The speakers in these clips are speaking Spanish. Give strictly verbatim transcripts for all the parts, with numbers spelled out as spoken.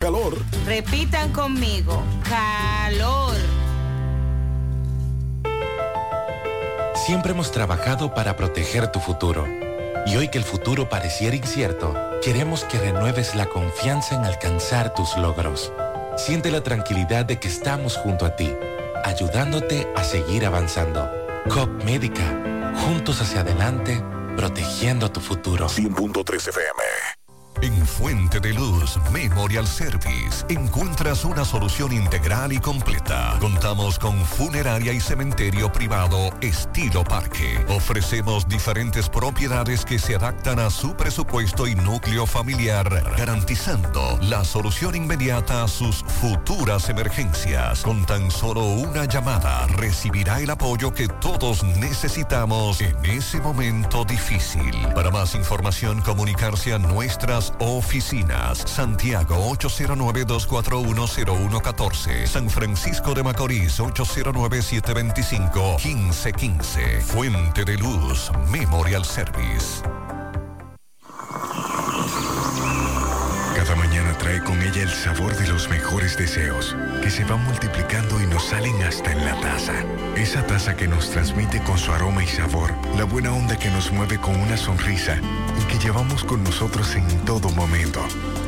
calor. Repitan conmigo, calor. Siempre hemos trabajado para proteger tu futuro. Y hoy que el futuro pareciera incierto, queremos que renueves la confianza en alcanzar tus logros. Siente la tranquilidad de que estamos junto a ti, ayudándote a seguir avanzando. C O P Médica, juntos hacia adelante, protegiendo tu futuro. cien punto tres F M. En Fuente de Luz Memorial Service encuentras una solución integral y completa. Contamos con funeraria y cementerio privado estilo parque. Ofrecemos diferentes propiedades que se adaptan a su presupuesto y núcleo familiar, garantizando la solución inmediata a sus futuras emergencias. Con tan solo una llamada recibirá el apoyo que todos necesitamos en ese momento difícil. Para más información, comunicarse a nuestras oficinas. Santiago ocho cero nueve, dos cuatro uno, cero uno uno cuatro. San Francisco de Macorís ocho cero nueve, siete dos cinco, uno cinco uno cinco. Fuente de Luz Memorial Service. Cada mañana trae con ella el sabor de los mejores deseos, que se van multiplicando y nos salen hasta en la taza. Esa taza que nos transmite con su aroma y sabor, la buena onda que nos mueve con una sonrisa y que llevamos con nosotros en todo momento.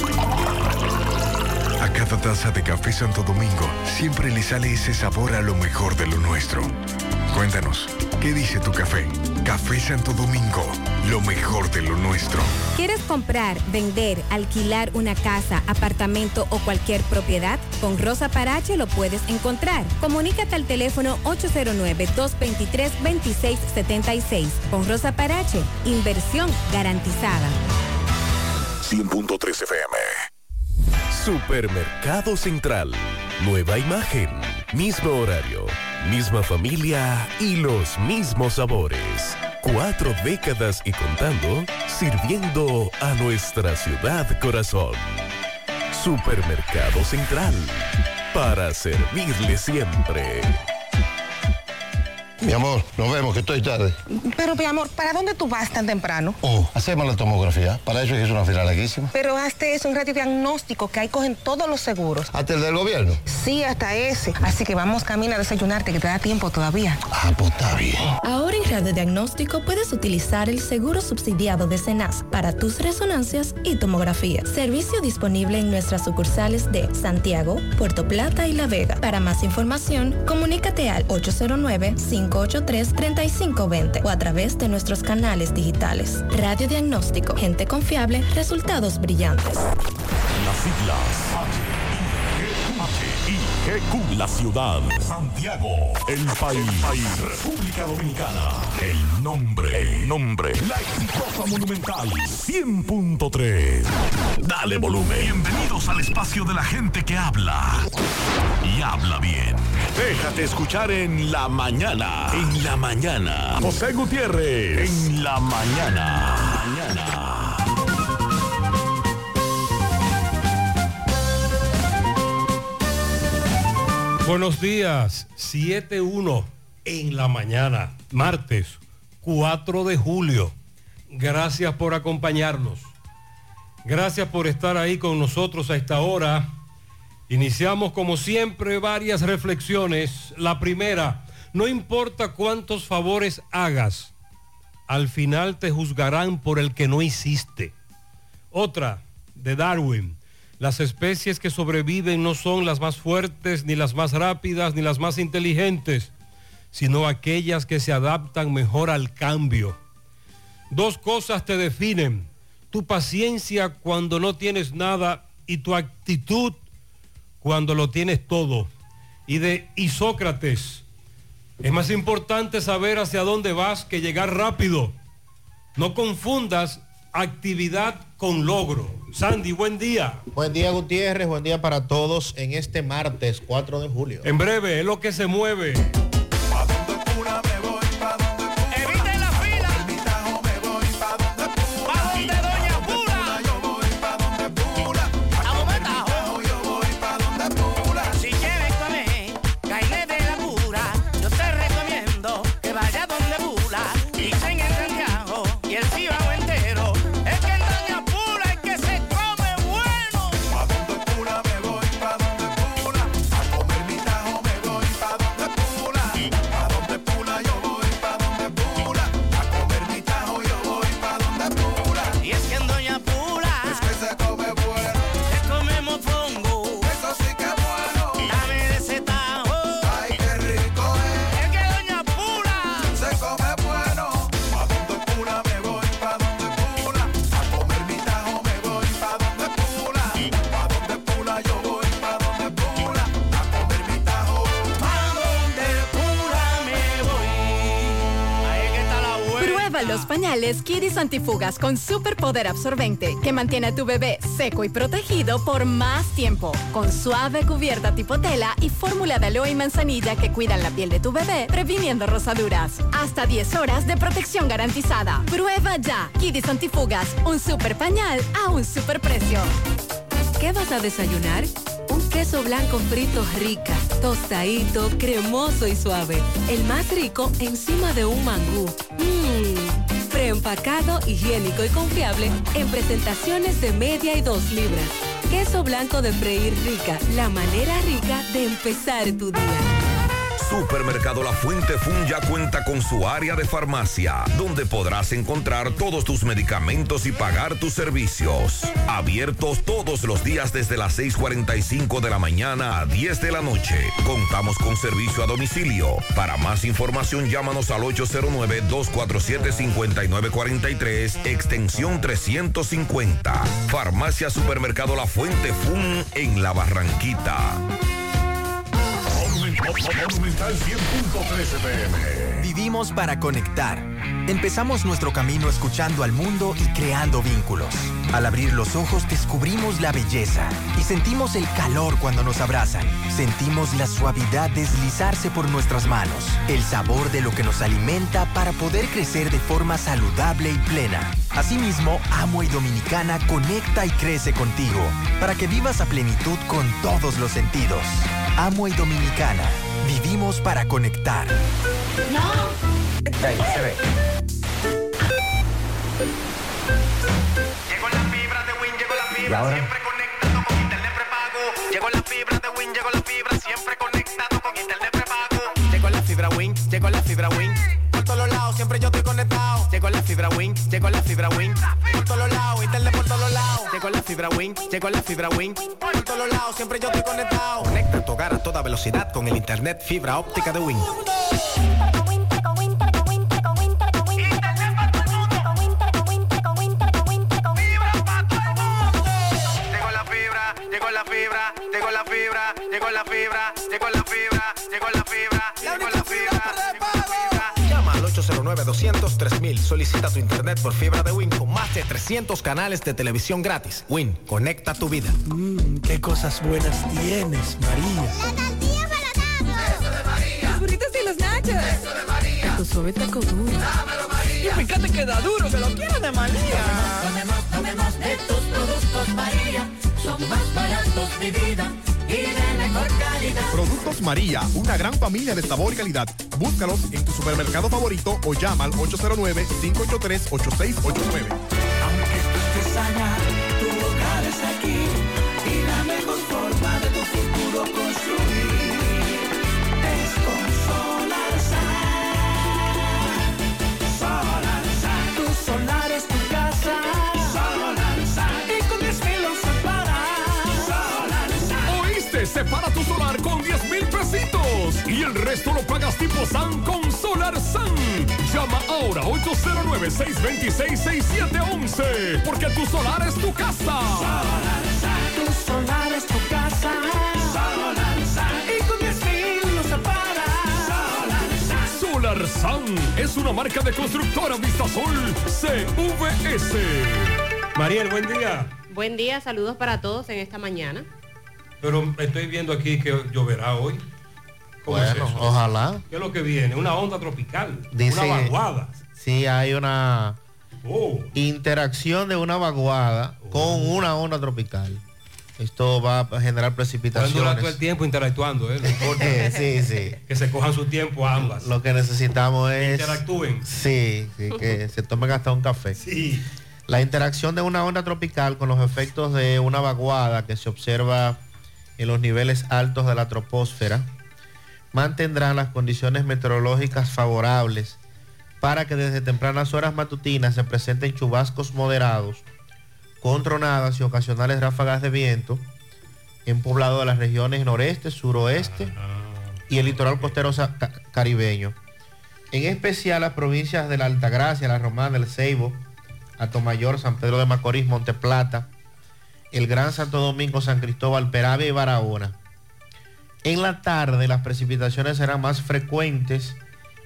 A cada taza de Café Santo Domingo siempre le sale ese sabor a lo mejor de lo nuestro. Cuéntanos, ¿qué dice tu café? Café Santo Domingo, lo mejor de lo nuestro. ¿Quieres comprar, vender, alquilar una casa, apartamento o cualquier propiedad? Con Rosa Parache lo puedes encontrar. Comunícate al teléfono ocho cero nueve, dos dos tres, dos seis siete seis. Con Rosa Parache, inversión garantizada. cien punto tres F M. Supermercado Central. Nueva imagen, mismo horario, misma familia y los mismos sabores. Cuatro décadas y contando, sirviendo a nuestra ciudad corazón. Supermercado Central, para servirle siempre. Mi amor, nos vemos, que estoy tarde. Pero, mi amor, ¿para dónde tú vas tan temprano? Oh, hacemos la tomografía. Para eso es que es una fila larguísima. Pero hazte es un radiodiagnóstico que ahí cogen todos los seguros. ¿Hasta el del gobierno? Sí, hasta ese. Así que vamos camino a desayunarte, que te da tiempo todavía. Ah, pues está bien. Ahora en radiodiagnóstico puedes utilizar el seguro subsidiado de Senas para tus resonancias y tomografía. Servicio disponible en nuestras sucursales de Santiago, Puerto Plata y La Vega. Para más información, comunícate al ocho cero nueve, cinco ocho tres, tres cinco dos cero o a través de nuestros canales digitales. Radiodiagnóstico, gente confiable, resultados brillantes. Las siglas H I G Q, la ciudad, Santiago, el país, el país, República Dominicana, el nombre, el nombre, la exitosa Monumental cien punto tres. Dale volumen. Bienvenidos al espacio de la gente que habla y habla bien. Déjate escuchar en la mañana. En la mañana. José Gutiérrez. En la mañana. Mañana. Buenos días, siete uno en la mañana, martes cuatro de julio. Gracias por acompañarnos. Gracias por estar ahí con nosotros a esta hora. Iniciamos como siempre varias reflexiones. La primera, no importa cuántos favores hagas, al final te juzgarán por el que no hiciste. Otra, de Darwin. Las especies que sobreviven no son las más fuertes, ni las más rápidas, ni las más inteligentes, sino aquellas que se adaptan mejor al cambio. Dos cosas te definen: tu paciencia cuando no tienes nada y tu actitud cuando lo tienes todo. Y de Isócrates, es más importante saber hacia dónde vas que llegar rápido. No confundas actividad con logro. Sandy, buen día. Buen día, Gutiérrez, buen día para todos en este martes cuatro de julio. En breve, es lo que se mueve. Prueba los pañales Kidis Antifugas con superpoder absorbente que mantiene a tu bebé seco y protegido por más tiempo. Con suave cubierta tipo tela y fórmula de aloe y manzanilla que cuidan la piel de tu bebé, previniendo rosaduras. Hasta diez horas de protección garantizada. Prueba ya. Kidis Antifugas, un super pañal a un super precio. ¿Qué vas a desayunar? Un queso blanco frito rica, tostadito, cremoso y suave. El más rico encima de un mangú. Mmm, preempacado, higiénico y confiable en presentaciones de media y dos libras. Queso blanco de freír rica, la manera rica de empezar tu día. Supermercado La Fuente Fun ya cuenta con su área de farmacia, donde podrás encontrar todos tus medicamentos y pagar tus servicios. Abiertos todos los días desde las seis cuarenta y cinco de la mañana a diez de la noche. Contamos con servicio a domicilio. Para más información, llámanos al ocho cero nueve, dos cuatro siete, cinco nueve cuatro tres, extensión trescientos cincuenta. Farmacia Supermercado La Fuente Fun en La Barranquita. Monumental cien punto trece P M. Vivimos para conectar. Empezamos nuestro camino escuchando al mundo y creando vínculos. Al abrir los ojos descubrimos la belleza y sentimos el calor cuando nos abrazan. Sentimos la suavidad deslizarse por nuestras manos, el sabor de lo que nos alimenta para poder crecer de forma saludable y plena. Asimismo, Amway Dominicana conecta y crece contigo para que vivas a plenitud con todos los sentidos. Amway Dominicana, vivimos para conectar. No. Ahí se ve. Llegó la fibra de Win, llegó la fibra, siempre conectado con internet prepago. Llegó la fibra de Win, llegó la fibra, siempre conectado con internet prepago. Llegó la fibra Win, llegó la fibra Win. Por todos lados, siempre yo estoy conectado. Llegó la fibra Win, llegó la fibra Win. Por todos lados, internet por todos lados. Llegó la fibra Win, llegó la fibra Win. Por todos lados, siempre yo estoy conectado. Conecta tu hogar a toda velocidad con el internet fibra óptica de Win. Llegó la fibra, llegó la fibra, llegó la fibra, llegó la fibra, llegó la fibra, llegó la fibra. Llama al ocho cero nueve, dos cero tres mil. Solicita tu internet por fibra de Win con más de trescientos canales de televisión gratis. Win, conecta tu vida. Mmm, qué cosas buenas tienes, María. La tortilla para Eso de María. Los burritos y los nachos. Eso de María. Tu suave taco duro. Dámelo, María. Y fíjate que da duro, que lo quiero de María. Tomemos, tomemos de tus productos, María. Son más baratos, mi vida, y de mejor calidad. Productos María, una gran familia de sabor y calidad. Búscalos en tu supermercado favorito o llama al ocho cero nueve, cinco ocho tres, ocho seis ocho nueve. Aunque estés allá, tu hogar es aquí, y la mejor forma de tu futuro construir es con Solarsa. Solarsa. Tu solar es tu casa. Solarsa. Y con diez mil once separa tu solar con diez mil pesitos y el resto lo pagas tipo S A N con Solar S A N. Llama ahora ocho cero nueve, seis dos seis, seis siete uno uno porque tu solar es tu casa. Solar S A N. Tu solar es tu casa. Solar S A N. Y con diez mil lo separa. Solar S A N. Solar S A N es una marca de constructora Vistasol C V S. Mariel, buen día. Buen día, saludos para todos en esta mañana. Pero estoy viendo aquí que lloverá hoy. ¿Cómo bueno, es eso? Ojalá. ¿Qué es lo que viene? Una onda tropical. Dice, una vaguada. Sí, hay una oh. interacción de una vaguada oh. con una onda tropical. Esto va a generar precipitaciones. Pueden durar todo el tiempo interactuando, ¿eh? Porque, sí, sí. Que se cojan su tiempo ambas. Lo que necesitamos es... Interactúen. Sí, sí, que se tomen hasta un café. Sí. La interacción de una onda tropical con los efectos de una vaguada que se observa en los niveles altos de la troposfera mantendrán las condiciones meteorológicas favorables para que desde tempranas horas matutinas se presenten chubascos moderados con tronadas y ocasionales ráfagas de viento en poblado de las regiones noreste, suroeste y el litoral costero caribeño. En especial las provincias de la Altagracia, La Romana, El Ceibo, Atomayor, San Pedro de Macorís, Monte Plata, el Gran Santo Domingo, San Cristóbal, Peravia y Barahona. En la tarde las precipitaciones serán más frecuentes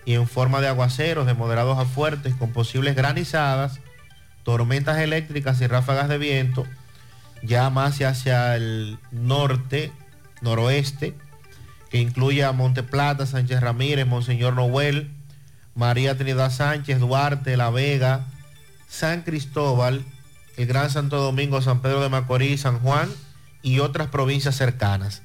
y en forma de aguaceros de moderados a fuertes con posibles granizadas, tormentas eléctricas y ráfagas de viento, ya más hacia el norte, noroeste, que incluye a Monte Plata, Sánchez Ramírez, Monseñor Noel, María Trinidad Sánchez, Duarte, La Vega, San Cristóbal, el Gran Santo Domingo, San Pedro de Macorís, San Juan y otras provincias cercanas.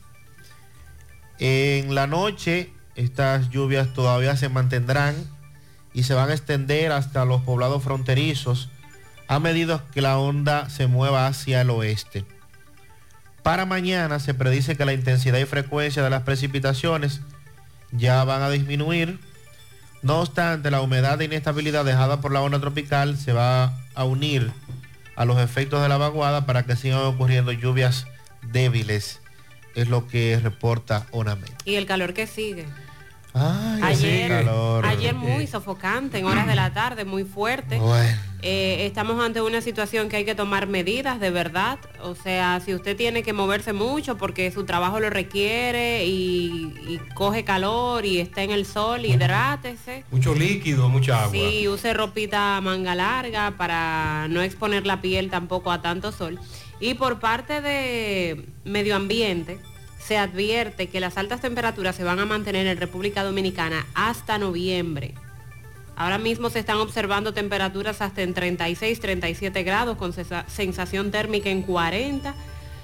En la noche estas lluvias todavía se mantendrán y se van a extender hasta los poblados fronterizos a medida que la onda se mueva hacia el oeste. Para mañana se predice que la intensidad y frecuencia de las precipitaciones ya van a disminuir. No obstante, la humedad e inestabilidad dejada por la onda tropical se va a unir a los efectos de la vaguada para que sigan ocurriendo lluvias débiles, es lo que reporta ONAMED. Y el calor que sigue. Ay, ayer, calor. ayer muy sofocante, en horas de la tarde, muy fuerte. Bueno. Eh, estamos ante una situación que hay que tomar medidas de verdad. O sea, si usted tiene que moverse mucho porque su trabajo lo requiere y, y coge calor y está en el sol, hidrátese. Mucho líquido, mucha agua. Sí, use ropita manga larga para no exponer la piel tampoco a tanto sol. Y por parte de medio ambiente, se advierte que las altas temperaturas se van a mantener en República Dominicana hasta noviembre. Ahora mismo se están observando temperaturas hasta en treinta y seis, treinta y siete grados con sensación térmica en cuarenta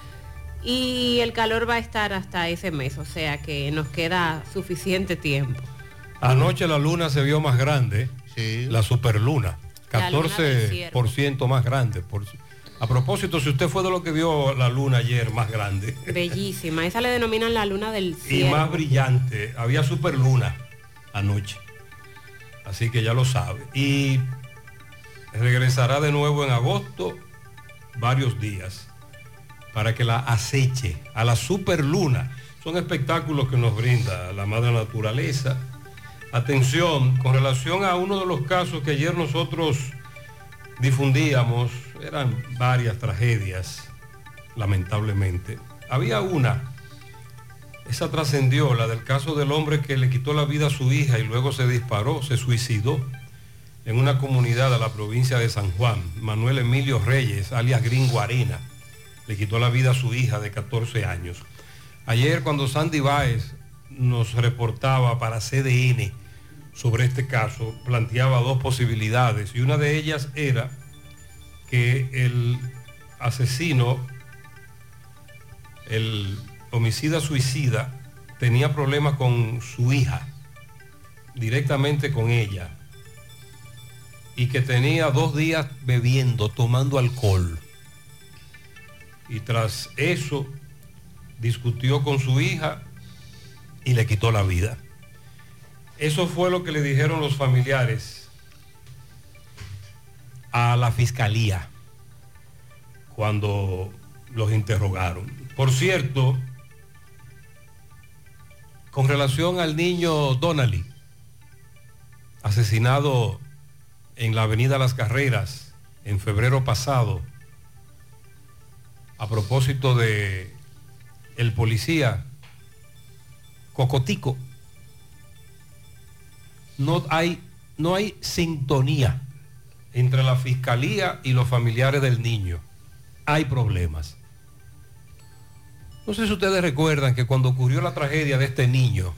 y el calor va a estar hasta ese mes, o sea que nos queda suficiente tiempo. Anoche la luna se vio más grande, sí. La superluna, catorce por ciento más grande. Por... A propósito, si usted fue de lo que vio la luna ayer más grande. Bellísima, esa le denominan la luna del cielo. Y más brillante, había superluna anoche. Así que ya lo sabe. Y regresará de nuevo en agosto varios días para que la aceche a la superluna. Son espectáculos que nos brinda la madre naturaleza. Atención, con relación a uno de los casos que ayer nosotros difundíamos, eran varias tragedias, lamentablemente. Había una, esa trascendió, la del caso del hombre que le quitó la vida a su hija y luego se disparó, se suicidó en una comunidad de la provincia de San Juan. Manuel Emilio Reyes, alias Gringo Arena, le quitó la vida a su hija de catorce años. Ayer, cuando Sandy Báez nos reportaba para C D N sobre este caso, planteaba dos posibilidades y una de ellas era que el asesino, el homicida suicida, tenía problemas con su hija, directamente con ella, y que tenía dos días bebiendo, tomando alcohol. Y tras eso discutió con su hija y le quitó la vida. Eso fue lo que le dijeron los familiares a la fiscalía cuando los interrogaron. Por cierto, con relación al niño Donnelly, asesinado en la avenida Las Carreras en febrero pasado, a propósito de el policía Cocotico, no hay, no hay sintonía entre la fiscalía y los familiares del niño. Hay problemas. No sé si ustedes recuerdan que cuando ocurrió la tragedia de este niño,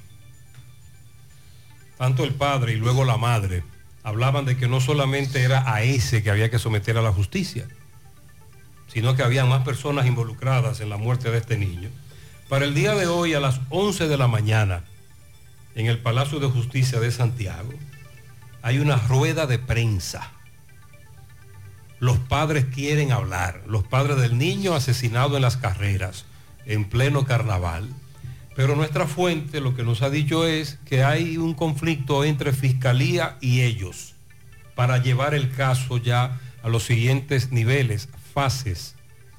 tanto el padre y luego la madre hablaban de que no solamente era a ese que había que someter a la justicia, sino que había más personas involucradas en la muerte de este niño. Para el día de hoy, a las once de la mañana, en el Palacio de Justicia de Santiago, hay una rueda de prensa. Los padres quieren hablar, los padres del niño asesinado en Las Carreras, en pleno carnaval. Pero nuestra fuente lo que nos ha dicho es que hay un conflicto entre Fiscalía y ellos para llevar el caso ya a los siguientes niveles, fases.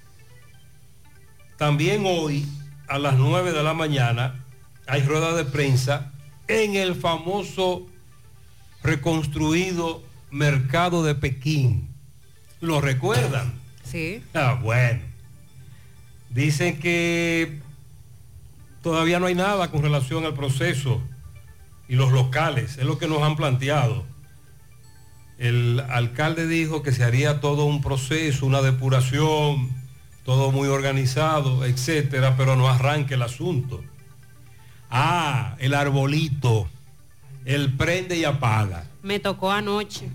También hoy, a las nueve de la mañana, hay rueda de prensa en el famoso reconstruido mercado de Pekín. ¿Lo recuerdan? Sí. Ah, bueno. Dicen que todavía no hay nada con relación al proceso y los locales, es lo que nos han planteado. El alcalde dijo que se haría todo un proceso, una depuración, todo muy organizado, etcétera, pero no arranque el asunto. Ah, el arbolito, el prende y apaga. Me tocó anoche.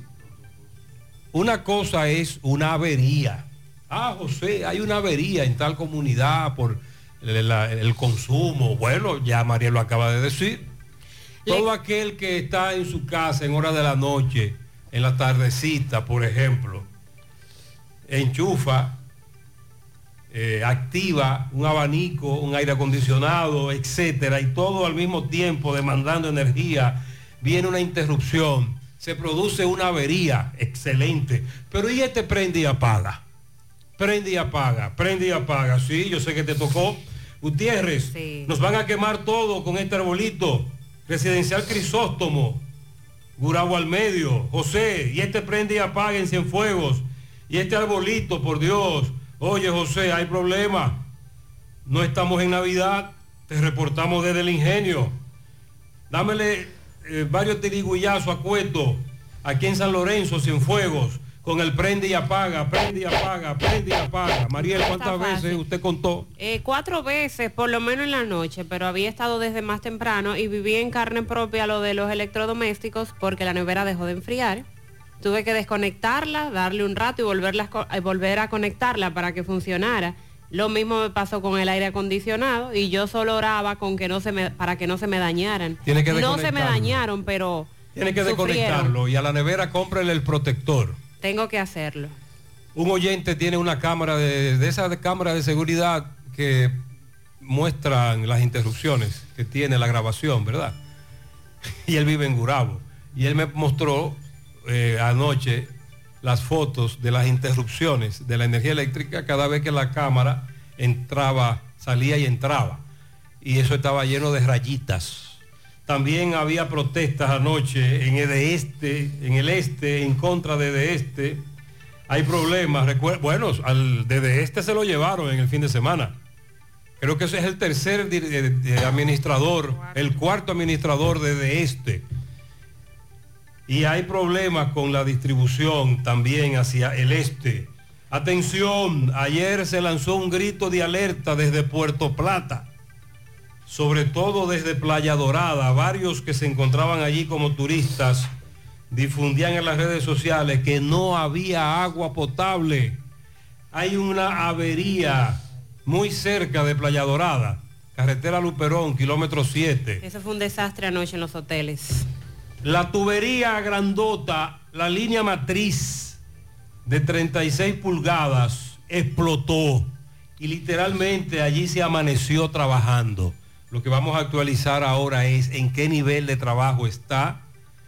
Una cosa es una avería. Ah, José, hay una avería en tal comunidad por el, la, el consumo. Bueno, ya María lo acaba de decir. Todo aquel que está en su casa en horas de la noche, en la tardecita, por ejemplo, enchufa, eh, activa un abanico, un aire acondicionado, etcétera, y todo al mismo tiempo demandando energía, viene una interrupción, se produce una avería, excelente, pero ¿y este prende y apaga? Prende y apaga, prende y apaga, sí, yo sé que te tocó. Gutiérrez, sí. Nos van a quemar todo con este arbolito, Residencial Crisóstomo, Gurabo al medio, José, y este prende y apaga en Cienfuegos, y este arbolito, por Dios, oye José, hay problema, no estamos en Navidad, te reportamos desde el ingenio, dámele eh, varios tirigullazos a Cueto, aquí en San Lorenzo, Cienfuegos, con el prende y apaga, prende y apaga, prende y apaga. Mariel, ¿cuántas veces usted contó? Eh, cuatro veces, por lo menos en la noche, pero había estado desde más temprano y viví en carne propia lo de los electrodomésticos porque la nevera dejó de enfriar. Tuve que desconectarla, darle un rato y volverla, volver a conectarla para que funcionara. Lo mismo me pasó con el aire acondicionado y yo solo oraba con que no se me, para que no se me dañaran. Tiene que no se me dañaron, pero tiene que sufrieron. Desconectarlo y a la nevera cómprele el protector. Tengo que hacerlo. Un oyente tiene una cámara de, de esa cámara de seguridad que muestran las interrupciones que tiene la grabación, ¿verdad? Y él vive en Gurabo. Y él me mostró eh, anoche las fotos de las interrupciones de la energía eléctrica cada vez que la cámara entraba, salía y entraba. Y eso estaba lleno de rayitas. También había protestas anoche en el este, en el este, en contra de de este. Hay problemas. Recuer- bueno, al de de este se lo llevaron en el fin de semana. Creo que ese es el tercer di- de- de administrador, el cuarto administrador de de este. Y hay problemas con la distribución también hacia el este. Atención, ayer se lanzó un grito de alerta desde Puerto Plata, sobre todo desde Playa Dorada. Varios que se encontraban allí como turistas difundían en las redes sociales que no había agua potable. Hay una avería muy cerca de Playa Dorada, carretera Luperón, kilómetro siete. Eso fue un desastre anoche en los hoteles. La tubería grandota, la línea matriz de treinta y seis pulgadas explotó y literalmente allí se amaneció trabajando. Lo que vamos a actualizar ahora es en qué nivel de trabajo está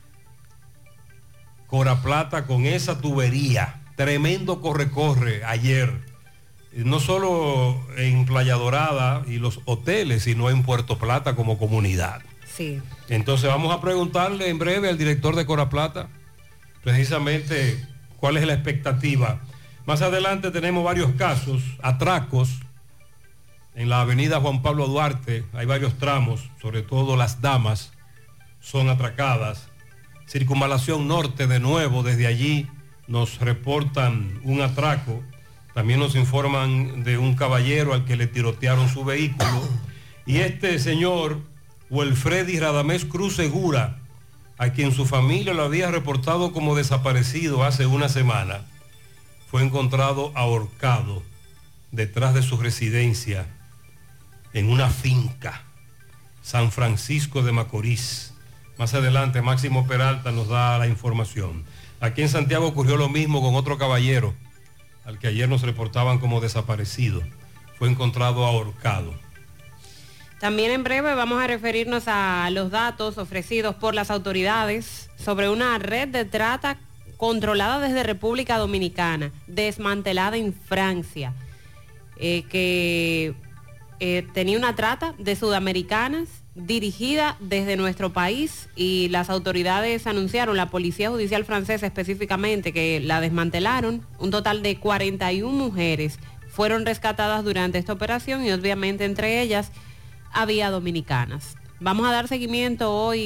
Coraplata con esa tubería. Tremendo corre-corre ayer, no solo en Playa Dorada y los hoteles, sino en Puerto Plata como comunidad. Sí. Entonces vamos a preguntarle en breve al director de Coraplata precisamente cuál es la expectativa. Más adelante tenemos varios casos, atracos en la avenida Juan Pablo Duarte. Hay varios tramos, sobre todo Las Damas son atracadas. Circunvalación Norte de nuevo, desde allí nos reportan un atraco. También nos informan de un caballero al que le tirotearon su vehículo. Y este señor, Wilfredi Radamés Cruz Segura, a quien su familia lo había reportado como desaparecido hace una semana, fue encontrado ahorcado detrás de su residencia en una finca, San Francisco de Macorís. Más adelante Máximo Peralta nos da la información. Aquí en Santiago ocurrió lo mismo con otro caballero, al que ayer nos reportaban como desaparecido. Fue encontrado ahorcado. También en breve vamos a referirnos a los datos ofrecidos por las autoridades sobre una red de trata controlada desde República Dominicana, desmantelada en Francia, eh, que eh, tenía una trata de sudamericanas dirigida desde nuestro país, y las autoridades anunciaron, la Policía Judicial Francesa específicamente, que la desmantelaron. Un total de cuarenta y una mujeres fueron rescatadas durante esta operación y obviamente entre ellas había dominicanas. Vamos a dar seguimiento hoy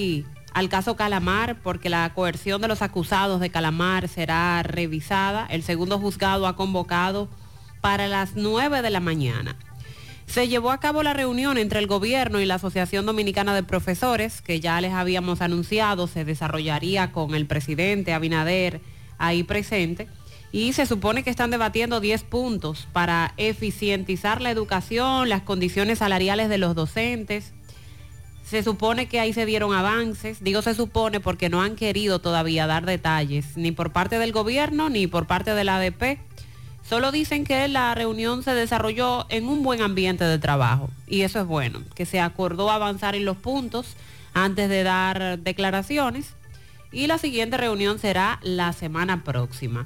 al caso Calamar, porque la coerción de los acusados de Calamar será revisada. El segundo juzgado ha convocado para las nueve de la mañana. Se llevó a cabo la reunión entre el gobierno y la Asociación Dominicana de Profesores, que ya les habíamos anunciado, se desarrollaría con el presidente Abinader ahí presente, y se supone que están debatiendo diez puntos para eficientizar la educación, las condiciones salariales de los docentes. Se supone que ahí se dieron avances, digo se supone porque no han querido todavía dar detalles, ni por parte del gobierno ni por parte de la A D P. Solo dicen que la reunión se desarrolló en un buen ambiente de trabajo y eso es bueno, que se acordó avanzar en los puntos antes de dar declaraciones y la siguiente reunión será la semana próxima.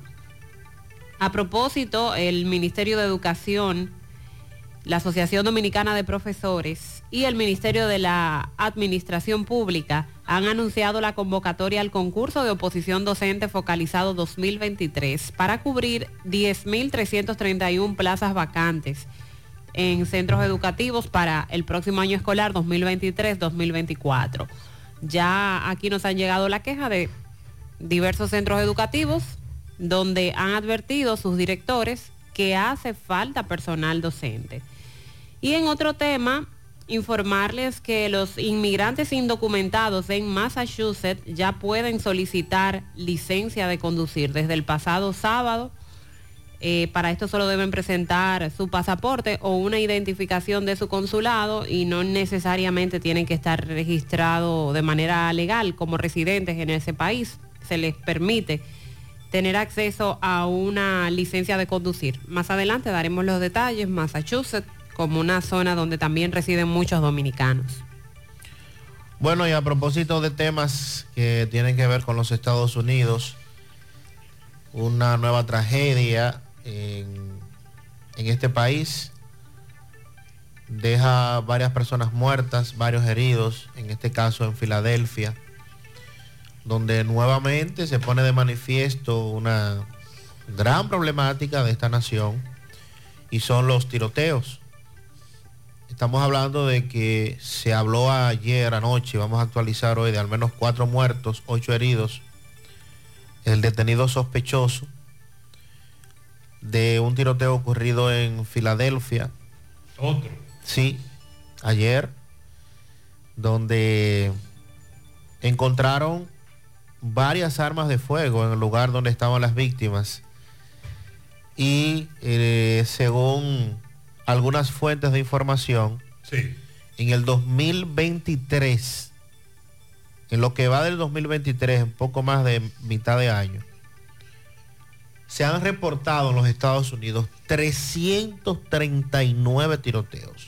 A propósito, el Ministerio de Educación, la Asociación Dominicana de Profesores y el Ministerio de la Administración Pública han anunciado la convocatoria al concurso de oposición docente focalizado dos mil veintitrés para cubrir diez mil trescientas treinta y una plazas vacantes en centros educativos para el próximo año escolar dos mil veintitrés dos mil veinticuatro. Ya aquí nos han llegado la queja de diversos centros educativos donde han advertido sus directores que hace falta personal docente. Y en otro tema, informarles que los inmigrantes indocumentados en Massachusetts ya pueden solicitar licencia de conducir desde el pasado sábado. Eh, para esto solo deben presentar su pasaporte o una identificación de su consulado y no necesariamente tienen que estar registrados de manera legal como residentes en ese país. Se les permite tener acceso a una licencia de conducir. Más adelante daremos los detalles. Massachusetts como una zona donde también residen muchos dominicanos. Bueno, y a propósito de temas que tienen que ver con los Estados Unidos, una nueva tragedia en, en este país deja varias personas muertas, varios heridos, en este caso en Filadelfia, donde nuevamente se pone de manifiesto una gran problemática de esta nación y son los tiroteos. Estamos hablando de que se habló ayer anoche, vamos a actualizar hoy, de al menos cuatro muertos, ocho heridos. El detenido sospechoso de un tiroteo ocurrido en Filadelfia. Otro. Sí, ayer, donde encontraron varias armas de fuego en el lugar donde estaban las víctimas. Y eh, según algunas fuentes de información, sí, en el dos mil veintitrés, en lo que va del dos mil veintitrés, un poco más de mitad de año, se han reportado en los Estados Unidos trescientos treinta y nueve tiroteos.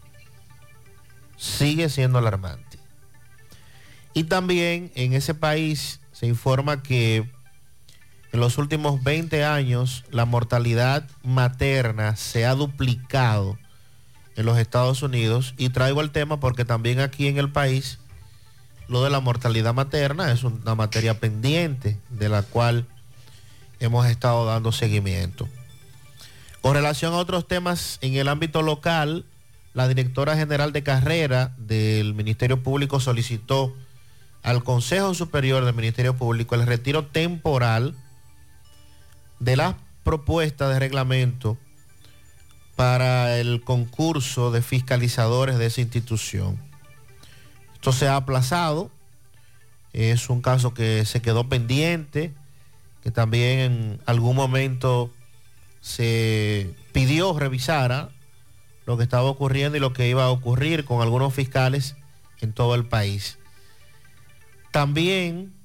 Sigue siendo alarmante. Y también en ese país se informa que en los últimos veinte años la mortalidad materna se ha duplicado en los Estados Unidos, y traigo el tema porque también aquí en el país lo de la mortalidad materna es una materia pendiente de la cual hemos estado dando seguimiento. Con relación a otros temas en el ámbito local, la directora general de carrera del Ministerio Público solicitó al Consejo Superior del Ministerio Público el retiro temporal de las propuestas de reglamento para el concurso de fiscalizadores de esa institución. Esto se ha aplazado, es un caso que se quedó pendiente, que también en algún momento se pidió revisara lo que estaba ocurriendo y lo que iba a ocurrir con algunos fiscales en todo el país. También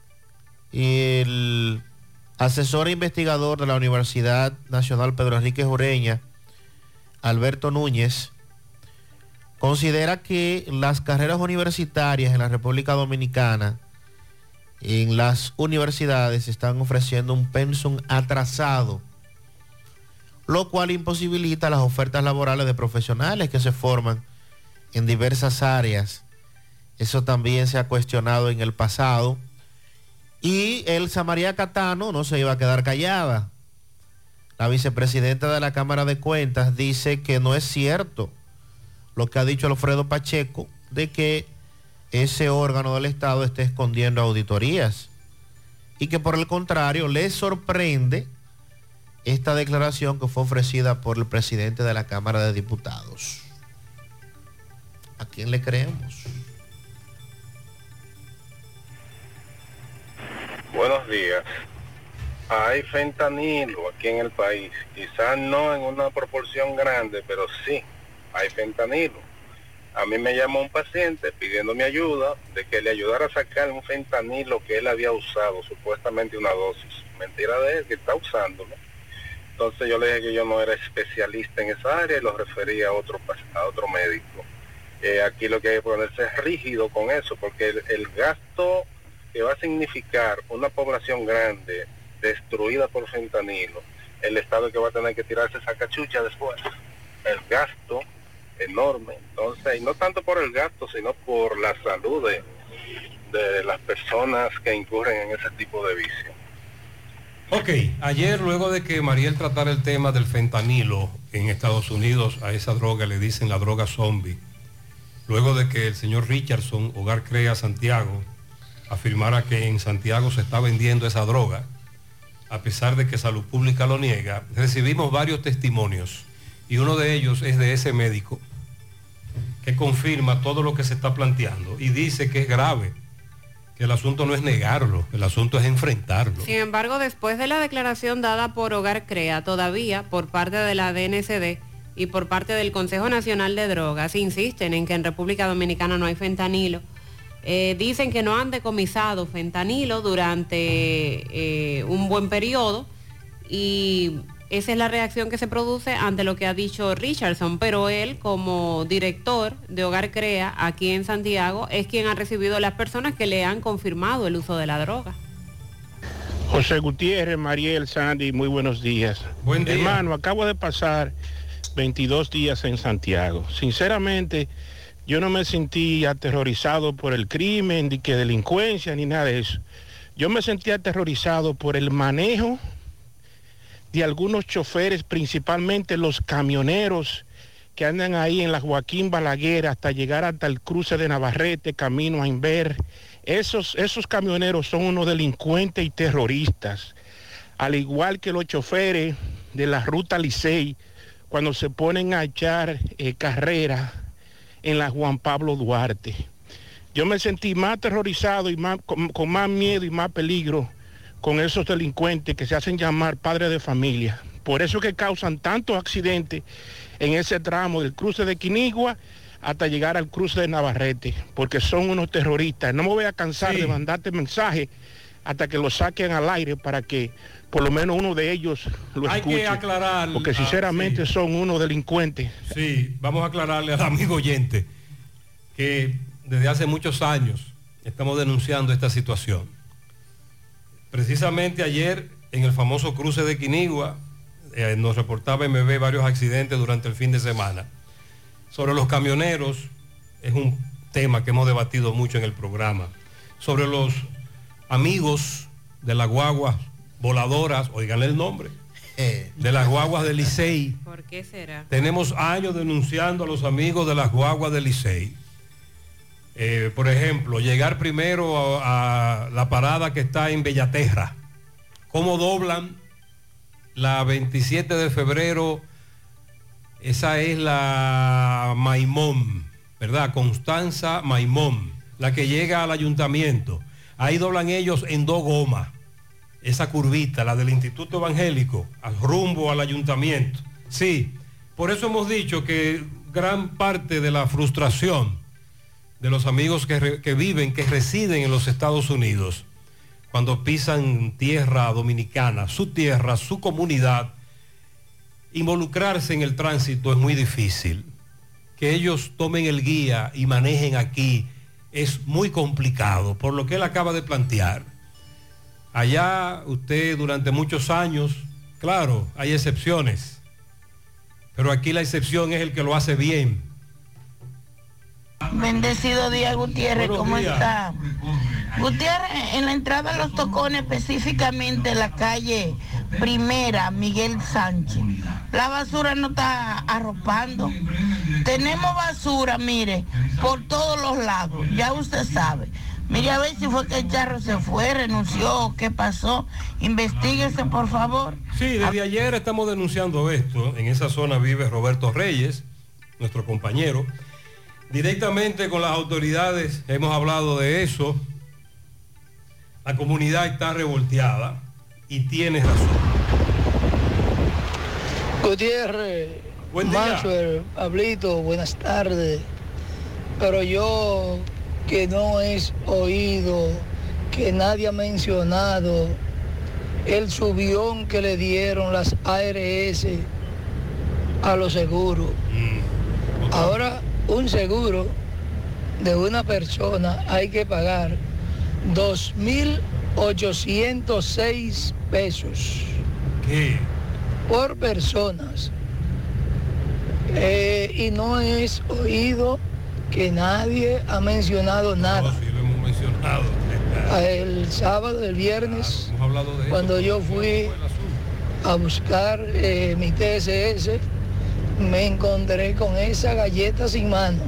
el asesor e investigador de la Universidad Nacional Pedro Enrique Ureña, Alberto Núñez, considera que las carreras universitarias en la República Dominicana, en las universidades, están ofreciendo un pensum atrasado, lo cual imposibilita las ofertas laborales de profesionales que se forman en diversas áreas. Eso también se ha cuestionado en el pasado. Y Elsa María Catano no se iba a quedar callada. La vicepresidenta de la Cámara de Cuentas dice que no es cierto lo que ha dicho Alfredo Pacheco, de que ese órgano del Estado esté escondiendo auditorías y que por el contrario les sorprende esta declaración que fue ofrecida por el presidente de la Cámara de Diputados. ¿A quién le creemos? Buenos días. Hay fentanilo aquí en el país, quizás no en una proporción grande, pero sí, hay fentanilo. A mí me llamó un paciente pidiéndome ayuda de que le ayudara a sacar un fentanilo que él había usado, supuestamente una dosis. Mentira de él, que está usándolo. Entonces yo le dije que yo no era especialista en esa área y lo refería a otro, a otro médico. Eh, aquí lo que hay que ponerse es rígido con eso, porque el, el gasto que va a significar una población grande destruida por fentanilo, el Estado que va a tener que tirarse esa cachucha después. El gasto enorme. Entonces, y no tanto por el gasto, sino por la salud de, de las personas que incurren en ese tipo de vicio. Ok, ayer luego de que Mariel tratara el tema del fentanilo en Estados Unidos, a esa droga le dicen la droga zombie, luego de que el señor Richardson, Hogar Crea Santiago, afirmara que en Santiago se está vendiendo esa droga, a pesar de que Salud Pública lo niega, recibimos varios testimonios y uno de ellos es de ese médico que confirma todo lo que se está planteando y dice que es grave, que el asunto no es negarlo, el asunto es enfrentarlo. Sin embargo, después de la declaración dada por Hogar Crea, todavía por parte de la D N C D y por parte del Consejo Nacional de Drogas, insisten en que en República Dominicana no hay fentanilo. Eh, dicen que no han decomisado fentanilo durante eh, un buen periodo y esa es la reacción que se produce ante lo que ha dicho Richardson, pero él como director de Hogar Crea aquí en Santiago es quien ha recibido a las personas que le han confirmado el uso de la droga. José Gutiérrez, Mariel, Sandy, muy buenos días. Buen día. Hermano, acabo de pasar veintidós días en Santiago. Sinceramente, yo no me sentí aterrorizado por el crimen, ni que delincuencia, ni nada de eso. Yo me sentí aterrorizado por el manejo de algunos choferes, principalmente los camioneros que andan ahí en la Joaquín Balaguer hasta llegar hasta el cruce de Navarrete, camino a Inver. Esos, esos camioneros son unos delincuentes y terroristas, al igual que los choferes de la ruta Licey, cuando se ponen a echar eh, carreras en la Juan Pablo Duarte. Yo me sentí más aterrorizado y más, con, con más miedo y más peligro con esos delincuentes que se hacen llamar padres de familia. Por eso que causan tantos accidentes en ese tramo del cruce de Quinigua hasta llegar al cruce de Navarrete, porque son unos terroristas. No me voy a cansar sí. de mandarte mensajes hasta que lo saquen al aire para que por lo menos uno de ellos lo Hay escuche. que aclarar, porque sinceramente ah, sí. son unos delincuentes. Sí, vamos a aclararle al amigo oyente que desde hace muchos años estamos denunciando esta situación. Precisamente ayer en el famoso cruce de Quinigua eh, nos reportaba M B varios accidentes durante el fin de semana. Sobre los camioneros, es un tema que hemos debatido mucho en el programa. Sobre los amigos de las guaguas voladoras, oiganle el nombre, de las guaguas del Licey. ¿Por qué será? Tenemos años denunciando a los amigos de las guaguas del Licey. Eh, por ejemplo, llegar primero a, a la parada que está en Bellaterra. ¿Cómo doblan la veintisiete de febrero? Esa es la Maimón, ¿verdad? Constanza Maimón, la que llega al ayuntamiento. Ahí doblan ellos en dos gomas. Esa curvita, la del Instituto Evangélico, al rumbo al ayuntamiento. Sí, por eso hemos dicho que gran parte de la frustración de los amigos que, re, que viven, que residen en los Estados Unidos, cuando pisan tierra dominicana, su tierra, su comunidad, involucrarse en el tránsito es muy difícil. Que ellos tomen el guía y manejen aquí es muy complicado, por lo que él acaba de plantear. Allá usted durante muchos años, claro, hay excepciones, pero aquí la excepción es el que lo hace bien. Bendecido día, Gutiérrez, Buenos ¿cómo días. Está? Gutiérrez, en la entrada a Los Tocones, específicamente en la calle Primera, Miguel Sánchez. La basura no está arropando. Tenemos basura, mire, por todos los lados, ya usted sabe. Mire a ver si fue que el charro se fue, renunció, qué pasó. Investíguese, por favor. Sí, desde ayer estamos denunciando esto. En esa zona vive Roberto Reyes, nuestro compañero. Directamente con las autoridades hemos hablado de eso. La comunidad está revolteada y tiene razón. Gutiérrez, buen día. Maxwell, Pablito, buenas tardes. Pero yo que no he oído, que nadie ha mencionado el subión que le dieron las A R S a los seguros. Mm. Ahora un seguro de una persona hay que pagar dos mil ochocientos seis pesos. ¿Qué? Por personas. Eh, y no es oído que nadie ha mencionado nada. No, sí lo hemos mencionado. El sábado, el viernes, ah, hemos hablado de cuando eso. yo fui a buscar eh, mi T S S, me encontré con esa galleta sin mano.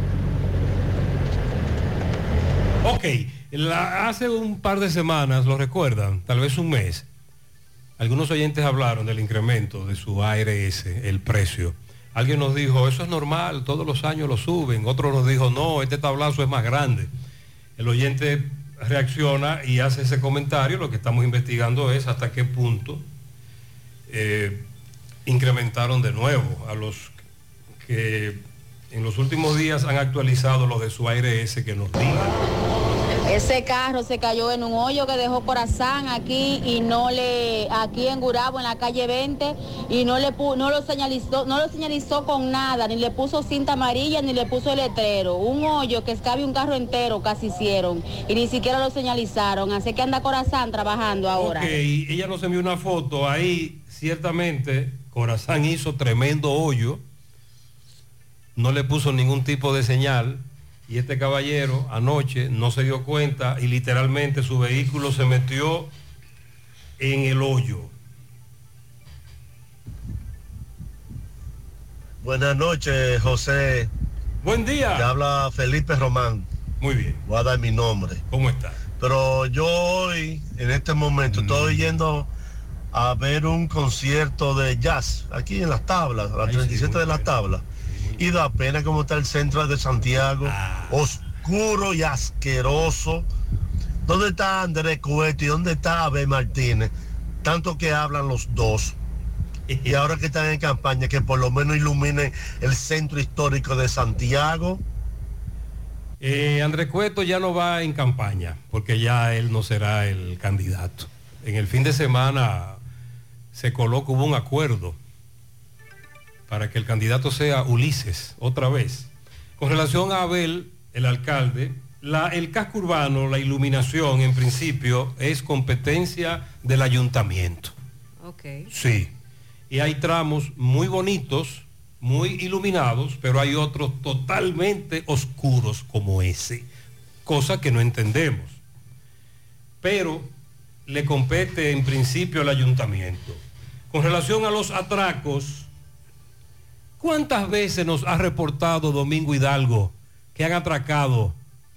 Ok, la, hace un par de semanas, lo recuerdan, tal vez un mes, algunos oyentes hablaron del incremento de su A R S, el precio. Alguien nos dijo, eso es normal, todos los años lo suben. Otro nos dijo, no, este tablazo es más grande. El oyente reacciona y hace ese comentario. Lo que estamos investigando es hasta qué punto eh, incrementaron de nuevo a los que en los últimos días han actualizado los de su A R S, que nos digan. Ese carro se cayó en un hoyo que dejó Corazán aquí y no le, aquí en Gurabo, en la calle veinte, y no le pu, no lo señalizó, no lo señalizó con nada, ni le puso cinta amarilla, ni le puso el letrero. Un hoyo que cabe un carro entero casi hicieron, y ni siquiera lo señalizaron. Así que anda Corazán trabajando ahora. Ok, ella nos envió una foto, ahí ciertamente Corazán hizo tremendo hoyo, no le puso ningún tipo de señal. Y este caballero anoche no se dio cuenta y literalmente su vehículo se metió en el hoyo. Buenas noches, José. Buen día. Te habla Felipe Román. Muy bien. Voy a dar mi nombre. ¿Cómo está? Pero yo hoy, en este momento, mm. estoy yendo a ver un concierto de jazz aquí en Las Tablas, la Ay, treinta y siete sí, de Las Tablas. Y da pena como está el centro de Santiago, ah. oscuro y asqueroso. ¿Dónde está Andrés Cueto y dónde está Abel Martínez? Tanto que hablan los dos. Y ahora que están en campaña, que por lo menos iluminen el centro histórico de Santiago. Eh, Andrés Cueto ya no va en campaña, porque ya él no será el candidato. En el fin de semana se colocó, hubo un acuerdo para que el candidato sea Ulises, otra vez. Con relación a Abel, el alcalde, la, el casco urbano, la iluminación, en principio, es competencia del ayuntamiento. Ok. Sí. Y hay tramos muy bonitos, muy iluminados, pero hay otros totalmente oscuros como ese, cosa que no entendemos. Pero le compete en principio al ayuntamiento. Con relación a los atracos, ¿cuántas veces nos ha reportado Domingo Hidalgo que han atracado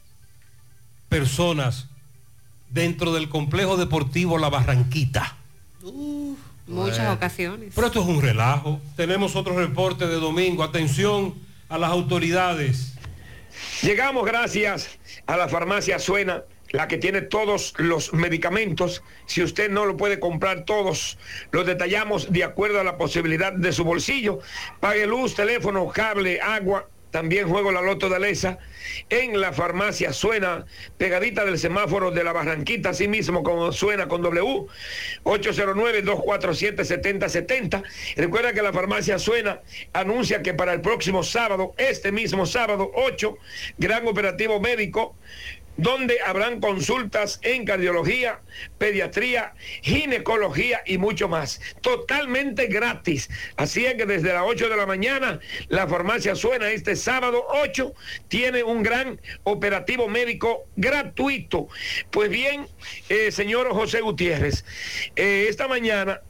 personas dentro del complejo deportivo La Barranquita? Uf, muchas bueno. ocasiones. Pero esto es un relajo. Tenemos otro reporte de Domingo. Atención a las autoridades. Llegamos gracias a la farmacia Suena, la que tiene todos los medicamentos. Si usted no lo puede comprar todos, los detallamos de acuerdo a la posibilidad de su bolsillo. Pague luz, teléfono, cable, agua. También juego la loto de Alesa en la farmacia Suena, pegadita del semáforo de La Barranquita, así mismo como Suena con W, ocho cero nueve, dos cuatro siete, siete cero siete cero. Recuerda que la farmacia Suena anuncia que para el próximo sábado, este mismo sábado ocho, gran operativo médico, donde habrán consultas en cardiología, pediatría, ginecología y mucho más, totalmente gratis. Así es que desde las ocho de la mañana, la farmacia Suena este sábado ocho tiene un gran operativo médico gratuito. Pues bien, eh, señor José Gutiérrez, eh, esta mañana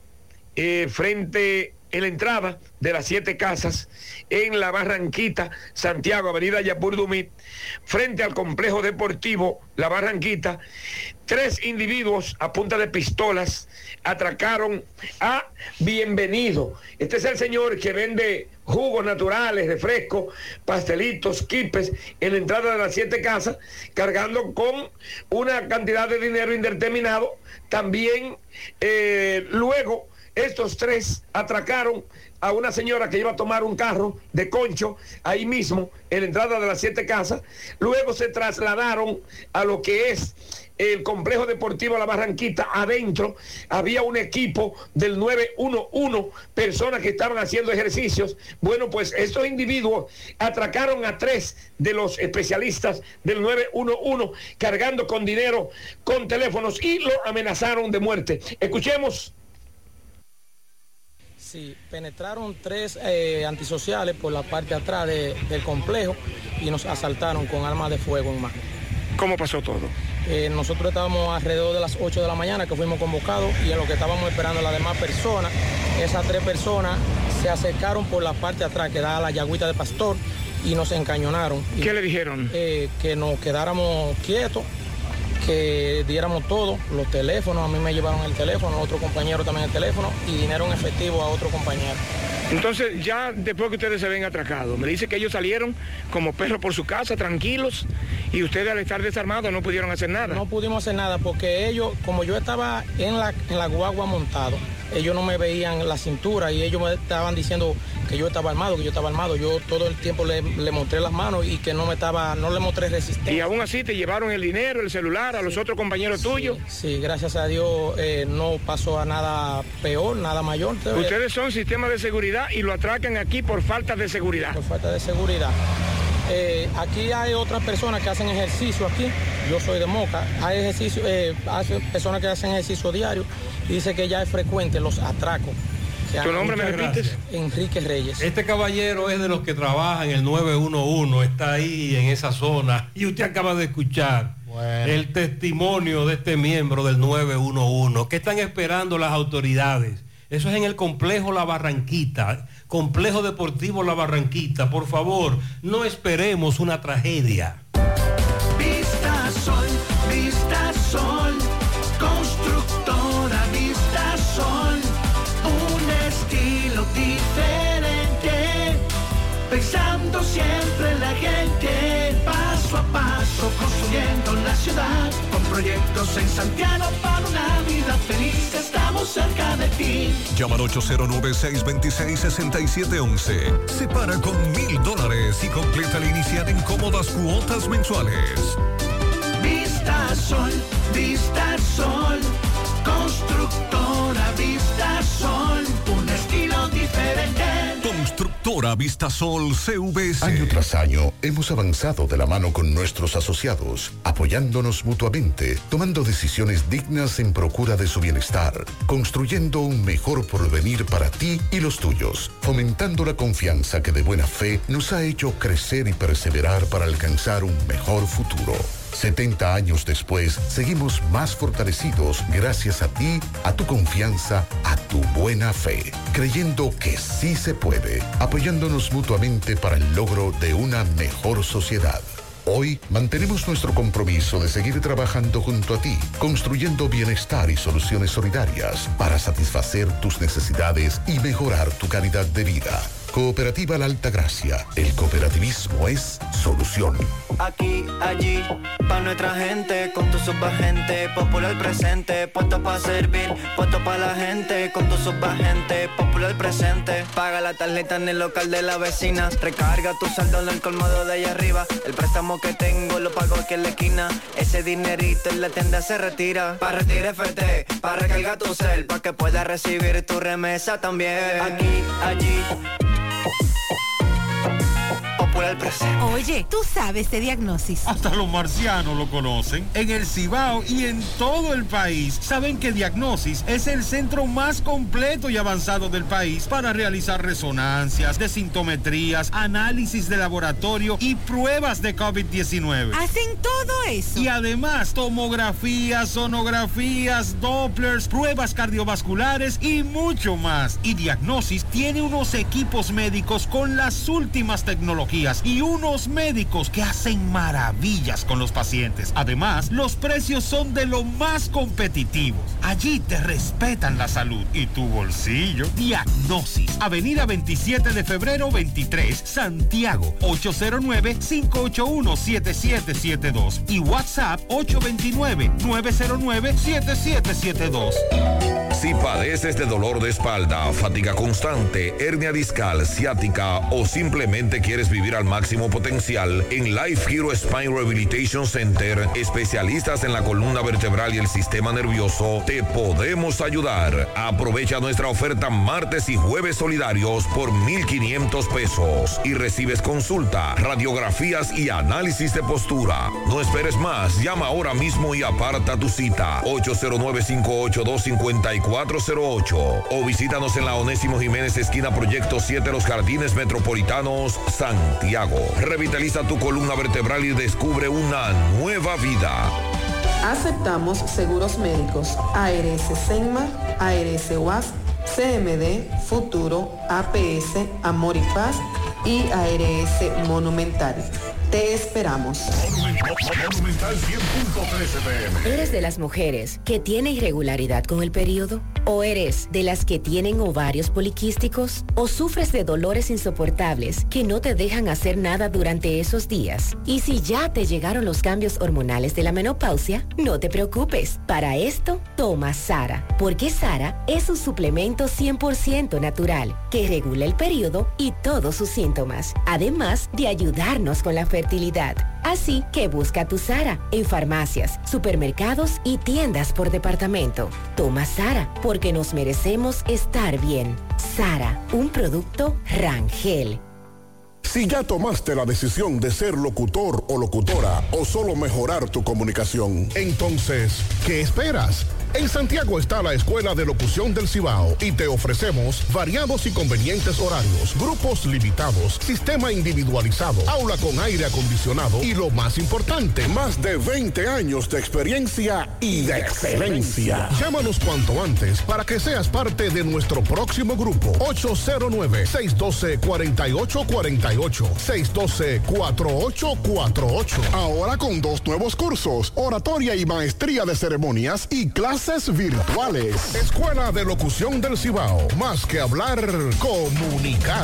eh, frente en la entrada de las Siete Casas, en la Barranquita, Santiago, avenida Yapur Dumit, frente al complejo deportivo La Barranquita. Tres individuos a punta de pistolas atracaron a Bienvenido. Este es el señor que vende jugos naturales, refrescos, pastelitos, quipes en la entrada de las Siete Casas, cargando con una cantidad de dinero indeterminado. También eh, luego estos tres atracaron a una señora que iba a tomar un carro de concho ahí mismo en la entrada de las Siete Casas. Luego se trasladaron a lo que es el complejo deportivo La Barranquita. Adentro había un equipo del nueve uno uno, personas que estaban haciendo ejercicios. Bueno, pues estos individuos atracaron a tres de los especialistas del nueve uno uno, cargando con dinero, con teléfonos, y lo amenazaron de muerte. Escuchemos. Sí, penetraron tres eh, antisociales por la parte de atrás de, del complejo y nos asaltaron con armas de fuego en mano. ¿Cómo pasó todo? Eh, nosotros estábamos alrededor de las ocho de la mañana que fuimos convocados, y en lo que estábamos esperando a las demás personas, esas tres personas se acercaron por la parte de atrás que da a la Yagüita de Pastor y nos encañonaron. ¿Qué y, le dijeron? Eh, que nos quedáramos quietos, que diéramos todo, los teléfonos, a mí me llevaron el teléfono, a otro compañero también el teléfono, y dinero en efectivo a otro compañero. Entonces, ya después que ustedes se ven atracados, me dice que ellos salieron como perros por su casa, tranquilos, y ustedes al estar desarmados no pudieron hacer nada. No pudimos hacer nada porque ellos, como yo estaba en la, en la guagua montado, ellos no me veían la cintura y ellos me estaban diciendo que yo estaba armado, que yo estaba armado. Yo todo el tiempo le, le mostré las manos y que no me estaba, no le mostré resistencia. Y aún así te llevaron el dinero, el celular, a los otros compañeros sí, tuyos. Sí, gracias a Dios eh, no pasó a nada peor, nada mayor. Ustedes son sistemas de seguridad y lo atracan aquí por falta de seguridad. Por falta de seguridad. Eh, aquí hay otras personas que hacen ejercicio aquí. Yo soy de Moca. Hay ejercicio, eh, hay personas que hacen ejercicio diario y dice que ya es frecuente los atracos. ¿Tu nombre me repites? Enrique Reyes. Este caballero es de los que trabaja en el nueve uno uno, está ahí en esa zona, y usted acaba de escuchar bueno. el testimonio de este miembro del nueve uno uno. ¿Qué están esperando las autoridades? Eso es en el complejo La Barranquita, complejo deportivo La Barranquita. Por favor, no esperemos una tragedia. Vista Sol, Vista Sol, constructora Vista Sol, un estilo diferente, pensando siempre en la gente, paso a paso construyendo la ciudad, con proyectos en Santiago para una vida feliz, estamos cerca de ti. Llama al ocho cero nueve, seis dos seis, seis siete uno uno. Separa con mil dólares y completa la inicial en cómodas cuotas mensuales. Vista Sol, Vista Sol, constructora Vista Sol, un estilo diferente. Constructora Vistasol C V S. Año tras año hemos avanzado de la mano con nuestros asociados, apoyándonos mutuamente, tomando decisiones dignas en procura de su bienestar, construyendo un mejor porvenir para ti y los tuyos, fomentando la confianza que de buena fe nos ha hecho crecer y perseverar para alcanzar un mejor futuro. setenta años después, seguimos más fortalecidos gracias a ti, a tu confianza, a tu buena fe, creyendo que sí se puede, apoyándonos mutuamente para el logro de una mejor sociedad. Hoy mantenemos nuestro compromiso de seguir trabajando junto a ti, construyendo bienestar y soluciones solidarias para satisfacer tus necesidades y mejorar tu calidad de vida. Cooperativa La Altagracia. El cooperativismo es solución. Aquí, allí, pa' nuestra gente, con tu subagente, popular presente, puesto pa' servir, puesto pa' la gente, con tu subagente, popular presente. Paga la tarjeta en el local de la vecina, recarga tu saldo en el colmado de allá arriba, el préstamo que tengo lo pago aquí en la esquina, ese dinerito en la tienda se retira, pa' retirar F T, pa' recargar tu cel, pa' que puedas recibir tu remesa también. Aquí, allí, popular al presente. Oye, ¿tú sabes de Diagnosis? Hasta los marcianos lo conocen. En el Cibao y en todo el país saben que Diagnosis es el centro más completo y avanzado del país para realizar resonancias, densitometrías, análisis de laboratorio y pruebas de COVID diecinueve. ¿Hacen todo eso? Y además, tomografías, sonografías, Dopplers, pruebas cardiovasculares y mucho más. Y Diagnosis tiene unos equipos médicos con las últimas tecnologías y unos médicos que hacen maravillas con los pacientes. Además, los precios son de lo más competitivos. Allí te respetan la salud y tu bolsillo. Diagnosis, Avenida veintisiete de febrero veintitrés, Santiago, ocho cero nueve, cinco ocho uno, siete siete siete dos y WhatsApp ocho dos nueve, nueve cero nueve, siete siete siete dos. Si padeces de dolor de espalda, fatiga constante, hernia discal, ciática o simplemente quieres vivir al máximo potencial, en Life Hero Spine Rehabilitation Center, especialistas en la columna vertebral y el sistema nervioso, te podemos ayudar. Aprovecha nuestra oferta martes y jueves solidarios por mil quinientos pesos y recibes consulta, radiografías y análisis de postura. No esperes más, llama ahora mismo y aparta tu cita. ocho cero nueve, cinco ocho dos, cinco cuatro cero ocho o visítanos en la Onésimo Jiménez, esquina Proyecto siete, Los Jardines Metropolitanos, Santiago. Revitaliza tu columna vertebral y descubre una nueva vida. Aceptamos seguros médicos A R S Senma, A R S U A S, C M D, Futuro, A P S, Amor y Paz y A R S Monumental. Te esperamos. Monumental cien punto trece P M. ¿Eres de las mujeres que tiene irregularidad con el periodo? ¿O eres de las que tienen ovarios poliquísticos? ¿O sufres de dolores insoportables que no te dejan hacer nada durante esos días? Y si ya te llegaron los cambios hormonales de la menopausia, no te preocupes. Para esto, toma Sara, porque Sara es un suplemento cien por ciento natural que regula el periodo y todos sus síntomas, además de ayudarnos con la fertilidad. Así que busca tu Sara en farmacias, supermercados y tiendas por departamento. Toma Sara, porque nos merecemos estar bien. Sara, un producto Rangel. Si ya tomaste la decisión de ser locutor o locutora o solo mejorar tu comunicación, entonces, ¿qué esperas? En Santiago está la Escuela de Locución del Cibao y te ofrecemos variados y convenientes horarios, grupos limitados, sistema individualizado, aula con aire acondicionado y lo más importante, más de veinte años de experiencia y de excelencia. Llámanos cuanto antes para que seas parte de nuestro próximo grupo. ocho cero nueve, seis uno dos, cuatro ocho cuatro ocho, seis uno dos, cuatro ocho cuatro ocho. Ahora con dos nuevos cursos, oratoria y maestría de ceremonias y clases virtuales. Escuela de Locución del Cibao. Más que hablar, comunicar.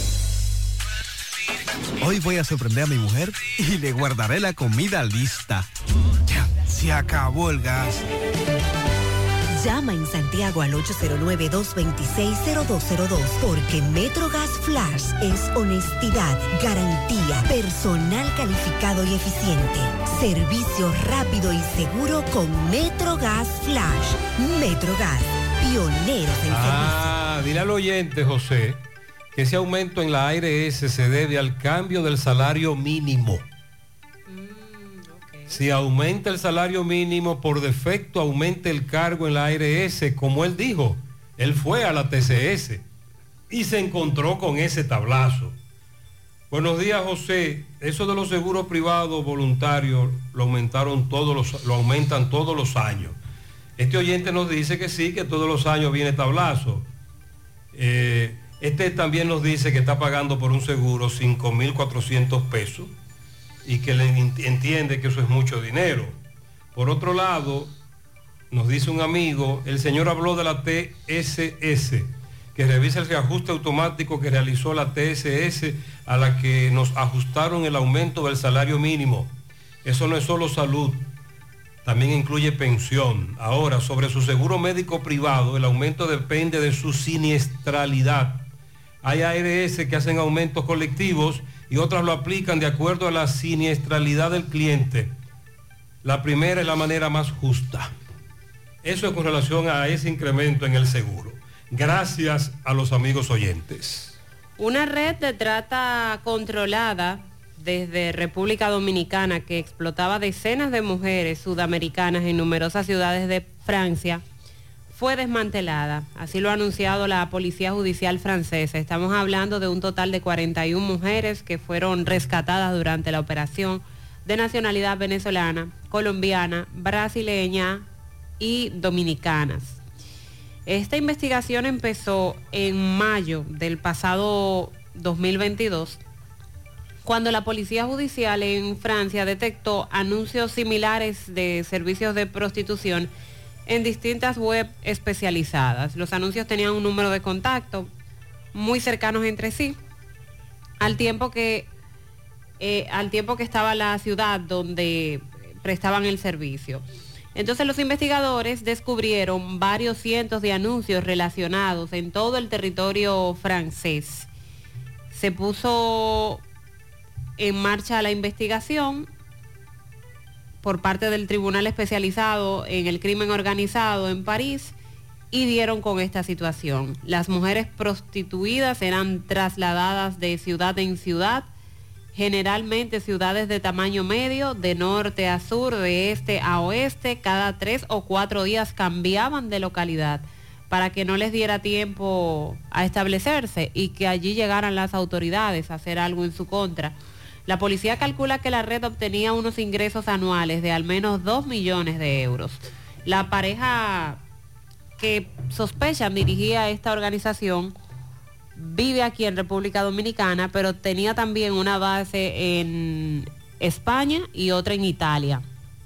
Hoy voy a sorprender a mi mujer y le guardaré la comida lista. Ya, se acabó el gas. Llama en Santiago al ocho cero nueve, dos dos seis, cero dos cero dos porque Metrogas Flash es honestidad, garantía, personal calificado y eficiente, servicio rápido y seguro con Metrogas Flash. Metrogas, pioneros en Ah, servicio. dile al oyente, José, que ese aumento en la A R S se debe al cambio del salario mínimo. Si aumenta el salario mínimo, por defecto aumenta el cargo en la A R S, como él dijo. Él fue a la T C S y se encontró con ese tablazo. Buenos días, José. Eso de los seguros privados voluntarios lo aumentaron todos los, lo aumentan todos los años. Este oyente nos dice que sí, que todos los años viene tablazo. Eh, este también nos dice que está pagando por un seguro cinco mil cuatrocientos pesos. Y que le entiende que eso es mucho dinero. Por otro lado, nos dice un amigo, el señor habló de la T S S, que revisa el reajuste automático que realizó la T S S a la que nos ajustaron el aumento del salario mínimo. Eso no es solo salud, también incluye pensión. Ahora, sobre su seguro médico privado, el aumento depende de su siniestralidad. Hay A R S que hacen aumentos colectivos y otras lo aplican de acuerdo a la siniestralidad del cliente. La primera es la manera más justa. Eso es con relación a ese incremento en el seguro. Gracias a los amigos oyentes. Una red de trata controlada desde República Dominicana que explotaba decenas de mujeres sudamericanas en numerosas ciudades de Francia fue desmantelada. Así lo ha anunciado la Policía Judicial francesa. Estamos hablando de un total de cuarenta y una mujeres que fueron rescatadas durante la operación, de nacionalidad venezolana, colombiana, brasileña y dominicanas. Esta investigación empezó en mayo del pasado dos mil veintidós, cuando la Policía Judicial en Francia detectó anuncios similares de servicios de prostitución en distintas web especializadas. Los anuncios tenían un número de contacto muy cercanos entre sí, al tiempo que, eh, al tiempo que estaba la ciudad donde prestaban el servicio. Entonces los investigadores descubrieron varios cientos de anuncios relacionados en todo el territorio francés. Se puso en marcha la investigación por parte del Tribunal Especializado en el Crimen Organizado en París y dieron con esta situación. Las mujeres prostituidas eran trasladadas de ciudad en ciudad, generalmente ciudades de tamaño medio, de norte a sur, de este a oeste. Cada tres o cuatro días cambiaban de localidad para que no les diera tiempo a establecerse y que allí llegaran las autoridades a hacer algo en su contra. La policía calcula que la red obtenía unos ingresos anuales de al menos dos millones de euros. La pareja que sospechan dirigía esta organización vive aquí en República Dominicana, pero tenía también una base en España y otra en Italia.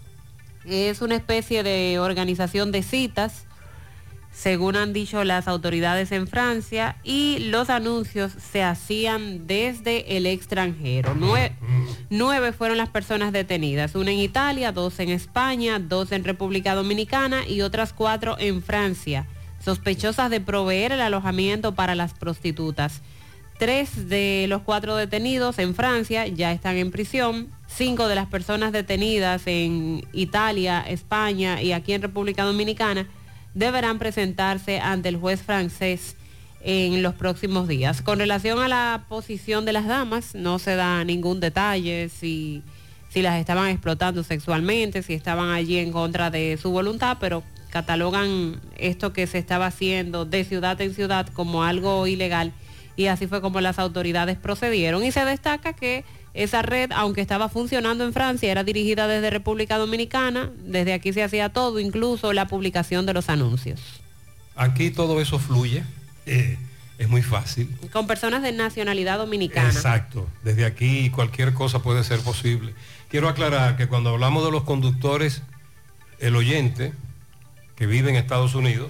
Es una especie de organización de citas, según han dicho las autoridades en Francia, y los anuncios se hacían desde el extranjero. Nueve, nueve fueron las personas detenidas, una en Italia, dos en España, dos en República Dominicana y otras cuatro en Francia, sospechosas de proveer el alojamiento para las prostitutas. Tres de los cuatro detenidos en Francia ya están en prisión. Cinco de las personas detenidas en Italia, España y aquí en República Dominicana deberán presentarse ante el juez francés en los próximos días. Con relación a la posición de las damas, no se da ningún detalle si, si las estaban explotando sexualmente, si estaban allí en contra de su voluntad, pero catalogan esto que se estaba haciendo de ciudad en ciudad como algo ilegal, y así fue como las autoridades procedieron. Y se destaca que esa red, aunque estaba funcionando en Francia, era dirigida desde República Dominicana. Desde aquí se hacía todo, incluso la publicación de los anuncios. Aquí todo eso fluye, eh, es muy fácil. Con personas de nacionalidad dominicana. Exacto, desde aquí cualquier cosa puede ser posible. Quiero aclarar que cuando hablamos de los conductores, el oyente que vive en Estados Unidos,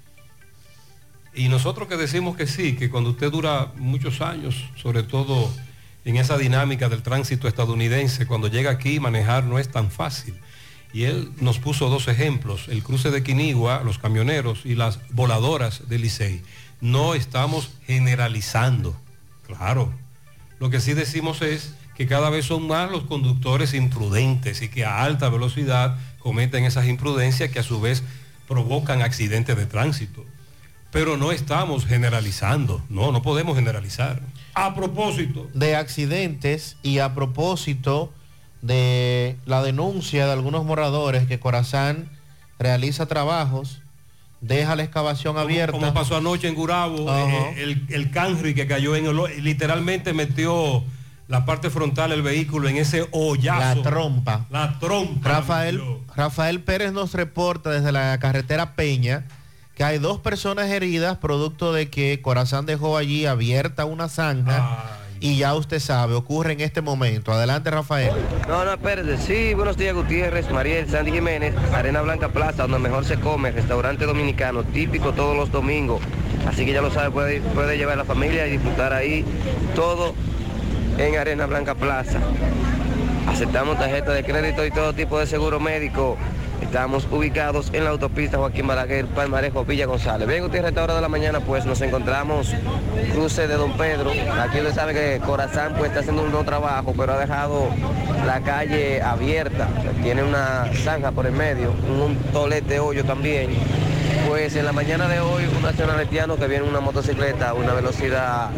y nosotros que decimos que sí, que cuando usted dura muchos años, sobre todo en esa dinámica del tránsito estadounidense, cuando llega aquí manejar no es tan fácil. Y él nos puso dos ejemplos, el cruce de Quinigua, los camioneros y las voladoras de Licey. No estamos generalizando, claro. Lo que sí decimos es que cada vez son más los conductores imprudentes y que a alta velocidad cometen esas imprudencias que a su vez provocan accidentes de tránsito. Pero no estamos generalizando, no, no podemos generalizar. A propósito de accidentes y a propósito de la denuncia de algunos moradores que Corazán realiza trabajos, deja la excavación como, abierta. Como pasó anoche en Gurabo, eh, el, el Camry que cayó en el, literalmente metió la parte frontal del vehículo en ese hoyazo. La trompa. La trompa. Rafael, Rafael Pérez nos reporta desde la carretera Peña que hay dos personas heridas producto de que Corazán dejó allí abierta una zanja. Ay. Y ya usted sabe, ocurre en este momento. Adelante, Rafael. No, no, espérate. Sí, buenos días, Gutiérrez, Mariel, Sandy Jiménez, Arena Blanca Plaza, donde mejor se come, restaurante dominicano, típico todos los domingos. Así que ya lo sabe, puede, puede llevar a la familia y disfrutar ahí todo en Arena Blanca Plaza. Aceptamos tarjeta de crédito y todo tipo de seguro médico. Estamos ubicados en la autopista Joaquín Balaguer, Palmarejo, Villa González. Bien, Gutiérrez, a esta hora de la mañana pues nos encontramos cruce de Don Pedro. Aquí usted sabe que Corazán pues está haciendo un buen trabajo, pero ha dejado la calle abierta. Tiene una zanja por el medio, un tolete hoyo también. Pues en la mañana de hoy un nacional haitiano que viene en una motocicleta a una velocidad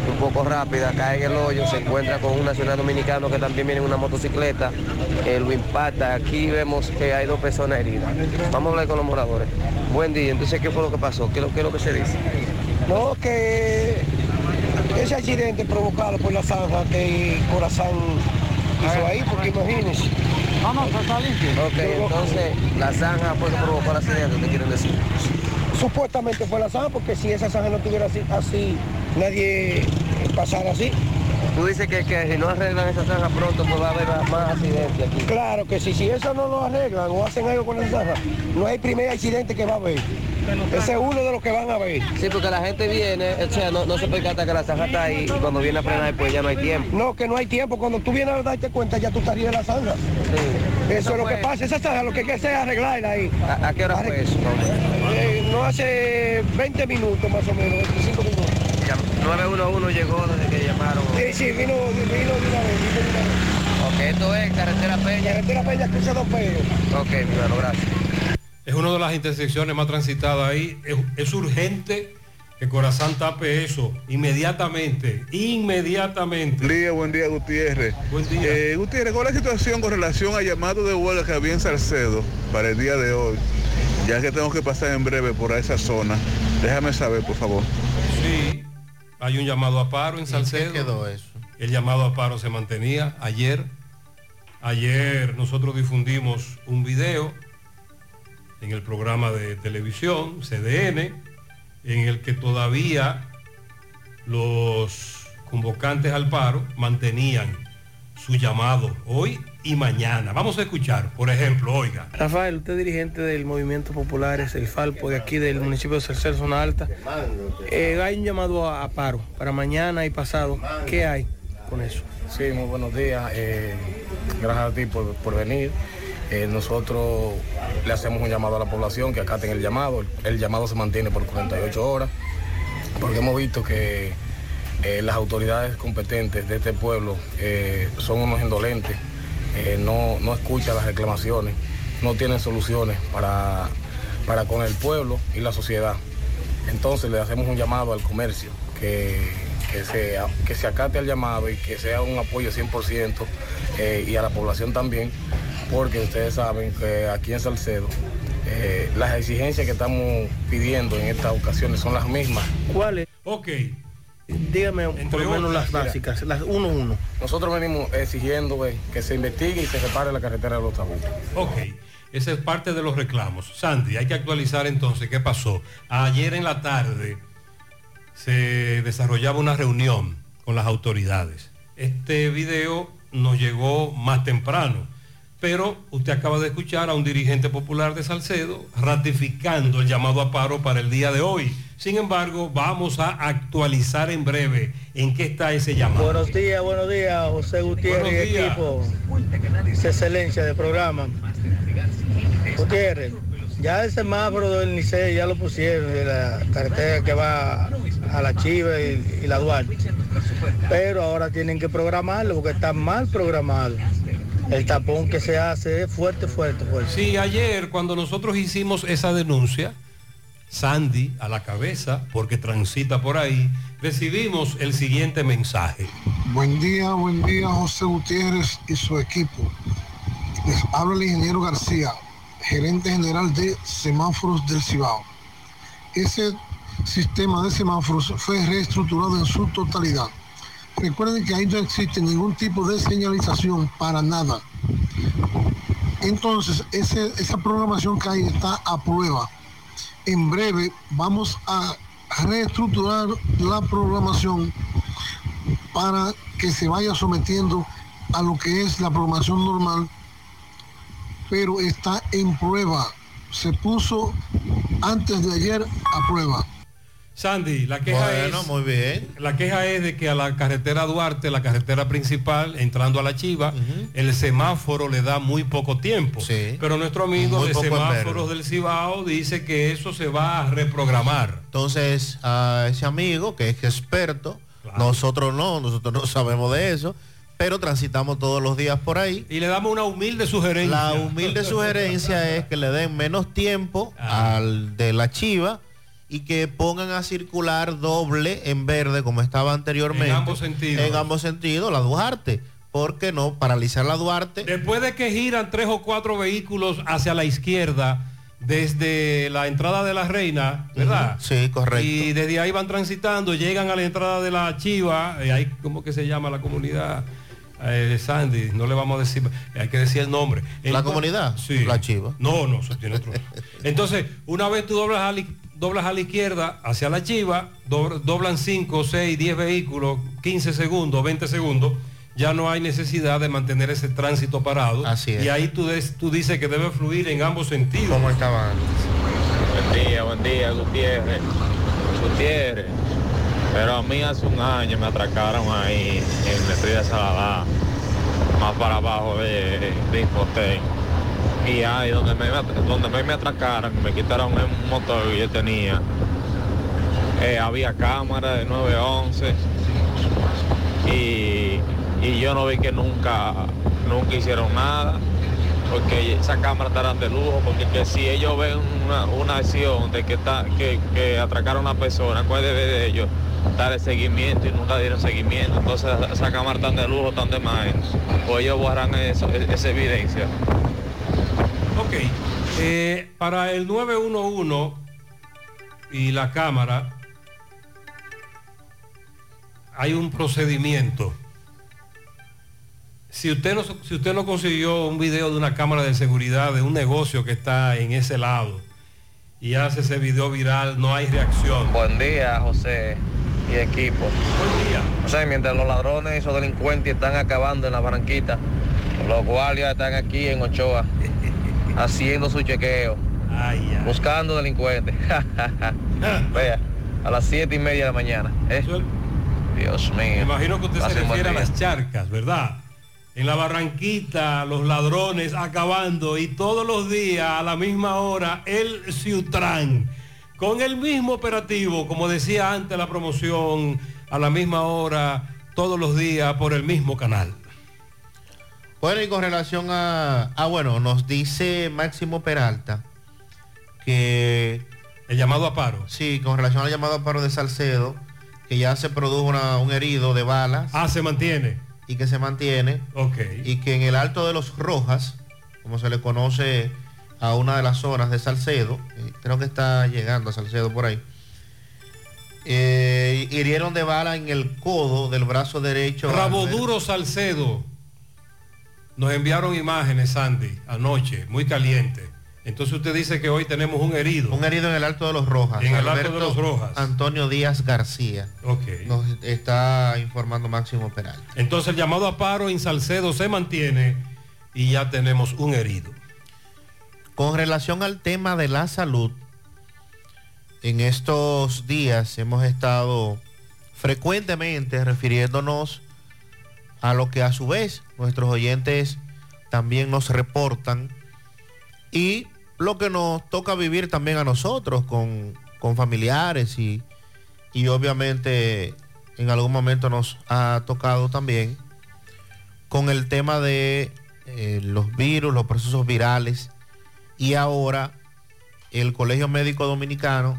un poco rápida, cae en el hoyo, se encuentra con un nacional dominicano que también viene en una motocicleta, eh, lo impacta. Aquí vemos que hay dos personas heridas. Vamos a hablar con los moradores. Buen día, entonces, ¿qué fue lo que pasó? ¿Qué, qué es lo que se dice? No, que ese accidente provocado por la zanja que Corazán hizo ahí, porque imagínense. No, no, está limpio. Ok, entonces, la zanja fue que provocó el accidente, ¿te quieren decir? Supuestamente fue la zanja, porque si esa zanja no estuviera así, así nadie pasara así. Tú dices que, que si no arreglan esa zanja pronto, pues va a haber más accidentes aquí. Claro que sí, si eso no lo arreglan o hacen algo con la zanja, no hay primer accidente que va a haber. Ese es uno de los que van a ver. Sí, porque la gente viene, o sea, no, no se percata que la zanja está ahí y cuando viene a frenar, pues ya no hay tiempo. No, que no hay tiempo. Cuando tú vienes a darte cuenta, ya tú estás arriba de la zanja. Sí. Eso no es lo fue... que pasa. Esa zanja lo que hay que hacer es arreglarla ahí. ¿A, a qué hora fue eso? Eh, no hace veinte minutos más o menos, veinticinco minutos. nueve uno uno llegó desde que llamaron. Sí, sí, vino, vino de una vez, vino de una vez. Ok, esto es Carretera Peña. Carretera Peña, cruce Dos Pedros. Ok, mi hermano, gracias. Es una de las intersecciones más transitadas ahí. Es, es urgente que Corazán tape eso inmediatamente, inmediatamente. Buen día, buen día, Gutiérrez. Buen día. Eh, Gutiérrez, ¿cuál es la situación con relación al llamado de huelga que había en Salcedo para el día de hoy? Ya que tengo que pasar en breve por esa zona. Déjame saber, por favor. Sí, hay un llamado a paro en Salcedo. ¿Qué quedó eso? El llamado a paro se mantenía ayer. Ayer nosotros difundimos un video en el programa de televisión C D N, en el que todavía los convocantes al paro mantenían su llamado hoy y mañana. Vamos a escuchar, por ejemplo, oiga. Rafael, usted es dirigente del Movimiento Populares, el Falpo, de aquí del municipio de Salcedo, zona alta. Eh, hay un llamado a, a paro para mañana y pasado. ¿Qué hay con eso? Sí, muy buenos días. Eh, gracias a ti por, por venir. Eh, nosotros le hacemos un llamado a la población que acaten el llamado. El, el llamado se mantiene por cuarenta y ocho horas, porque hemos visto que eh, las autoridades competentes de este pueblo eh, son unos indolentes, eh, no, no escuchan las reclamaciones, no tienen soluciones para, para con el pueblo y la sociedad. Entonces le hacemos un llamado al comercio que, que, se, que se acate al llamado y que sea un apoyo cien por ciento eh, y a la población también, porque ustedes saben que aquí en Salcedo eh, las exigencias que estamos pidiendo en estas ocasiones son las mismas. ¿Cuáles? Ok. Dígame por lo menos las básicas, las uno uno. Nosotros venimos exigiendo eh, que se investigue y se repare la carretera de los Tabucos. Ok, esa es parte de los reclamos. Sandy, hay que actualizar entonces qué pasó. Ayer en la tarde se desarrollaba una reunión con las autoridades. Este video nos llegó más temprano, pero usted acaba de escuchar a un dirigente popular de Salcedo ratificando el llamado a paro para el día de hoy. Sin embargo, vamos a actualizar en breve en qué está ese llamado. Buenos días, buenos días, José Gutiérrez y equipo. Esa excelencia de programa. Gutiérrez, ya el semáforo del Licey ya lo pusieron, de la carretera que va a la Chiva y, y la Duarte. Pero ahora tienen que programarlo porque está mal programado. El tapón que se hace es fuerte, fuerte, fuerte. Sí, ayer cuando nosotros hicimos esa denuncia, Sandy a la cabeza, porque transita por ahí, recibimos el siguiente mensaje. Buen día, buen día, José Gutiérrez y su equipo. Les habla el ingeniero García, gerente general de Semáforos del Cibao. Ese sistema de semáforos fue reestructurado en su totalidad. Recuerden que ahí no existe ningún tipo de señalización para nada. Entonces, ese, esa programación que hay está a prueba. En breve vamos a reestructurar la programación para que se vaya sometiendo a lo que es la programación normal, pero está en prueba. Se puso antes de ayer a prueba. Sandy, la queja bueno, es muy bien. La queja es de que a la carretera Duarte, la carretera principal, entrando a la Chiva, uh-huh. el semáforo le da muy poco tiempo. Sí. Pero nuestro amigo muy de semáforos del Cibao dice que eso se va a reprogramar. Entonces, a ese amigo que es experto, claro. nosotros no, nosotros no sabemos de eso, pero transitamos todos los días por ahí. Y le damos una humilde sugerencia. La humilde sugerencia es que le den menos tiempo ah. al de la Chiva y que pongan a circular doble en verde como estaba anteriormente. En ambos sentidos. En ambos sentidos, la Duarte. ¿Por qué no paralizar la Duarte? Después de que giran tres o cuatro vehículos hacia la izquierda desde la entrada de la Reina, ¿verdad? Uh-huh. Sí, correcto. Y desde ahí van transitando, llegan a la entrada de la Chiva, eh, ahí, ¿cómo que se llama la comunidad? Eh, Sandy, no le vamos a decir, hay que decir el nombre. ¿La Entonces, comunidad? Sí. La Chiva. No, no, eso tiene otro. Entonces, una vez tú doblas a la, doblas a la izquierda hacia la Chiva, do, doblan cinco, seis, diez vehículos, quince segundos, veinte segundos, ya no hay necesidad de mantener ese tránsito parado. Así es. Y ahí tú, des, tú dices que debe fluir en ambos sentidos. ¿Cómo estaba antes? Buen día, buen día, Gutiérrez. Gutiérrez. Pero a mí hace un año me atracaron ahí en la estrella de Saladá, más para abajo de, de Infotec. Y ahí donde me, donde me, me atracaron, me quitaron un motor que yo tenía. Eh, había cámara de nueve once y, y yo no vi que nunca, nunca hicieron nada, porque esa cámara estarán de lujo, porque que si ellos ven una, una acción de que, está, que, que atracaron a una persona, ¿cuál debe de ellos? Darle seguimiento y nunca dieron seguimiento, entonces esa cámara tan de lujo, tan de más, pues ellos borran eso, esa evidencia. Ok, eh, para el nueve uno uno y la cámara hay un procedimiento. Si usted, no, si usted no consiguió un video de una cámara de seguridad de un negocio que está en ese lado y hace ese video viral, no hay reacción. Buen día, José y equipo. Buen día. José, mientras los ladrones y esos delincuentes están acabando en la Barranquita, los guardias están aquí en Ochoa haciendo su chequeo, ay, ay. buscando delincuentes. Vea, a las siete y media de la mañana. ¿eh? Dios mío. Me imagino que usted Pase se un buen refiere a día. las charcas, ¿verdad? En la Barranquita, los ladrones acabando y todos los días a la misma hora el Ciutrán, con el mismo operativo, como decía antes la promoción, a la misma hora, todos los días por el mismo canal. Bueno, y con relación a... Ah, bueno, nos dice Máximo Peralta que... El llamado a paro. Sí, con relación al llamado a paro de Salcedo, que ya se produjo una, un herido de balas. Ah, se mantiene. Y que se mantiene. Ok. Y que en el Alto de los Rojas, como se le conoce a una de las zonas de Salcedo, eh, creo que está llegando a Salcedo por ahí, eh, hirieron de bala en el codo del brazo derecho. Rabo Duro Salcedo. Nos enviaron imágenes, Sandy, anoche, muy caliente. Entonces usted dice que hoy tenemos un herido. Un herido en el Alto de los Rojas. En el Alberto Alto de los Rojas. Antonio Díaz García. Ok. Nos está informando Máximo Peralta. Entonces el llamado a paro en Salcedo se mantiene y ya tenemos un herido. Con relación al tema de la salud, en estos días hemos estado frecuentemente refiriéndonos a lo que a su vez nuestros oyentes también nos reportan y lo que nos toca vivir también a nosotros con, con familiares y, y obviamente en algún momento nos ha tocado también con el tema de eh, los virus, los procesos virales, y ahora el Colegio Médico Dominicano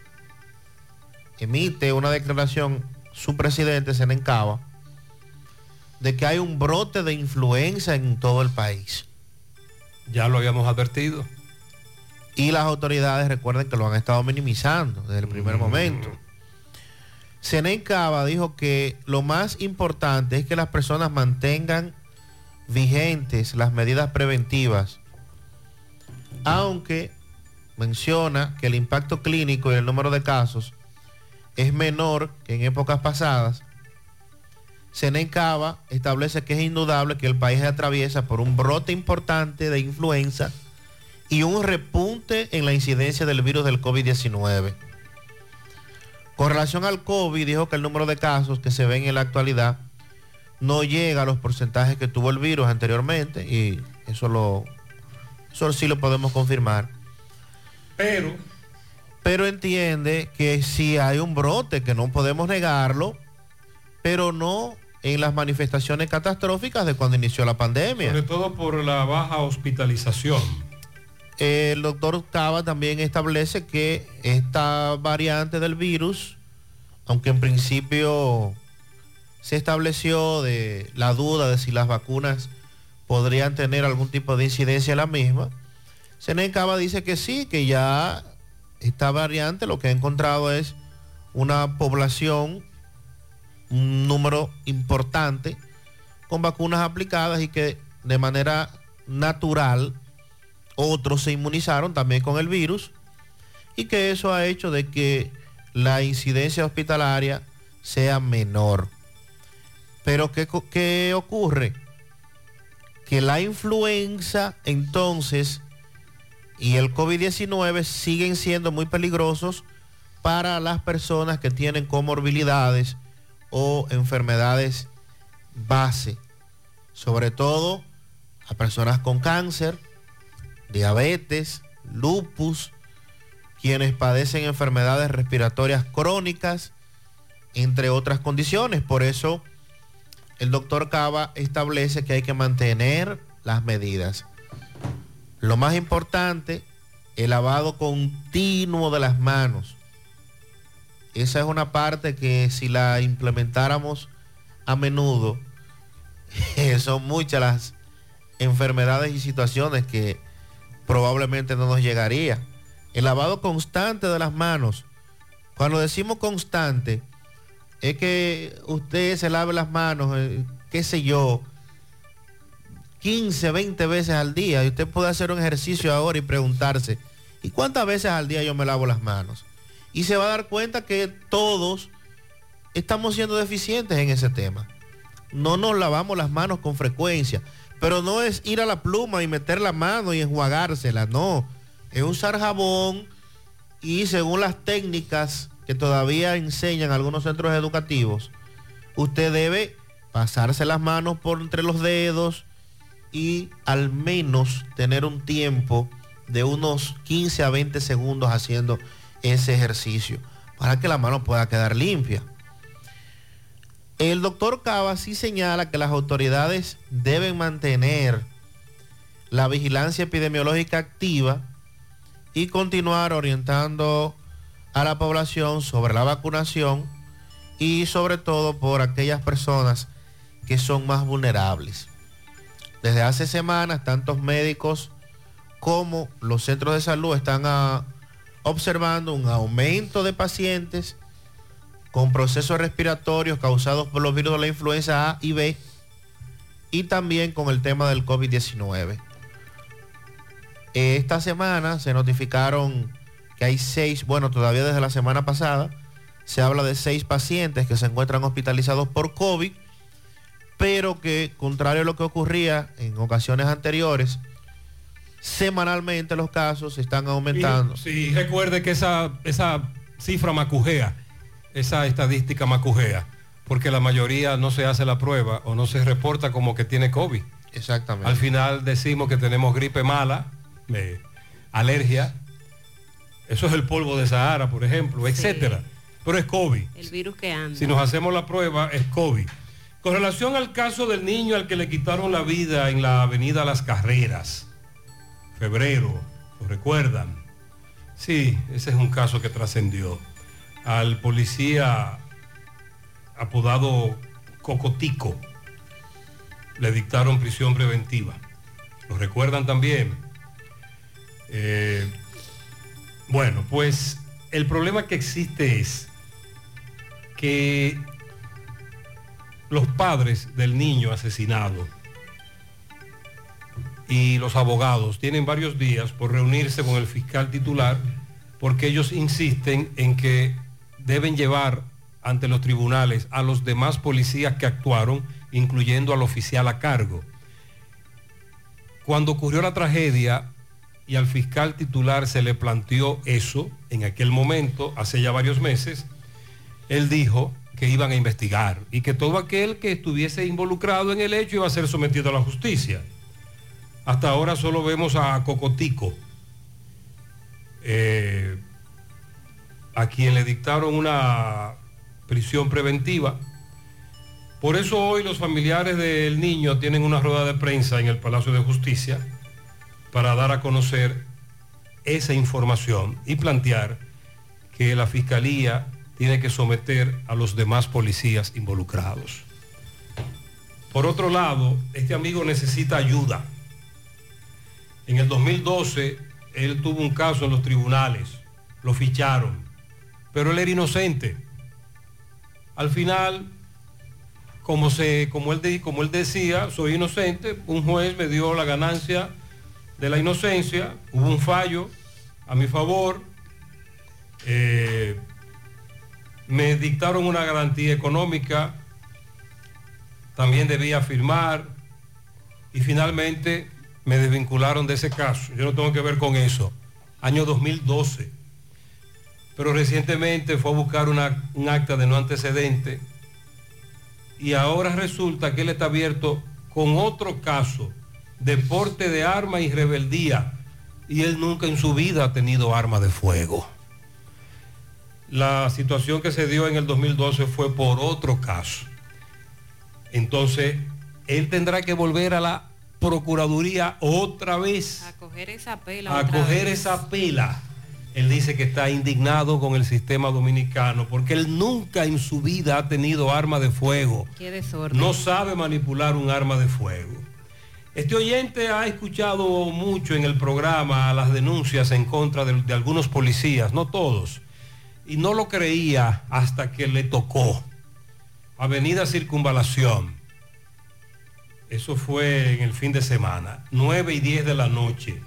emite una declaración, su presidente Senencaba, de que hay un brote de influenza en todo el país. Ya lo habíamos advertido. Y las autoridades, recuerden que lo han estado minimizando desde el primer mm. momento. Senencaba dijo que lo más importante es que las personas mantengan vigentes las medidas preventivas, aunque menciona que el impacto clínico y el número de casos es menor que en épocas pasadas. Senencaba establece que es indudable que el país atraviesa por un brote importante de influenza y un repunte en la incidencia del virus del COVID diecinueve. Con relación al COVID, dijo que el número de casos que se ven en la actualidad no llega a los porcentajes que tuvo el virus anteriormente, y eso lo eso sí lo podemos confirmar. Pero pero entiende que sí hay un brote, que no podemos negarlo, pero no en las manifestaciones catastróficas de cuando inició la pandemia. Sobre todo por la baja hospitalización. El doctor Cava también establece que esta variante del virus, aunque en principio se estableció de la duda de si las vacunas podrían tener algún tipo de incidencia en la misma, Senen Cava dice que sí, que ya esta variante lo que ha encontrado es una población, un número importante con vacunas aplicadas y que de manera natural otros se inmunizaron también con el virus y que eso ha hecho de que la incidencia hospitalaria sea menor. Pero ¿qué, qué ocurre? Que la influenza entonces y el COVID diecinueve siguen siendo muy peligrosos para las personas que tienen comorbilidades o enfermedades base, sobre todo a personas con cáncer, diabetes, lupus, quienes padecen enfermedades respiratorias crónicas, entre otras condiciones. Por eso el doctor Cava establece que hay que mantener las medidas. Lo más importante, el lavado continuo de las manos. Esa es una parte que si la implementáramos a menudo, son muchas las enfermedades y situaciones que probablemente no nos llegaría. El lavado constante de las manos. Cuando decimos constante, es que usted se lave las manos, eh, qué sé yo, quince, veinte veces al día. Y usted puede hacer un ejercicio ahora y preguntarse, ¿y cuántas veces al día yo me lavo las manos? Y se va a dar cuenta que todos estamos siendo deficientes en ese tema. No nos lavamos las manos con frecuencia. Pero no es ir a la pluma y meter la mano y enjuagársela, no. Es usar jabón y según las técnicas que todavía enseñan algunos centros educativos, usted debe pasarse las manos por entre los dedos y al menos tener un tiempo de unos quince a veinte segundos haciendo ese ejercicio para que la mano pueda quedar limpia. El doctor Cava sí señala que las autoridades deben mantener la vigilancia epidemiológica activa y continuar orientando a la población sobre la vacunación y sobre todo por aquellas personas que son más vulnerables. Desde hace semanas, tantos médicos como los centros de salud están a, observando un aumento de pacientes con procesos respiratorios causados por los virus de la influenza A y B y también con el tema del COVID diecinueve. Esta semana se notificaron que hay seis, bueno, todavía desde la semana pasada, se habla de seis pacientes que se encuentran hospitalizados por COVID, pero que, contrario a lo que ocurría en ocasiones anteriores, semanalmente los casos están aumentando. Y, sí, recuerde que esa, esa cifra macujea. Esa estadística macujea, porque la mayoría no se hace la prueba o no se reporta como que tiene COVID. Exactamente. Al final decimos que tenemos gripe mala, eh, alergia, eso es el polvo de Sahara, por ejemplo, sí, etcétera. Pero es COVID. El virus que anda. Si nos hacemos la prueba, es COVID. Con relación al caso del niño al que le quitaron la vida en la avenida Las Carreras, febrero, ¿lo recuerdan? Sí, ese es un caso que trascendió. Al policía apodado Cocotico le dictaron prisión preventiva. ¿Lo recuerdan también? Eh, bueno, pues el problema que existe es que los padres del niño asesinado y los abogados tienen varios días por reunirse con el fiscal titular porque ellos insisten en que deben llevar ante los tribunales a los demás policías que actuaron, incluyendo al oficial a cargo. Cuando ocurrió la tragedia y al fiscal titular se le planteó eso, en aquel momento, hace ya varios meses, él dijo que iban a investigar y que todo aquel que estuviese involucrado en el hecho iba a ser sometido a la justicia. Hasta ahora solo vemos a Cocotico, eh, a quien le dictaron una prisión preventiva. Por eso hoy los familiares del niño tienen una rueda de prensa en el Palacio de Justicia para dar a conocer esa información y plantear que la Fiscalía tiene que someter a los demás policías involucrados. Por otro lado, este amigo necesita ayuda. En el dos mil doce, él tuvo un caso en los tribunales, lo ficharon, pero él era inocente. Al final, como, se, como, él, como él decía, soy inocente, un juez me dio la ganancia de la inocencia, hubo un fallo a mi favor, eh, me dictaron una garantía económica, también debía firmar y finalmente me desvincularon de ese caso. Yo no tengo que ver con eso. Año dos mil doce. Pero recientemente fue a buscar una, un acta de no antecedente y ahora resulta que él está abierto con otro caso de porte de arma y rebeldía, y él nunca en su vida ha tenido arma de fuego. La situación que se dio en el dos mil doce fue por otro caso. Entonces, él tendrá que volver a la Procuraduría otra vez. A coger esa pela. A otra coger vez. esa pela. Él dice que está indignado con el sistema dominicano porque él nunca en su vida ha tenido arma de fuego. Qué desorden. No sabe manipular un arma de fuego. Este oyente ha escuchado mucho en el programa las denuncias en contra de, de algunos policías, no todos, y no lo creía hasta que le tocó. Avenida Circunvalación. Eso fue en el fin de semana, nueve y diez de la noche.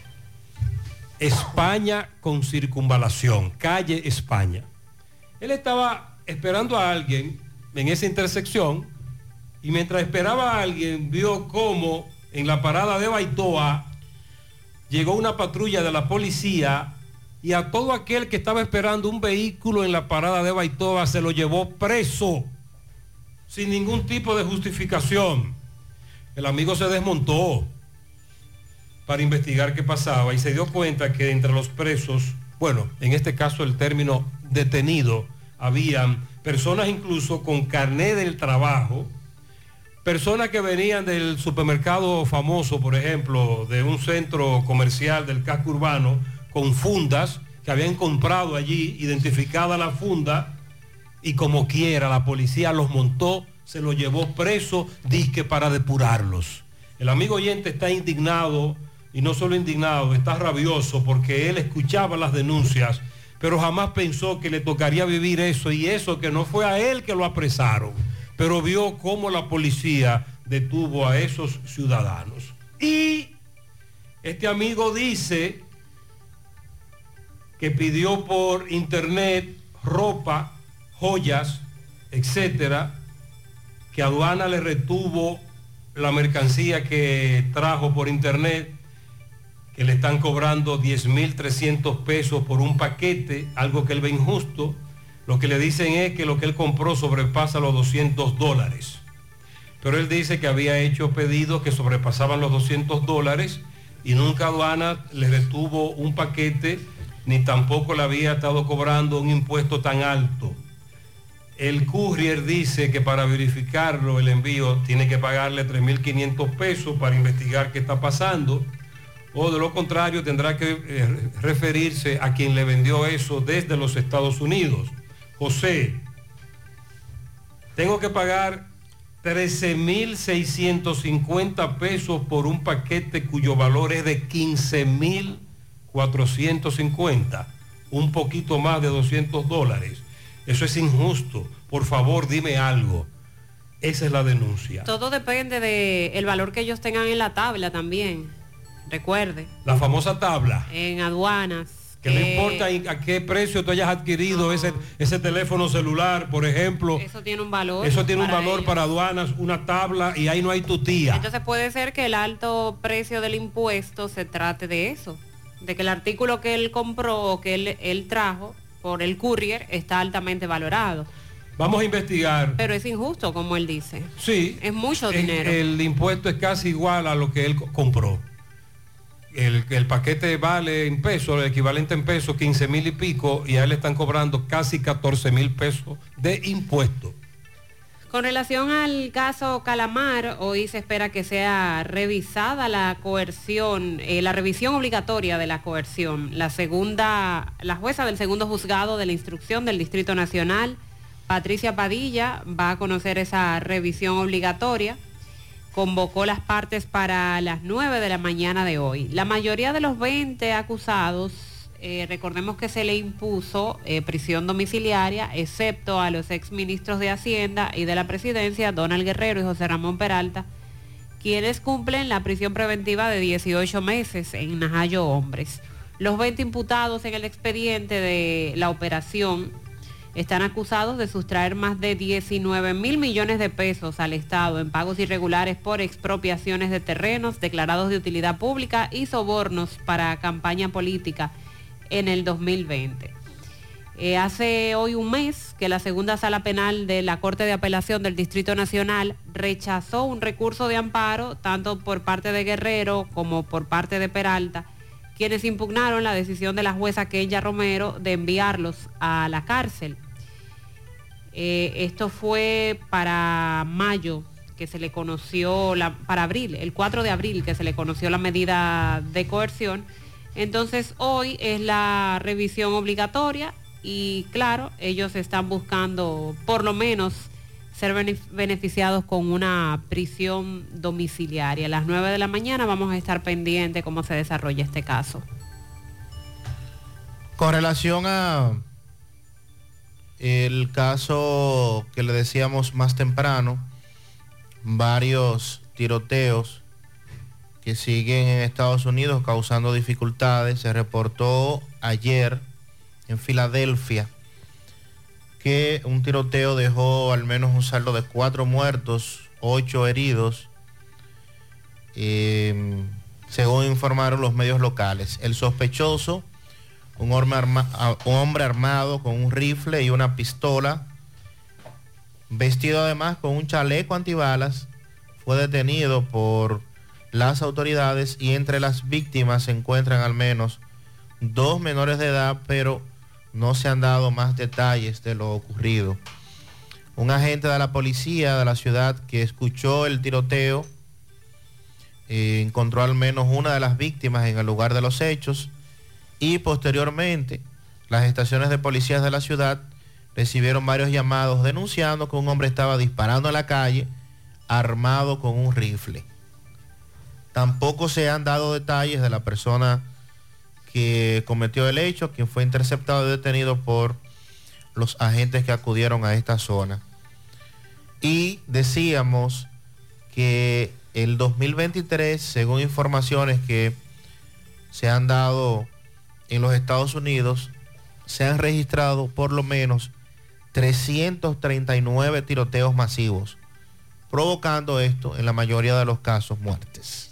España con Circunvalación, calle España. Él estaba esperando a alguien en esa intersección y mientras esperaba a alguien vio cómo en la parada de Baitoa llegó una patrulla de la policía y a todo aquel que estaba esperando un vehículo en la parada de Baitoa se lo llevó preso sin ningún tipo de justificación. El amigo se desmontó para investigar qué pasaba y se dio cuenta que entre los presos, bueno, en este caso el término detenido, habían personas incluso con carné del trabajo, personas que venían del supermercado famoso, por ejemplo, de un centro comercial del casco urbano, con fundas que habían comprado allí, identificada la funda, y como quiera la policía los montó, se los llevó preso, disque para depurarlos. El amigo oyente está indignado, y no solo indignado, está rabioso porque él escuchaba las denuncias, pero jamás pensó que le tocaría vivir eso, y eso que no fue a él que lo apresaron, pero vio cómo la policía detuvo a esos ciudadanos. Y este amigo dice que pidió por internet ropa, joyas, etcétera, que aduana le retuvo la mercancía que trajo por internet, que le están cobrando diez mil trescientos pesos por un paquete, algo que él ve injusto. Lo que le dicen es que lo que él compró sobrepasa los doscientos dólares. Pero él dice que había hecho pedidos que sobrepasaban los doscientos dólares y nunca aduana le retuvo un paquete, ni tampoco le había estado cobrando un impuesto tan alto. El courier dice que para verificarlo el envío tiene que pagarle tres mil quinientos pesos para investigar qué está pasando, o de lo contrario tendrá que eh, referirse a quien le vendió eso desde los Estados Unidos. José, tengo que pagar trece mil seiscientos cincuenta pesos por un paquete cuyo valor es de quince mil cuatrocientos cincuenta, un poquito más de doscientos dólares. Eso es injusto. Por favor, dime algo. Esa es la denuncia. Todo depende del valor que ellos tengan en la tabla también. Recuerde. La famosa tabla. En aduanas. Que no importa a qué precio tú hayas adquirido no. ese, ese teléfono celular, por ejemplo. Eso tiene un valor. Eso tiene un valor ellos. Para aduanas, una tabla, y ahí no hay tu tía. Entonces puede ser que el alto precio del impuesto se trate de eso. De que el artículo que él compró o que él, él trajo por el courier está altamente valorado. Vamos a investigar. Pero es injusto, como él dice. Sí. Es mucho el, dinero. El impuesto es casi igual a lo que él compró. El, el paquete vale en pesos, el equivalente en pesos, quince mil y pico, y a él le están cobrando casi catorce mil pesos de impuesto. Con relación al caso Calamar, hoy se espera que sea revisada la coerción, eh, la revisión obligatoria de la coerción. La segunda, la jueza del segundo juzgado de la instrucción del Distrito Nacional, Patricia Padilla, va a conocer esa revisión obligatoria. Convocó las partes para las nueve de la mañana de hoy. La mayoría de los veinte acusados, eh, recordemos que se le impuso eh, prisión domiciliaria, excepto a los exministros de Hacienda y de la Presidencia, Donald Guerrero y José Ramón Peralta, quienes cumplen la prisión preventiva de dieciocho meses en Najayo Hombres. Los veinte imputados en el expediente de la operación están acusados de sustraer más de diecinueve mil millones de pesos al Estado en pagos irregulares por expropiaciones de terrenos declarados de utilidad pública y sobornos para campaña política en el dos mil veinte. Eh, hace hoy un mes que la segunda sala penal de la Corte de Apelación del Distrito Nacional rechazó un recurso de amparo tanto por parte de Guerrero como por parte de Peralta, quienes impugnaron la decisión de la jueza Kenya Romero de enviarlos a la cárcel. Eh, esto fue para mayo, que se le conoció, la, para abril, el cuatro de abril, que se le conoció la medida de coerción. Entonces hoy es la revisión obligatoria y claro, ellos están buscando por lo menos ser beneficiados con una prisión domiciliaria. A las nueve de la mañana vamos a estar pendientes cómo se desarrolla este caso. Con relación a el caso que le decíamos más temprano, varios tiroteos que siguen en Estados Unidos causando dificultades. Se reportó ayer en Filadelfia que un tiroteo dejó al menos un saldo de cuatro muertos, ocho heridos, eh, según informaron los medios locales. El sospechoso, un hombre, arma, un hombre armado con un rifle y una pistola, vestido además con un chaleco antibalas, fue detenido por las autoridades y entre las víctimas se encuentran al menos dos menores de edad, pero no se han dado más detalles de lo ocurrido. Un agente de la policía de la ciudad que escuchó el tiroteo eh, encontró al menos una de las víctimas en el lugar de los hechos y posteriormente las estaciones de policías de la ciudad recibieron varios llamados denunciando que un hombre estaba disparando en la calle armado con un rifle. Tampoco se han dado detalles de la persona que cometió el hecho, quien fue interceptado y detenido por los agentes que acudieron a esta zona. Y decíamos que el dos mil veintitrés, según informaciones que se han dado en los Estados Unidos, se han registrado por lo menos trescientos treinta y nueve tiroteos masivos, provocando esto, en la mayoría de los casos, muertes.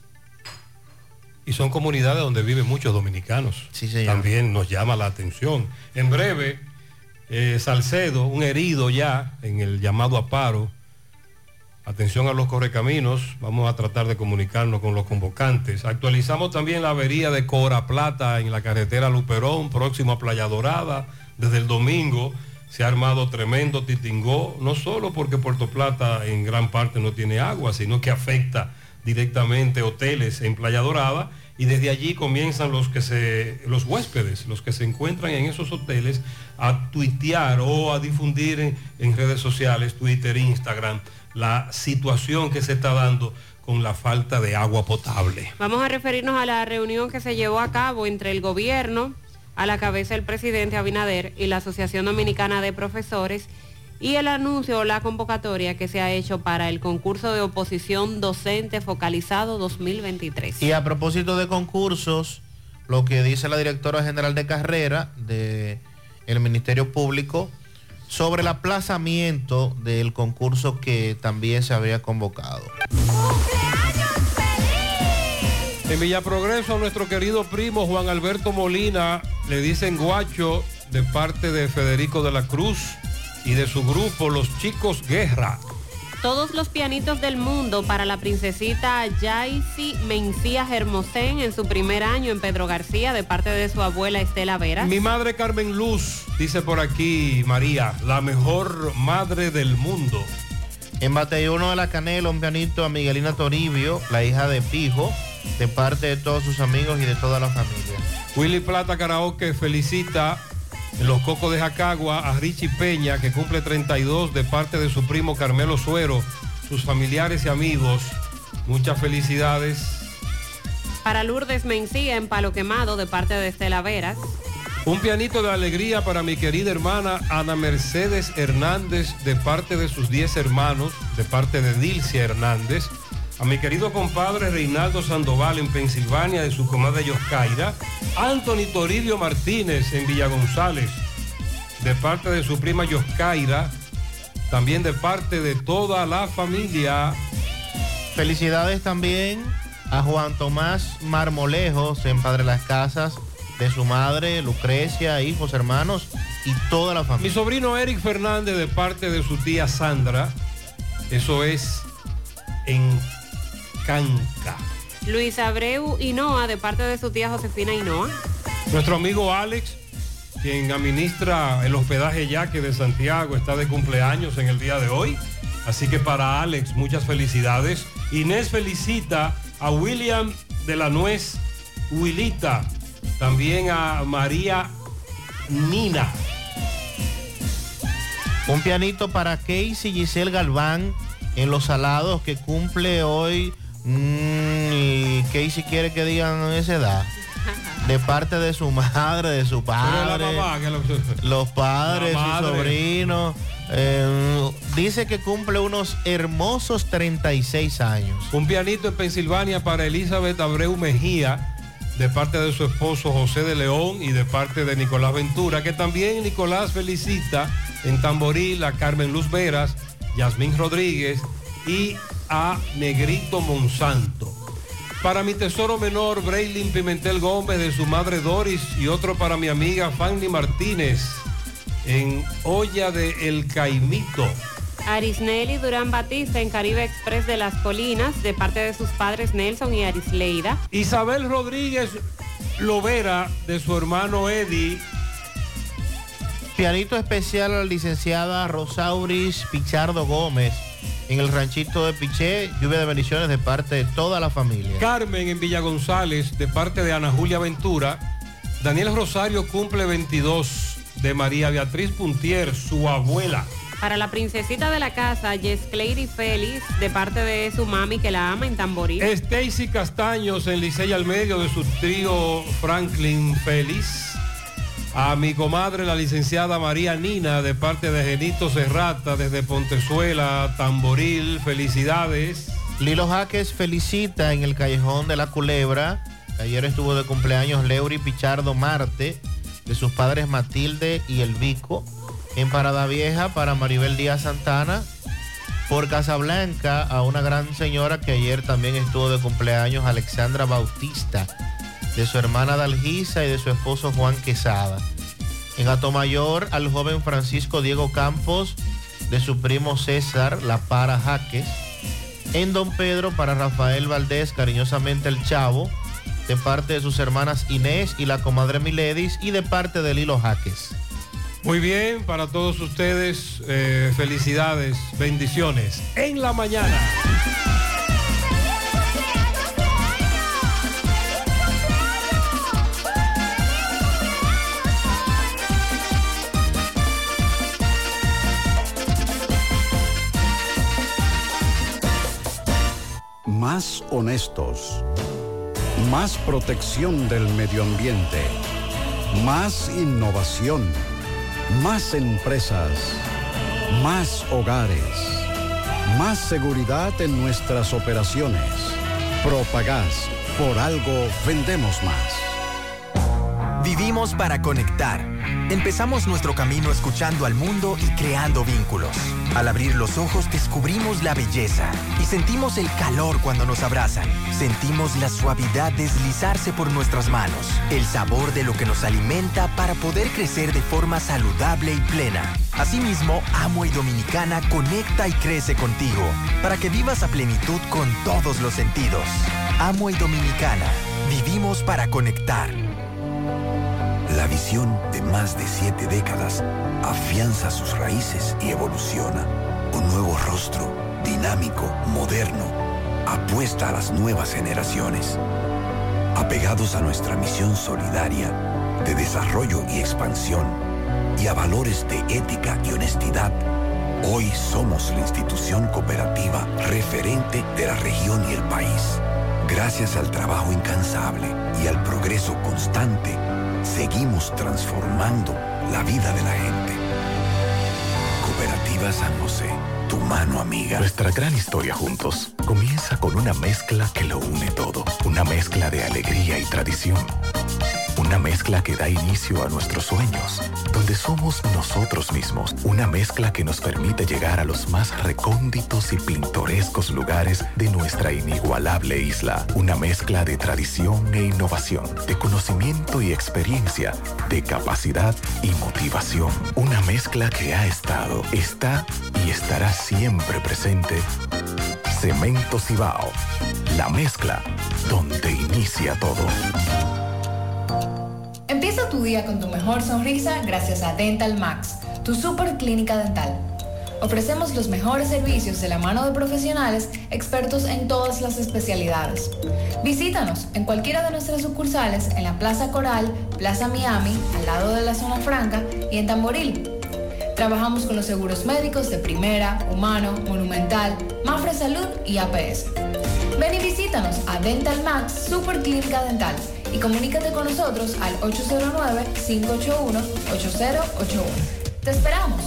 Y son comunidades donde viven muchos dominicanos. Sí, señor. También nos llama la atención. En breve, eh, Salcedo, un herido ya en el llamado a paro. Atención a los correcaminos, vamos a tratar de comunicarnos con los convocantes. Actualizamos también la avería de Cora Plata en la carretera Luperón, próximo a Playa Dorada. Desde el domingo se ha armado tremendo titingó, no solo porque Puerto Plata en gran parte no tiene agua, sino que afecta directamente hoteles en Playa Dorada, y desde allí comienzan los que se, los huéspedes, los que se encuentran en esos hoteles, a tuitear o a difundir en, en redes sociales, Twitter, Instagram, la situación que se está dando con la falta de agua potable. Vamos a referirnos a la reunión que se llevó a cabo entre el gobierno, a la cabeza del presidente Abinader, y la Asociación Dominicana de Profesores, y el anuncio o la convocatoria que se ha hecho para el concurso de oposición docente focalizado dos mil veintitrés. Y a propósito de concursos, lo que dice la directora general de carrera del Ministerio Público sobre el aplazamiento del concurso que también se había convocado. En Villa Progreso, a nuestro querido primo Juan Alberto Molina le dicen guacho de parte de Federico de la Cruz y de su grupo Los Chicos Guerra. Todos los pianitos del mundo para la princesita Yaisi Mencías Hermosén en su primer año en Pedro García de parte de su abuela Estela Vera. Mi madre Carmen Luz, dice por aquí María, la mejor madre del mundo. En Bateyuno de la Canela, un pianito a Miguelina Toribio, la hija de Pijo, de parte de todos sus amigos y de toda la familia. Willy Plata Karaoke felicita en Los Cocos de Jacagua a Richie Peña, que cumple treinta y dos, de parte de su primo Carmelo Suero, sus familiares y amigos. Muchas felicidades. Para Lourdes Mencía en Palo Quemado, de parte de Estela Veras. Un pianito de alegría para mi querida hermana Ana Mercedes Hernández, de parte de sus diez hermanos, de parte de Dilcia Hernández. A mi querido compadre Reinaldo Sandoval en Pensilvania, de su comadre Yoscaira. Anthony Toribio Martínez en Villa González, de parte de su prima Yoscaira. También de parte de toda la familia. Felicidades también a Juan Tomás Marmolejos en Padre Las Casas, de su madre Lucrecia, hijos, hermanos y toda la familia. Mi sobrino Eric Fernández, de parte de su tía Sandra. Eso es en Canca. Luis Abreu Hinoa, de parte de su tía Josefina Hinoa. Nuestro amigo Alex, quien administra el hospedaje Yaque de Santiago, está de cumpleaños en el día de hoy. Así que para Alex, muchas felicidades. Inés felicita a William de la Nuez, Wilita. También a María Nina. Un pianito para Casey Giselle Galván en Los Salados, que cumple hoy. Mm, y Casey quiere que digan esa edad. De parte de su madre, de su padre, mamá, lo... los padres, su sobrino. Eh, dice que cumple unos hermosos treinta y seis años. Un pianito en Pensilvania para Elizabeth Abreu Mejía, de parte de su esposo José de León y de parte de Nicolás Ventura, que también Nicolás felicita en Tamboril a Carmen Luz Veras, Yasmín Rodríguez y a Negrito Monsanto. Para mi tesoro menor, Braylin Pimentel Gómez, de su madre Doris, y otro para mi amiga Fanny Martínez en Olla de El Caimito. Arisnelli Durán Batista en Caribe Express de las Colinas, de parte de sus padres Nelson y Arisleida. Isabel Rodríguez Lovera, de su hermano Eddie. Pianito especial a la licenciada Rosauris Pichardo Gómez en el ranchito de Piché. Lluvia de bendiciones de parte de toda la familia. Carmen en Villa González, de parte de Ana Julia Ventura. Daniel Rosario cumple veintidós, de María Beatriz Puntier, su abuela. Para la princesita de la casa, Yesclady Félix, de parte de su mami que la ama en Tamboril. Stacy Castaños en Licey al Medio, de su trío Franklin Félix. A mi comadre, la licenciada María Nina, de parte de Genito Serrata, desde Pontezuela, Tamboril. Felicidades. Lilo Jaques felicita en el Callejón de la Culebra. Ayer estuvo de cumpleaños Leury Pichardo Marte, de sus padres Matilde y Elvico. En Parada Vieja para Maribel Díaz Santana. Por Casablanca a una gran señora que ayer también estuvo de cumpleaños, Alexandra Bautista, de su hermana Dalgisa y de su esposo Juan Quesada. En Atomayor al joven Francisco Diego Campos, de su primo César La Para Jaques. En Don Pedro para Rafael Valdés, cariñosamente el Chavo, de parte de sus hermanas Inés y la comadre Miledis, y de parte de Lilo Jaques. Muy bien, para todos ustedes, eh, felicidades, bendiciones en la mañana. Más honestos, más protección del medio ambiente, más innovación. Más empresas, más hogares, más seguridad en nuestras operaciones. Propagás, por algo vendemos más. Vivimos para conectar. Empezamos nuestro camino escuchando al mundo y creando vínculos. Al abrir los ojos descubrimos la belleza y sentimos el calor cuando nos abrazan. Sentimos la suavidad deslizarse por nuestras manos, el sabor de lo que nos alimenta para poder crecer de forma saludable y plena. Asimismo, Amway Dominicana conecta y crece contigo para que vivas a plenitud con todos los sentidos. Amway Dominicana, vivimos para conectar. La visión de más de siete décadas afianza sus raíces y evoluciona. Un nuevo rostro, dinámico, moderno, apuesta a las nuevas generaciones. Apegados a nuestra misión solidaria de desarrollo y expansión y a valores de ética y honestidad, hoy somos la institución cooperativa referente de la región y el país. Gracias al trabajo incansable y al progreso constante, seguimos transformando la vida de la gente. Cooperativa San José, tu mano amiga. Nuestra gran historia juntos comienza con una mezcla que lo une todo. Una mezcla de alegría y tradición. Una mezcla que da inicio a nuestros sueños, donde somos nosotros mismos. Una mezcla que nos permite llegar a los más recónditos y pintorescos lugares de nuestra inigualable isla. Una mezcla de tradición e innovación, de conocimiento y experiencia, de capacidad y motivación. Una mezcla que ha estado, está y estará siempre presente. Cemento Cibao, la mezcla donde inicia todo. Empieza tu día con tu mejor sonrisa gracias a Dental Max, tu super clínica dental. Ofrecemos los mejores servicios de la mano de profesionales expertos en todas las especialidades. Visítanos en cualquiera de nuestras sucursales en la Plaza Coral, Plaza Miami, al lado de la Zona Franca y en Tamboril. Trabajamos con los seguros médicos de Primera, Humano, Monumental, Mafre Salud y A P S. Ven y visítanos a Dental Max Super Clínica Dental y comunícate con nosotros al ocho cero nueve, cinco ocho uno, ocho cero ocho uno. ¡Te esperamos!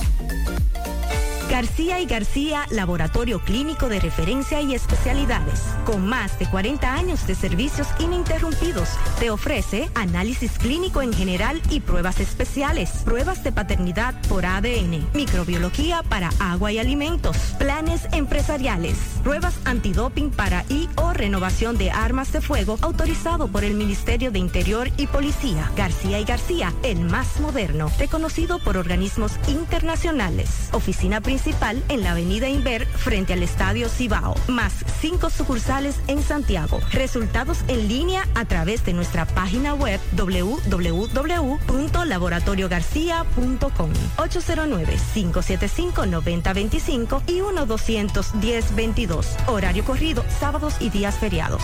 García y García, laboratorio clínico de referencia y especialidades. Con más de cuarenta años de servicios ininterrumpidos, te ofrece análisis clínico en general y pruebas especiales, pruebas de paternidad por A D N, microbiología para agua y alimentos, planes empresariales, pruebas antidoping para y o renovación de armas de fuego autorizado por el Ministerio de Interior y Policía. García y García, el más moderno, reconocido por organismos internacionales. Oficina principal en la avenida Inver frente al Estadio Cibao, más cinco sucursales en Santiago. Resultados en línea a través de nuestra página web doble u doble u doble u punto laboratorio garcía punto com, ocho cero nueve, cinco siete cinco, nueve cero dos cinco y uno dos uno cero, veintidós. Horario corrido, sábados y días feriados.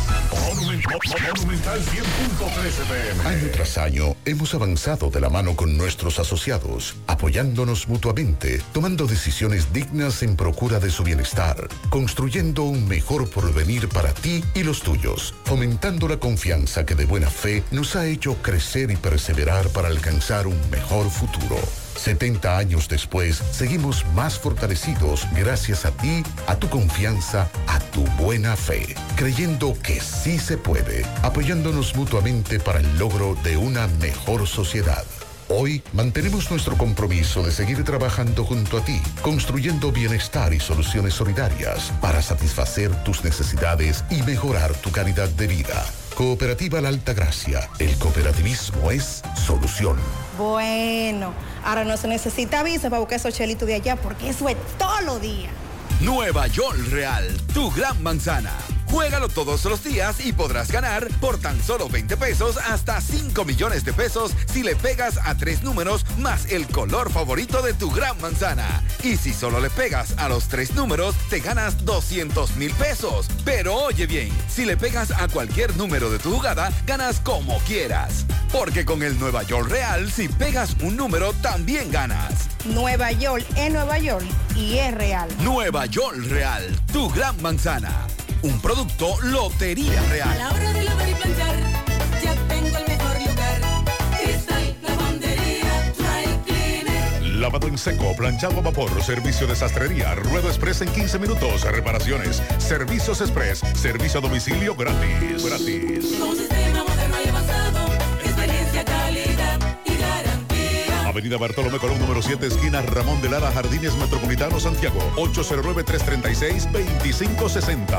Monumental cien punto tres F M. Año tras año hemos avanzado de la mano con nuestros asociados, apoyándonos mutuamente, tomando decisiones dignas en procura de su bienestar, construyendo un mejor porvenir para ti y los tuyos, fomentando la confianza que de buena fe nos ha hecho crecer y perseverar para alcanzar un mejor futuro. setenta años después, seguimos más fortalecidos gracias a ti, a tu confianza, a tu buena fe, creyendo que sí se puede, apoyándonos mutuamente para el logro de una mejor sociedad. Hoy mantenemos nuestro compromiso de seguir trabajando junto a ti, construyendo bienestar y soluciones solidarias para satisfacer tus necesidades y mejorar tu calidad de vida. Cooperativa La Alta Gracia. El cooperativismo es solución. Bueno, ahora no se necesita visa para buscar esos chelitos de allá porque eso es todos los días. Nueva York Real, tu gran manzana. Juégalo todos los días y podrás ganar por tan solo veinte pesos hasta cinco millones de pesos si le pegas a tres números más el color favorito de tu gran manzana. Y si solo le pegas a los tres números, te ganas doscientos mil pesos. Pero oye bien, si le pegas a cualquier número de tu jugada, ganas como quieras. Porque con el Nueva York Real, si pegas un número, también ganas. Nueva York es Nueva York y es real. Nueva York Real, tu gran manzana. Un producto Lotería Real. A la hora de lavar y planchar, ya tengo el mejor lugar. Cristal Lavandería Dry Cleaner. Lavado en seco, planchado a vapor, servicio de sastrería, ruedo express en quince minutos, reparaciones, servicios express, servicio a domicilio gratis. Gratis. Con un sistema moderno y avanzado, experiencia, calidad y garantía. Avenida Bartolomé Colón, número siete, esquina Ramón de Lara, Jardines Metropolitano, Santiago. ocho cero nueve, tres tres seis, dos cinco seis cero.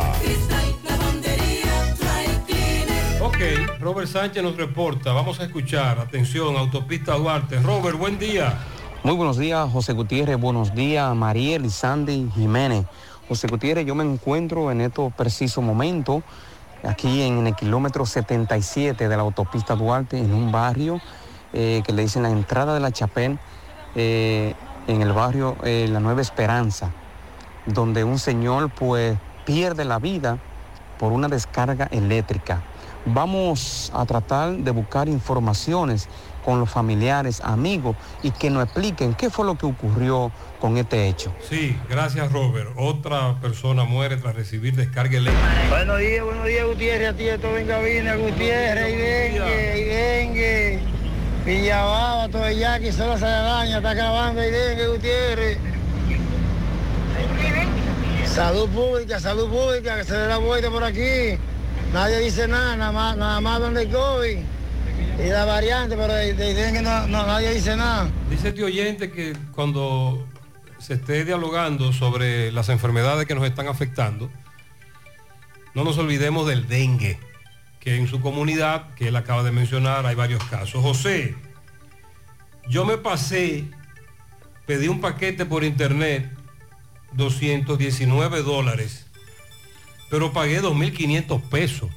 Ok, Robert Sánchez nos reporta. Vamos a escuchar. Atención, Autopista Duarte. Robert, buen día. Muy buenos días, José Gutiérrez. Buenos días, Mariel y Sandy Jiménez. José Gutiérrez, yo me encuentro en estos precisos momentos aquí en el kilómetro setenta y siete de la Autopista Duarte, en un barrio eh, que le dicen la entrada de la Chapel, eh, en el barrio eh, La Nueva Esperanza. donde un señor pues pierde la vida por una descarga eléctrica. Vamos a tratar de buscar informaciones con los familiares, amigos, y que nos expliquen qué fue lo que ocurrió con este hecho. Sí, gracias Robert. Otra persona muere tras recibir descarga eléctrica. Buenos días, buenos días Gutiérrez, a ti esto venga Vina, Gutiérrez, y dengue, y dengue, Villababa, Tobellaque, solo Saladaña, está acabando y dengue, Gutiérrez. Salud pública, salud pública, que se dé la vuelta por aquí. Nadie dice nada, nada más, nada más donde el COVID y la variante, pero de, de dengue no, no, nadie dice nada. Dice este oyente que cuando se esté dialogando sobre las enfermedades que nos están afectando, no nos olvidemos del dengue, que en su comunidad, que él acaba de mencionar, hay varios casos. José, yo me pasé, pedí un paquete por internet, doscientos diecinueve dólares, pero pagué dos mil quinientos pesos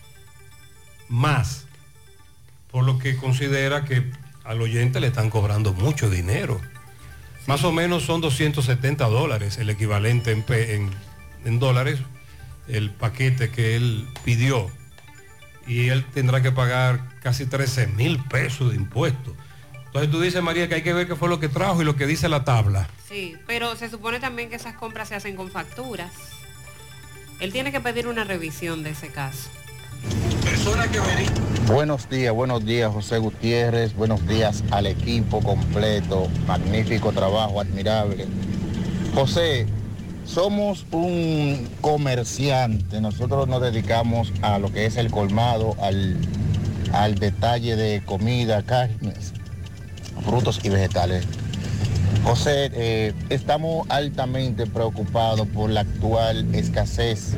más, por lo que considera que al oyente le están cobrando mucho dinero. Sí. Más o menos son doscientos setenta dólares, el equivalente en, en, en dólares, el paquete que él pidió. Y él tendrá que pagar casi trece mil pesos de impuestos. Entonces tú dices, María, que hay que ver qué fue lo que trajo y lo que dice la tabla. Sí, pero se supone también que esas compras se hacen con facturas. Él tiene que pedir una revisión de ese caso. Persona que buenos días, buenos días José Gutiérrez, buenos días al equipo completo, magnífico trabajo, admirable. José, somos un comerciante, nosotros nos dedicamos a lo que es el colmado, al, al detalle de comida, carnes, frutos y vegetales. José, eh, estamos altamente preocupados por la actual escasez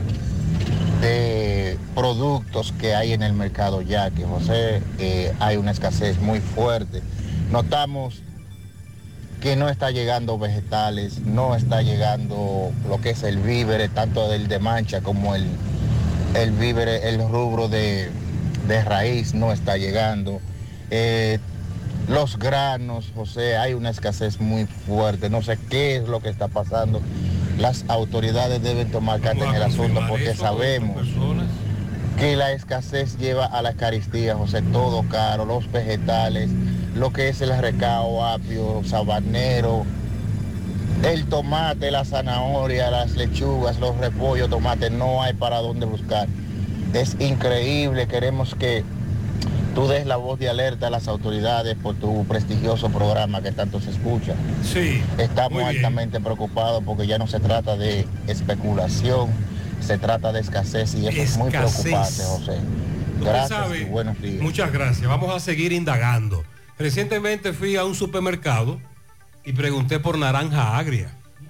de productos que hay en el mercado, ya que, José, eh, hay una escasez muy fuerte. Notamos que no está llegando vegetales, no está llegando lo que es el víver, tanto el de mancha como el, el víver, el rubro de, de raíz no está llegando. Eh, Los granos, José, hay una escasez muy fuerte. No sé qué es lo que está pasando. Las autoridades deben tomar carta en el asunto porque sabemos que la escasez lleva a la carestía, José. Todo caro, los vegetales, lo que es el recao, apio, sabanero, el tomate, la zanahoria, las lechugas, los repollos, tomates, no hay para dónde buscar. Es increíble, queremos que tú des la voz de alerta a las autoridades por tu prestigioso programa que tanto se escucha. Sí. Estamos altamente preocupados porque ya no se trata de especulación, se trata de escasez y eso escasez. Es muy preocupante, José. Gracias sabe, y buenos días. Muchas gracias. Vamos a seguir indagando. Recientemente fui a un supermercado y pregunté por naranja agria.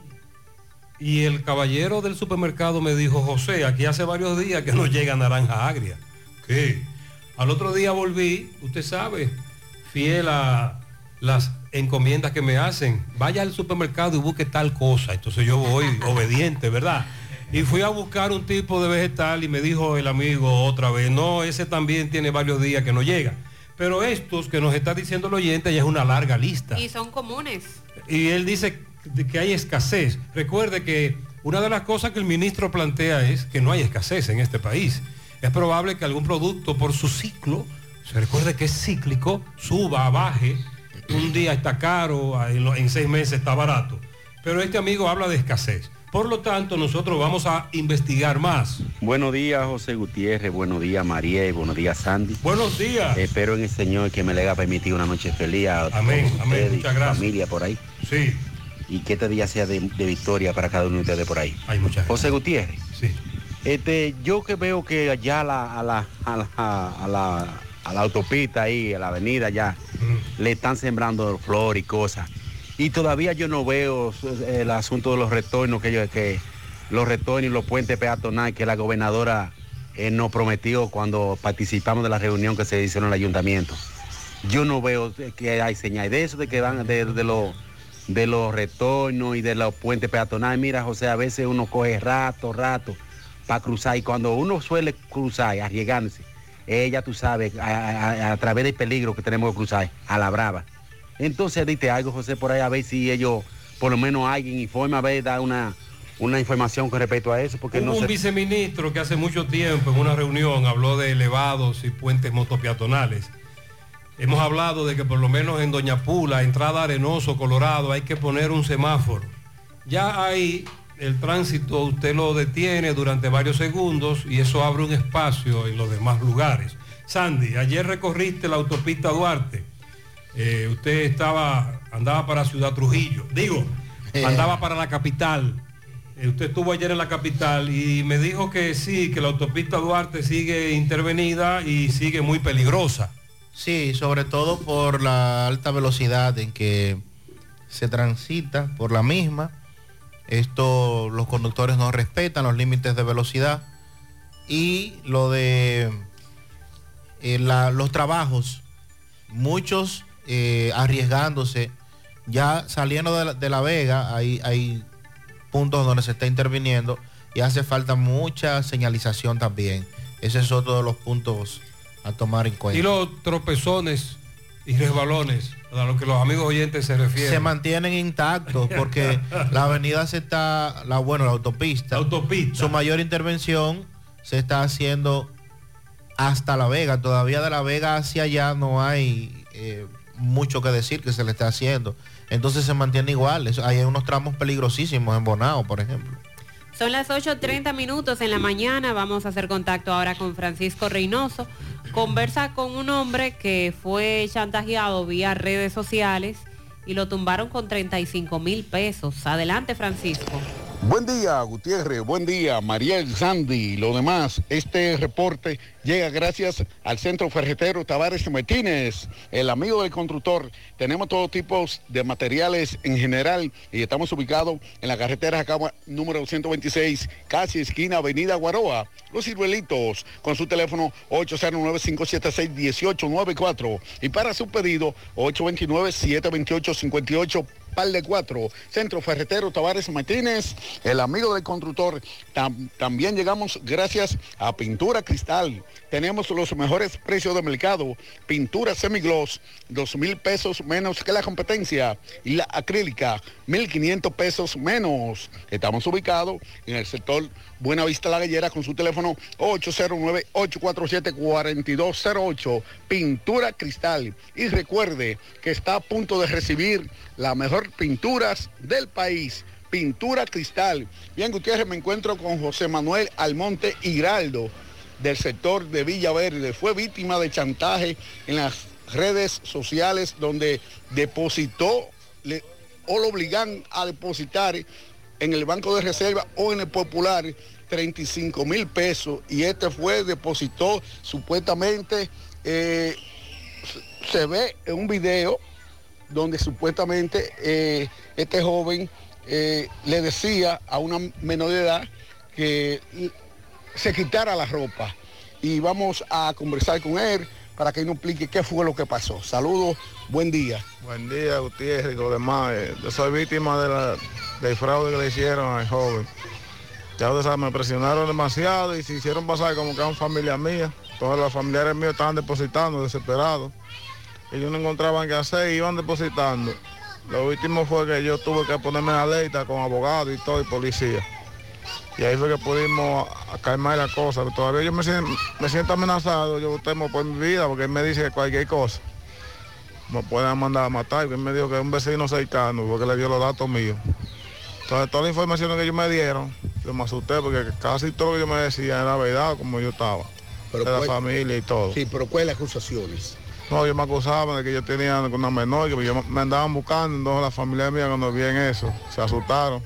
Y el caballero del supermercado me dijo, José, aquí hace varios días que no llega naranja agria. ¿Qué? Al otro día volví, usted sabe, fiel a las encomiendas que me hacen. Vaya al supermercado y busque tal cosa. Entonces yo voy obediente, ¿verdad? Y fui a buscar un tipo de vegetal y me dijo el amigo otra vez, no, ese también tiene varios días que no llega. Pero estos que nos está diciendo el oyente ya es una larga lista. Y son comunes. Y él dice que hay escasez. Recuerde que una de las cosas que el ministro plantea es que no hay escasez en este país. Es probable que algún producto por su ciclo, se recuerde que es cíclico, suba, baje, un día está caro, en seis meses está barato. Pero este amigo habla de escasez. Por lo tanto, nosotros vamos a investigar más. Buenos días, José Gutiérrez, buenos días, María, y buenos días, Sandy. Buenos días. Espero en el Señor que me le haya permitido una noche feliz a amén, todos amén, ustedes muchas y gracias. Familia por ahí. Sí. Y que este día sea de, de victoria para cada uno de ustedes por ahí. Hay muchas José Gutiérrez. Sí. Este, yo que veo que allá a la, a la, a la, a la, a la autopista ahí, a la avenida ya, mm. le están sembrando flor y cosas. Y todavía yo no veo el asunto de los retornos, que, yo, que los retornos y los puentes peatonales que la gobernadora eh, nos prometió cuando participamos de la reunión que se hizo en el ayuntamiento. Yo no veo que hay señal de eso, de que van de, de los de los retornos y de los puentes peatonales. Mira, José, a veces uno coge rato, rato para cruzar, y cuando uno suele cruzar, arriesgándose, ella, tú sabes, a, a, a través del peligro que tenemos que cruzar, a la brava. Entonces, dite algo, José, por ahí, a ver si ellos, por lo menos alguien informa, a ver, da una, una información con respecto a eso, porque Hubo no un sé. viceministro que hace mucho tiempo en una reunión habló de elevados y puentes motopeatonales. Hemos hablado de que por lo menos en Doña Pula, entrada Arenoso, Colorado, hay que poner un semáforo. Ya ahí el tránsito usted lo detiene durante varios segundos y eso abre un espacio en los demás lugares. Sandy, ayer recorriste la autopista Duarte. Eh, usted estaba, andaba para Ciudad Trujillo. Digo, andaba para la capital. Eh, usted estuvo ayer en la capital y me dijo que sí, que la autopista Duarte sigue intervenida y sigue muy peligrosa. Sí, sobre todo por la alta velocidad en que se transita por la misma. Esto, los conductores no respetan los límites de velocidad. Y lo de eh, la, los trabajos, muchos eh, arriesgándose, ya saliendo de la, de la Vega, hay, hay puntos donde se está interviniendo y hace falta mucha señalización también. Ese es otro de los puntos a tomar en cuenta. Y los tropezones y resbalones, a lo que los amigos oyentes se refieren. Se mantienen intactos porque la avenida se está, la bueno, la autopista, autopista, su mayor intervención se está haciendo hasta La Vega. Todavía de La Vega hacia allá no hay eh, mucho que decir que se le está haciendo. Entonces se mantiene igual. Eso, hay unos tramos peligrosísimos en Bonao, por ejemplo. Son las ocho treinta minutos en la mañana. Vamos a hacer contacto ahora con Francisco Reynoso. Conversa con un hombre que fue chantajeado vía redes sociales y lo tumbaron con treinta y cinco mil pesos. Adelante, Francisco. Buen día, Gutiérrez. Buen día, Mariel, Sandy y lo demás. Este reporte llega gracias al Centro Ferretero Tavares Martínez, el amigo del constructor. Tenemos todo tipo de materiales en general y estamos ubicados en la carretera Jacagua número ciento veintiséis, casi esquina Avenida Guaroa. Los Ciruelitos, con su teléfono ocho cero nueve, cinco siete seis, uno ocho nueve cuatro y para su pedido ocho dos nueve, siete dos ocho, cinco ocho par de cuatro. Centro Ferretero Tavares Martínez, el amigo del constructor. Tam, también llegamos gracias a Pintura Cristal. Tenemos los mejores precios de mercado. Pintura semigloss, dos mil pesos menos que la competencia. Y la acrílica, mil quinientos pesos menos. Estamos ubicados en el sector Buenavista La Gallera con su teléfono ocho cero nueve, ocho cuatro siete, cuatro dos cero ocho. Pintura Cristal. Y recuerde que está a punto de recibir las mejores pinturas del país. Pintura Cristal. Bien, Gutiérrez, me encuentro con José Manuel Almonte Hiraldo, del sector de Villaverde. Fue víctima de chantaje en las redes sociales donde depositó le, o lo obligan a depositar en el Banco de Reserva o en el Popular treinta y cinco mil pesos y este fue, depositó supuestamente, eh, se ve en un video donde supuestamente eh, este joven eh, le decía a una menor de edad que se quitara la ropa y vamos a conversar con él para que nos explique qué fue lo que pasó. Saludos, buen día. Buen día, Gutiérrez y los demás. Yo soy víctima de la, del fraude que le hicieron al joven. Ya ustedes saben, me presionaron demasiado y se hicieron pasar como que eran familia mía. Todos los familiares míos estaban depositando, desesperados. Ellos no encontraban qué hacer y iban depositando. Lo último fue que yo tuve que ponerme en alerta con abogado y todo y policía. Y ahí fue que pudimos calmar la cosa. Pero todavía yo me siento, me siento amenazado, yo temo por mi vida porque él me dice que cualquier cosa me pueden mandar a matar. Él me dijo que es un vecino cercano porque le dio los datos míos. Entonces toda la información que ellos me dieron, yo me asusté porque casi todo lo que yo me decía era verdad como yo estaba. Pero de la cuál, familia y todo. Sí, pero ¿cuáles las acusaciones? No, ellos me acusaban de que yo tenía una menor, que yo me andaban buscando, entonces la familia mía cuando vieron eso, se asustaron.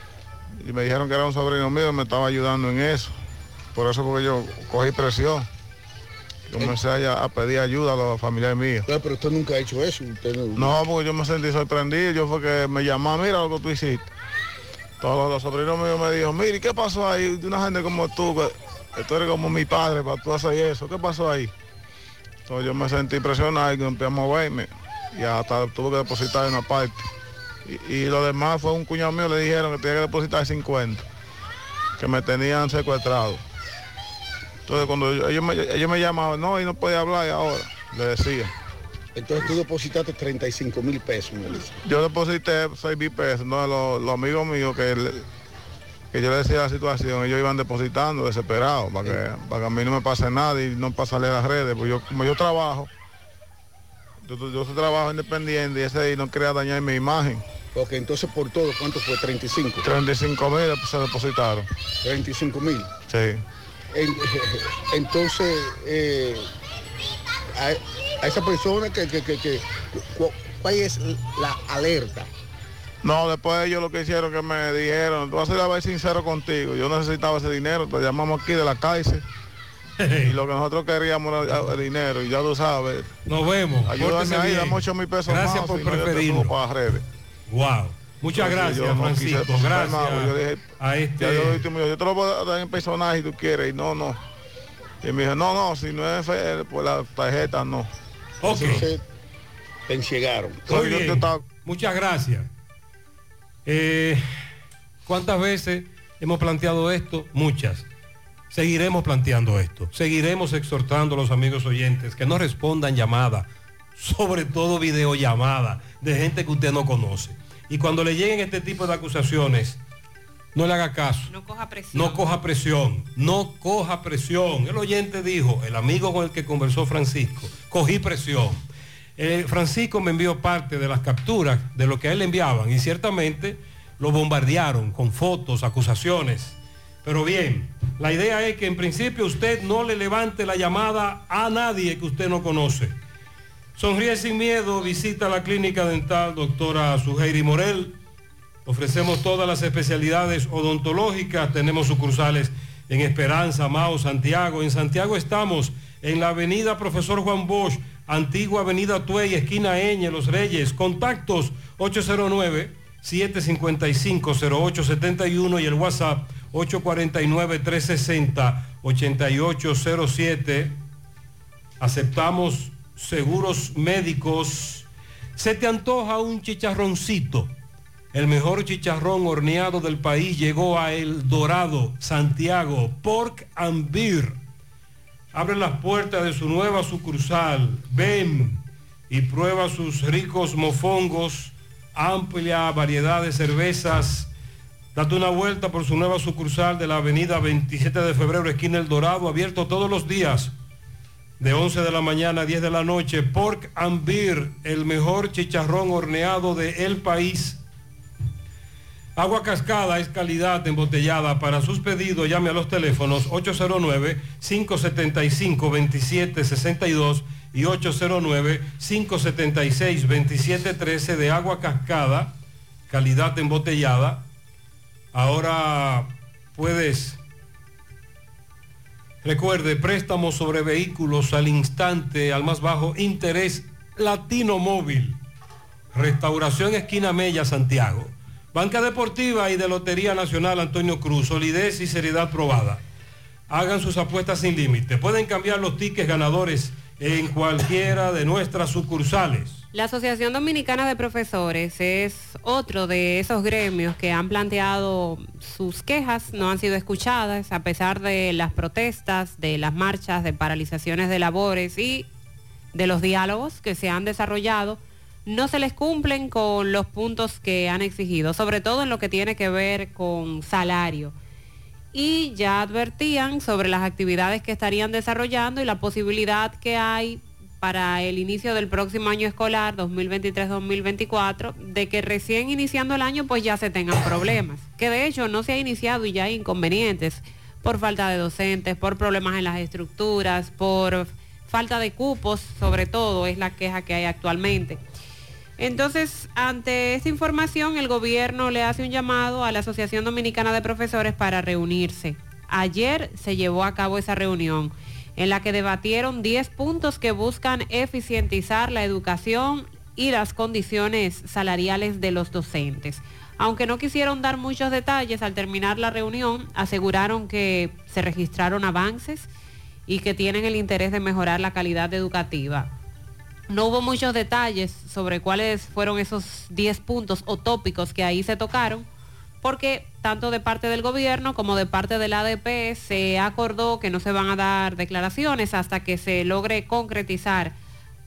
Y me dijeron que era un sobrino mío y me estaba ayudando en eso. Por eso porque yo cogí presión. Yo comencé a, a pedir ayuda a los familiares míos. No, pero usted nunca ha hecho eso. Usted no... no, porque yo me sentí sorprendido. Yo fue que me llamaron, mira lo que tú hiciste. Todos los sobrinos míos me dijeron, mire, ¿qué pasó ahí? De una gente como tú, que tú eres como mi padre para tú hacer eso. ¿Qué pasó ahí? Entonces yo me sentí presionado y empecé a moverme. Y hasta tuve que depositar una parte. Y, y lo demás fue un cuñado mío, le dijeron que tenía que depositar cincuenta, que me tenían secuestrado. Entonces cuando yo, ellos, me, ellos me llamaban, no, y no podía hablar y ahora, le decía. Entonces tú depositaste treinta y cinco mil pesos, Melissa. Yo deposité seis mil pesos, no, los, los amigos míos que le, que yo le decía la situación, ellos iban depositando desesperados para que, para que a mí no me pase nada y no pasarle a las redes, pues yo, como yo trabajo, yo, yo trabajo independiente y ese día no quería dañar mi imagen. Ok, entonces por todo, ¿cuánto fue? ¿treinta y cinco? treinta y cinco mil se depositaron. ¿treinta y cinco mil? Sí. En, entonces, eh, a, a esa persona que, que, que, que, ¿cuál es la alerta? No, después ellos lo que hicieron que me dijeron, tú vas a ser a ver sincero contigo, yo necesitaba ese dinero, te llamamos aquí de la cárcel. Y lo que nosotros queríamos era el dinero, y ya tú sabes. Nos vemos. Ayúdame ahí, dame ocho mil pesos gracias más. Por si preferirnos. No, para las redes. Wow. Muchas Entonces, gracias, no Francisco. quise, Gracias más, yo dije, a este... ya yo, yo, yo te lo voy a dar en personaje si tú quieres. Y no, no. Y me dijo, no, no, si no es fe, por la tarjeta, no. Ok. Entonces, te enciegaron. Muy bien. Yo, yo estaba... Muchas gracias. Eh, ¿Cuántas veces hemos planteado esto? Muchas. Seguiremos planteando esto. Seguiremos exhortando a los amigos oyentes que no respondan llamadas, sobre todo videollamadas de gente que usted no conoce. Y cuando le lleguen este tipo de acusaciones, no le haga caso. No coja presión. No coja presión. No coja presión. El oyente dijo, el amigo con el que conversó Francisco, cogí presión. Eh, Francisco me envió parte de las capturas de lo que a él le enviaban y ciertamente lo bombardearon con fotos, acusaciones. Pero bien, la idea es que en principio usted no le levante la llamada a nadie que usted no conoce. Sonríe sin miedo, visita la clínica dental doctora Suheiri Morel. Ofrecemos todas las especialidades odontológicas, tenemos sucursales en Esperanza, Mao, Santiago. En Santiago estamos en la avenida Profesor Juan Bosch, antigua avenida Tuey, esquina Eñe, Los Reyes. Contactos ocho cero nueve, siete cinco cinco, cero ocho siete uno y el WhatsApp ocho cuatro nueve, tres seis cero, ocho ocho cero siete. Aceptamos seguros médicos. ¿Se te antoja un chicharroncito? El mejor chicharrón horneado del país llegó a El Dorado, Santiago, Pork and Beer. Abre las puertas de su nueva sucursal. Ven y prueba sus ricos mofongos, amplia variedad de cervezas. Date una vuelta por su nueva sucursal de la avenida veintisiete de febrero, esquina El Dorado, abierto todos los días de once de la mañana a diez de la noche. Pork and Beer, el mejor chicharrón horneado del país. Agua Cascada es calidad embotellada. Para sus pedidos llame a los teléfonos ocho cero nueve, cinco siete cinco, dos siete seis dos y ocho cero nueve, cinco siete seis, dos siete uno tres de Agua Cascada, calidad embotellada. Ahora puedes, recuerde, préstamos sobre vehículos al instante, al más bajo interés. Latino Móvil, Restauración Esquina Mella, Santiago. Banca Deportiva y de Lotería Nacional Antonio Cruz, solidez y seriedad probada. Hagan sus apuestas sin límite. Pueden cambiar los tickets ganadores en cualquiera de nuestras sucursales. La Asociación Dominicana de Profesores es otro de esos gremios que han planteado sus quejas, no han sido escuchadas a pesar de las protestas, de las marchas, de paralizaciones de labores y de los diálogos que se han desarrollado. No se les cumplen con los puntos que han exigido, sobre todo en lo que tiene que ver con salario. Y ya advertían sobre las actividades que estarían desarrollando y la posibilidad que hay para el inicio del próximo año escolar dos mil veintitrés dos mil veinticuatro, de que recién iniciando el año pues ya se tengan problemas, que de hecho no se ha iniciado y ya hay inconvenientes por falta de docentes, por problemas en las estructuras, por falta de cupos, sobre todo es la queja que hay actualmente. Entonces, ante esta información, el gobierno le hace un llamado a la Asociación Dominicana de Profesores para reunirse. Ayer se llevó a cabo esa reunión en la que debatieron diez puntos que buscan eficientizar la educación y las condiciones salariales de los docentes. Aunque no quisieron dar muchos detalles, al terminar la reunión aseguraron que se registraron avances y que tienen el interés de mejorar la calidad educativa. No hubo muchos detalles sobre cuáles fueron esos diez puntos o tópicos que ahí se tocaron, porque tanto de parte del gobierno como de parte del A D P se acordó que no se van a dar declaraciones hasta que se logre concretizar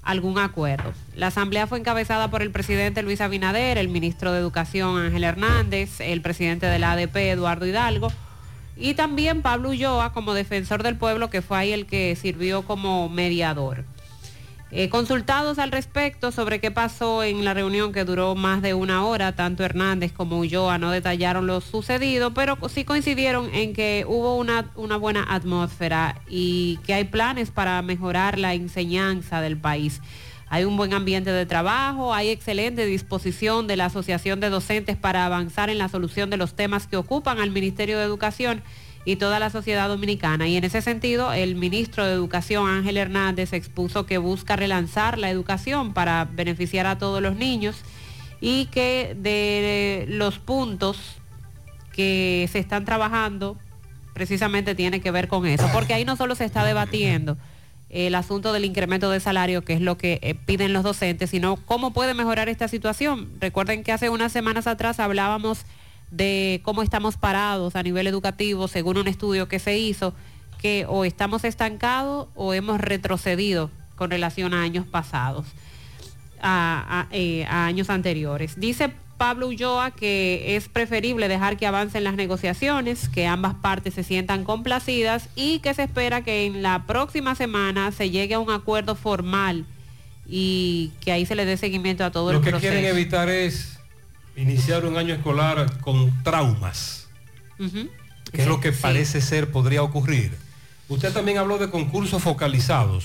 algún acuerdo. La asamblea fue encabezada por el presidente Luis Abinader, el ministro de Educación Ángel Hernández, el presidente de la A D P Eduardo Hidalgo y también Pablo Ulloa como defensor del pueblo, que fue ahí el que sirvió como mediador. Eh, consultados al respecto sobre qué pasó en la reunión que duró más de una hora, tanto Hernández como Ulloa no detallaron lo sucedido, pero sí coincidieron en que hubo una, una buena atmósfera y que hay planes para mejorar la enseñanza del país. Hay un buen ambiente de trabajo, hay excelente disposición de la Asociación de Docentes para avanzar en la solución de los temas que ocupan al Ministerio de Educación y toda la sociedad dominicana. Y en ese sentido, el ministro de Educación, Ángel Hernández, expuso que busca relanzar la educación para beneficiar a todos los niños y que de los puntos que se están trabajando precisamente tiene que ver con eso, porque ahí no solo se está debatiendo el asunto del incremento de salario, que es lo que eh, piden los docentes, sino cómo puede mejorar esta situación. Recuerden que hace unas semanas atrás hablábamos de cómo estamos parados a nivel educativo, según un estudio que se hizo, que o estamos estancados o hemos retrocedido con relación a años pasados, a, a, eh, a años anteriores. Dice Pablo Ulloa que es preferible dejar que avancen las negociaciones, que ambas partes se sientan complacidas y que se espera que en la próxima semana se llegue a un acuerdo formal y que ahí se le dé seguimiento a todo el proceso. Lo que quieren evitar es iniciar un año escolar con traumas, uh-huh. que es lo que sí. parece ser podría ocurrir. Usted también habló de concursos focalizados.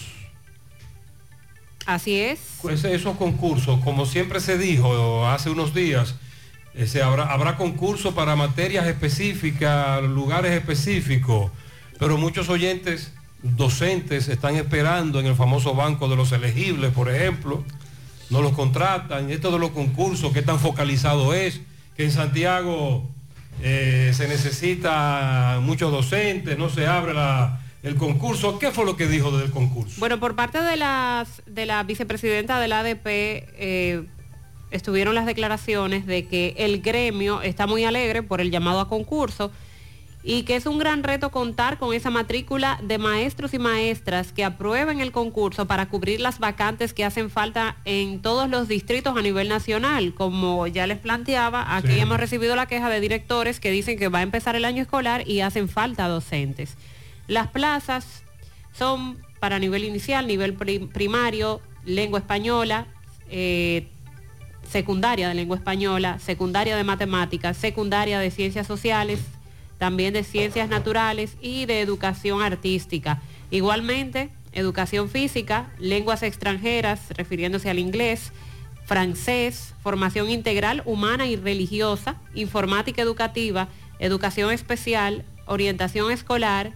Así es. Pues esos concursos, como siempre se dijo hace unos días, eh, se habrá, habrá concursos para materias específicas, lugares específicos, pero muchos oyentes, docentes, están esperando en el famoso banco de los elegibles, por ejemplo. No los contratan, esto de los concursos, qué tan focalizado es, que en Santiago eh, se necesita muchos docentes, no se abre la, el concurso. ¿Qué fue lo que dijo del concurso? Bueno, por parte de, las, de la vicepresidenta de la A D P eh, estuvieron las declaraciones de que el gremio está muy alegre por el llamado a concurso y que es un gran reto contar con esa matrícula de maestros y maestras que aprueben el concurso para cubrir las vacantes que hacen falta en todos los distritos a nivel nacional. Como ya les planteaba, aquí sí. hemos recibido la queja de directores que dicen que va a empezar el año escolar y hacen falta docentes. Las plazas son para nivel inicial, nivel primario, lengua española, eh, secundaria de lengua española, secundaria de matemáticas, secundaria de ciencias sociales, también de ciencias naturales y de educación artística. Igualmente, educación física, lenguas extranjeras, refiriéndose al inglés, francés, formación integral, humana y religiosa, informática educativa, educación especial, orientación escolar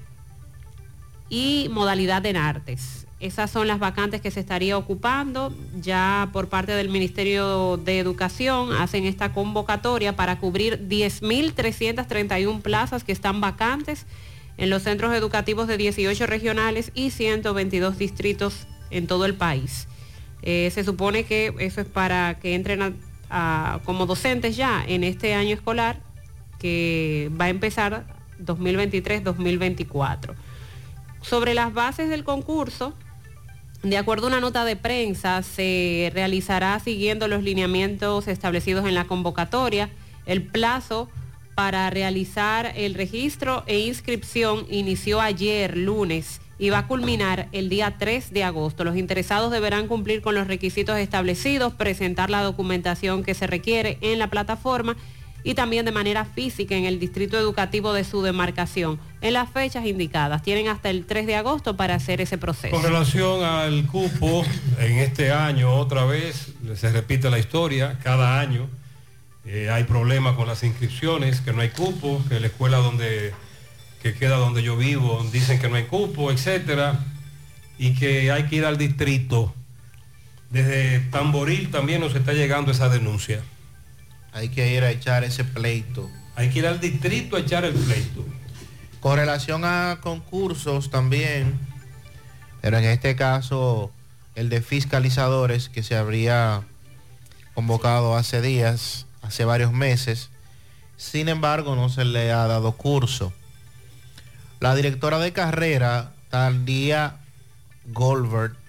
y modalidad en artes. Esas son las vacantes que se estaría ocupando. Ya por parte del Ministerio de Educación hacen esta convocatoria para cubrir diez mil trescientas treinta y una plazas que están vacantes en los centros educativos de dieciocho regionales y ciento veintidós distritos en todo el país. Eh, se supone que eso es para que entren a, a, como docentes ya en este año escolar que va a empezar dos mil veintitrés dos mil veinticuatro. Sobre las bases del concurso, de acuerdo a una nota de prensa, se realizará siguiendo los lineamientos establecidos en la convocatoria. El plazo para realizar el registro e inscripción inició ayer, lunes, y va a culminar el día tres de agosto. Los interesados deberán cumplir con los requisitos establecidos, presentar la documentación que se requiere en la plataforma y también de manera física en el distrito educativo de su demarcación, en las fechas indicadas. Tienen hasta el tres de agosto para hacer ese proceso. Con relación al cupo, en este año otra vez se repite la historia, cada año eh, hay problemas con las inscripciones, que no hay cupo, que la escuela donde, que queda donde yo vivo dicen que no hay cupo, etcétera, y que hay que ir al distrito. Desde Tamboril también nos está llegando esa denuncia. Hay que ir a echar ese pleito. Hay que ir al distrito a echar el pleito. Con relación a concursos también, pero en este caso el de fiscalizadores que se habría convocado hace días, hace varios meses, sin embargo no se le ha dado curso. La directora de carrera, Talía Goldberg,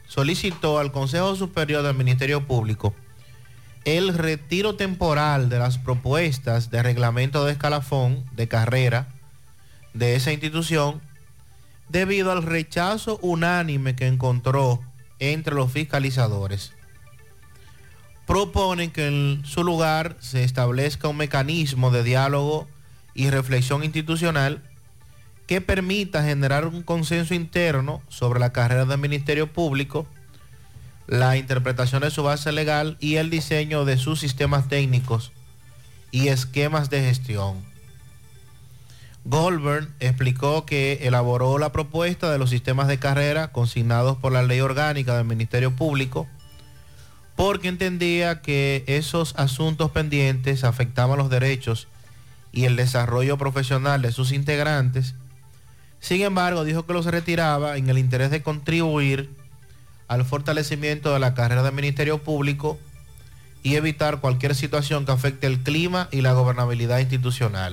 solicitó al Consejo Superior del Ministerio Público el retiro temporal de las propuestas de reglamento de escalafón de carrera de esa institución debido al rechazo unánime que encontró entre los fiscalizadores. Proponen que en su lugar se establezca un mecanismo de diálogo y reflexión institucional que permita generar un consenso interno sobre la carrera del Ministerio Público, la interpretación de su base legal y el diseño de sus sistemas técnicos y esquemas de gestión. Goldberg explicó que elaboró la propuesta de los sistemas de carrera consignados por la Ley Orgánica del Ministerio Público porque entendía que esos asuntos pendientes afectaban los derechos y el desarrollo profesional de sus integrantes. Sin embargo, dijo que los retiraba en el interés de contribuir al fortalecimiento de la carrera del Ministerio Público y evitar cualquier situación que afecte el clima y la gobernabilidad institucional.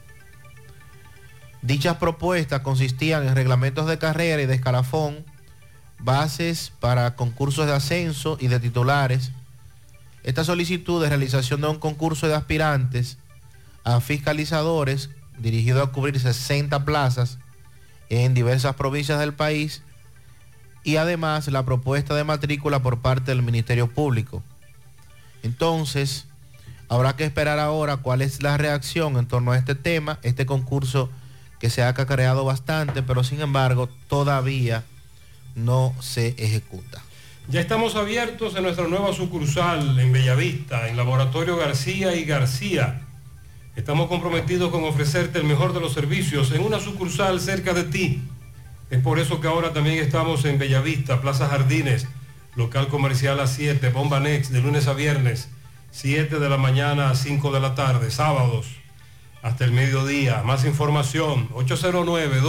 Dichas propuestas consistían en reglamentos de carrera y de escalafón, bases para concursos de ascenso y de titulares. Esta solicitud de realización de un concurso de aspirantes a fiscalizadores dirigido a cubrir sesenta plazas en diversas provincias del país y además la propuesta de matrícula por parte del Ministerio Público. Entonces, habrá que esperar ahora cuál es la reacción en torno a este tema, este concurso que se ha cacareado bastante, pero sin embargo todavía no se ejecuta. Ya estamos abiertos en nuestra nueva sucursal en Bellavista, en Laboratorio García y García. Estamos comprometidos con ofrecerte el mejor de los servicios en una sucursal cerca de ti. Es por eso que ahora también estamos en Bellavista, Plaza Jardines, local comercial a siete, Bomba Next, de lunes a viernes, siete de la mañana a cinco de la tarde, sábados hasta el mediodía. Más información, ocho cero nueve,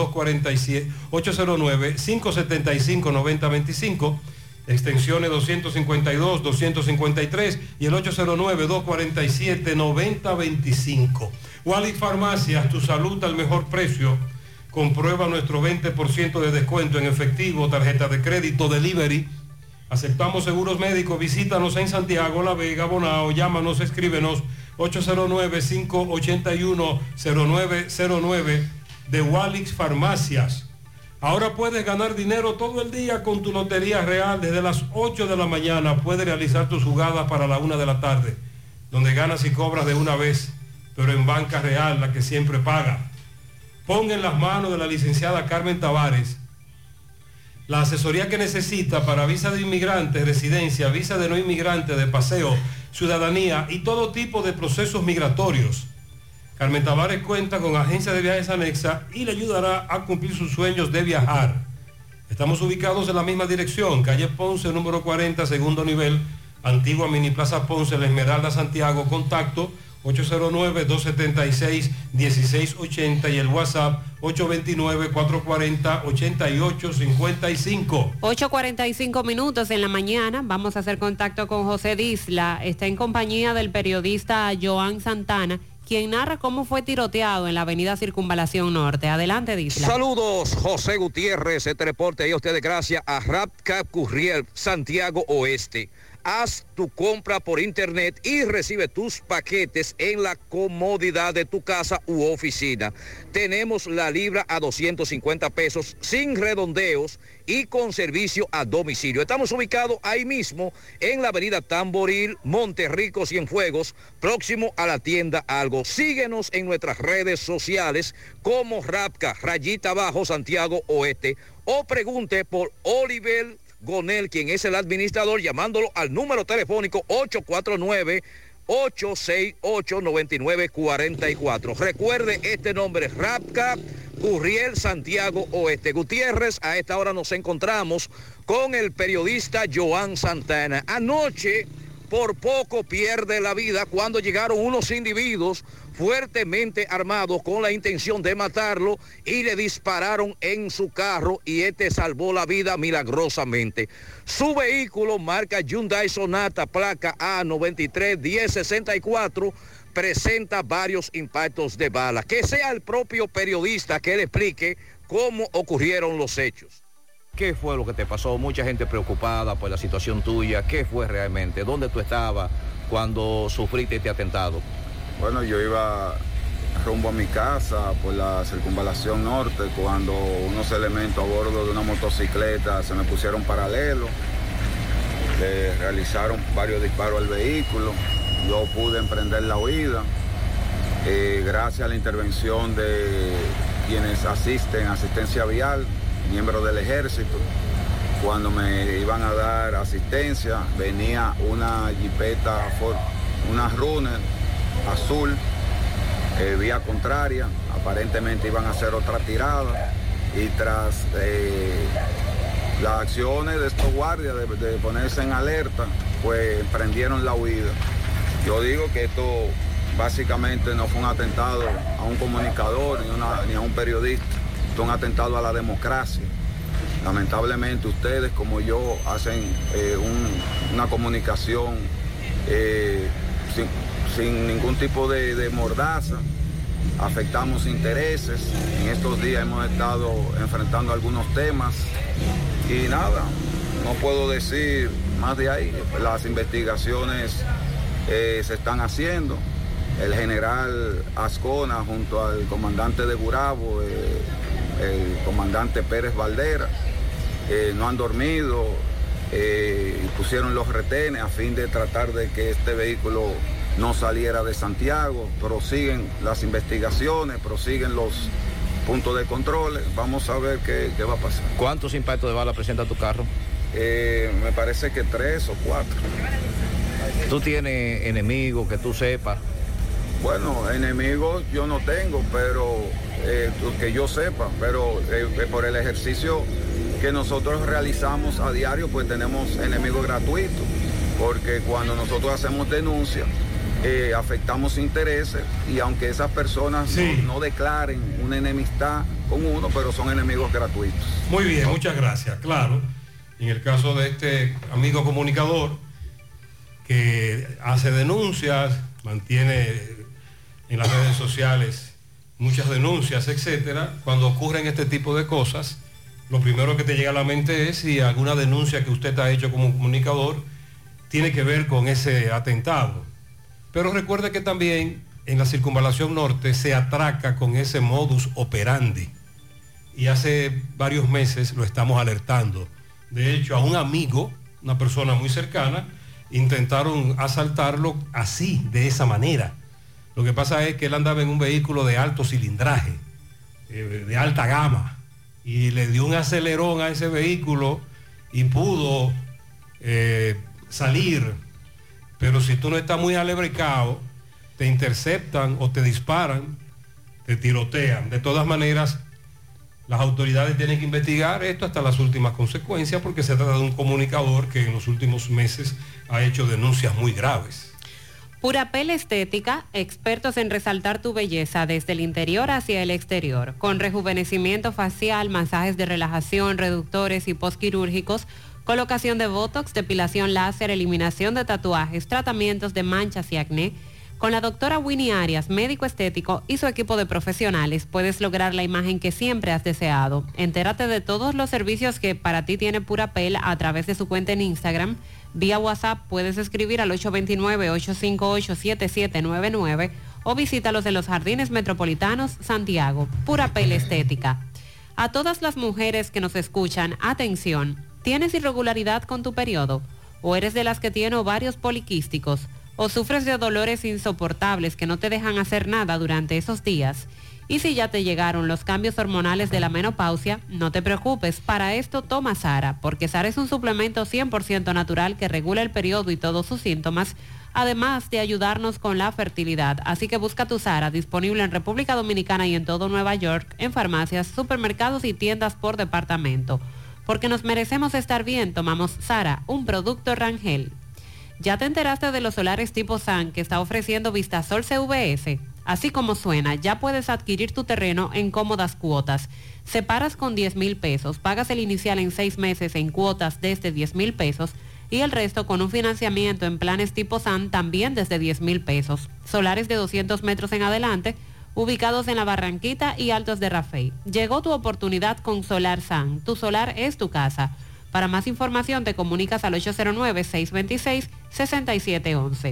cinco siete cinco, nueve cero dos cinco, extensiones doscientos cincuenta y dos, doscientos cincuenta y tres y el ocho cero nueve, dos cuatro siete, nueve cero dos cinco. Walix Farmacias, tu salud al mejor precio. Comprueba nuestro veinte por ciento de descuento en efectivo, tarjeta de crédito, delivery. Aceptamos seguros médicos. Visítanos en Santiago, La Vega, Bonao. Llámanos, escríbenos ocho cero nueve, cinco ocho uno, cero nueve cero nueve de Walix Farmacias. Ahora puedes ganar dinero todo el día con tu Lotería Real. Desde las ocho de la mañana puedes realizar tus jugadas para la una de la tarde, donde ganas y cobras de una vez, pero en Banca Real, la que siempre paga. Pon en las manos de la licenciada Carmen Tavares la asesoría que necesita para visa de inmigrante, residencia, visa de no inmigrante, de paseo, ciudadanía y todo tipo de procesos migratorios. Carmen Tavares cuenta con agencia de viajes anexa y le ayudará a cumplir sus sueños de viajar. Estamos ubicados en la misma dirección, calle Ponce, número cuarenta, segundo nivel, antigua Mini Plaza Ponce, La Esmeralda, Santiago. Contacto ocho cero nueve, dos siete seis, uno seis ocho cero y el WhatsApp ocho dos nueve, cuatro cuatro cero, ocho ocho cinco cinco. ocho cuarenta y cinco minutos en la mañana. Vamos a hacer contacto con José Disla. Está en compañía del periodista Joan Santana, quien narra cómo fue tiroteado en la avenida Circunvalación Norte. Adelante, Disla. Saludos, José Gutiérrez. Este reporte ahí a ustedes gracias a Rapcap Courier Santiago Oeste. Haz tu compra por internet y recibe tus paquetes en la comodidad de tu casa u oficina. Tenemos la libra a doscientos cincuenta pesos sin redondeos y con servicio a domicilio. Estamos ubicados ahí mismo en la avenida Tamboril, Monterrico, Cienfuegos, próximo a la tienda Algo. Síguenos en nuestras redes sociales como Rapca, rayita abajo, Santiago Oeste, o pregunte por Oliver Gonel, quien es el administrador, llamándolo al número telefónico ocho cuatro nueve, ocho seis ocho, nueve nueve cuatro cuatro. Recuerde este nombre, Rapca Courier Santiago Oeste. Gutiérrez, a esta hora nos encontramos con el periodista Joan Santana. Anoche, por poco pierde la vida cuando llegaron unos individuos fuertemente armados con la intención de matarlo y le dispararon en su carro y este salvó la vida milagrosamente. Su vehículo, marca Hyundai Sonata, placa A nueve tres uno cero seis cuatro, presenta varios impactos de bala. Que sea el propio periodista que le explique cómo ocurrieron los hechos. ¿Qué fue lo que te pasó? Mucha gente preocupada por la situación tuya. ¿Qué fue realmente? ¿Dónde tú estabas cuando sufriste este atentado? Bueno, yo iba rumbo a mi casa por la circunvalación norte cuando unos elementos a bordo de una motocicleta se me pusieron paralelo. Le realizaron varios disparos al vehículo. Yo pude emprender la huida. Eh, gracias a la intervención de quienes asisten a asistencia vial, miembros del ejército. Cuando me iban a dar asistencia, venía una jipeta, una Runner azul, eh, vía contraria, aparentemente iban a hacer otra tirada y tras eh, las acciones de estos guardias de, de ponerse en alerta, pues emprendieron la huida. Yo digo que esto básicamente no fue un atentado a un comunicador ni, una, ni a un periodista, esto es un atentado a la democracia. Lamentablemente ustedes como yo hacen eh, un, una comunicación eh, sin, sin ningún tipo de, de mordaza, afectamos intereses. En estos días hemos estado enfrentando algunos temas y nada, no puedo decir más de ahí. Las investigaciones eh, se están haciendo. El general Ascona junto al comandante de Gurabo, eh, el comandante Pérez Valdera, eh, no han dormido eh, y pusieron los retenes a fin de tratar de que este vehículo no saliera de Santiago. Prosiguen las investigaciones, prosiguen los puntos de control. Vamos a ver qué, qué va a pasar. ¿Cuántos impactos de bala presenta tu carro? Eh, me parece que tres o cuatro. ¿Tú tienes enemigos que tú sepas? Bueno, enemigos yo no tengo, pero eh, que yo sepa, pero eh, por el ejercicio que nosotros realizamos a diario, pues tenemos enemigos gratuitos, porque cuando nosotros hacemos denuncias, eh, afectamos intereses y aunque esas personas sí. no, no declaren una enemistad con uno, pero son enemigos gratuitos. Muy bien, muchas gracias. Claro, en el caso de este amigo comunicador que hace denuncias, mantiene en las redes sociales muchas denuncias, etcétera, cuando ocurren este tipo de cosas, lo primero que te llega a la mente es si alguna denuncia que usted ha hecho como comunicador tiene que ver con ese atentado. Pero recuerde que también en la circunvalación norte se atraca con ese modus operandi y hace varios meses lo estamos alertando. De hecho, a un amigo, una persona muy cercana, intentaron asaltarlo así, de esa manera. Lo que pasa es que él andaba en un vehículo de alto cilindraje, eh, de alta gama, y le dio un acelerón a ese vehículo y pudo eh, salir. Pero si tú no estás muy alebricado, te interceptan o te disparan, te tirotean. De todas maneras, las autoridades tienen que investigar esto hasta las últimas consecuencias, porque se trata de un comunicador que en los últimos meses ha hecho denuncias muy graves. Purapel Estética, expertos en resaltar tu belleza desde el interior hacia el exterior, con rejuvenecimiento facial, masajes de relajación, reductores y postquirúrgicos, colocación de botox, depilación láser, eliminación de tatuajes, tratamientos de manchas y acné. Con la doctora Winnie Arias, médico estético y su equipo de profesionales, puedes lograr la imagen que siempre has deseado. Entérate de todos los servicios que para ti tiene Purapel a través de su cuenta en Instagram. Vía WhatsApp puedes escribir al ocho dos nueve, ocho cinco ocho, siete siete nueve nueve o visítalos en los Jardines Metropolitanos, Santiago. Purapel Estética. A todas las mujeres que nos escuchan, atención, ¿tienes irregularidad con tu periodo? ¿O eres de las que tiene ovarios poliquísticos? ¿O sufres de dolores insoportables que no te dejan hacer nada durante esos días? Y si ya te llegaron los cambios hormonales de la menopausia, no te preocupes, para esto toma Sara, porque Sara es un suplemento cien por ciento natural que regula el periodo y todos sus síntomas, además de ayudarnos con la fertilidad. Así que busca tu Sara, disponible en República Dominicana y en todo Nueva York, en farmacias, supermercados y tiendas por departamento. Porque nos merecemos estar bien, tomamos Sara, un producto Rangel. ¿Ya te enteraste de los solares tipo S A N que está ofreciendo Vistasol C V S? Así como suena, ya puedes adquirir tu terreno en cómodas cuotas. Separas con diez mil pesos, pagas el inicial en seis meses en cuotas desde diez mil pesos y el resto con un financiamiento en planes tipo S A N también desde diez mil pesos. Solares de doscientos metros en adelante, ubicados en la Barranquita y Altos de Rafey. Llegó tu oportunidad con Solar San. Tu solar es tu casa. Para más información te comunicas al ocho cero nueve, seis dos seis, seis siete uno uno.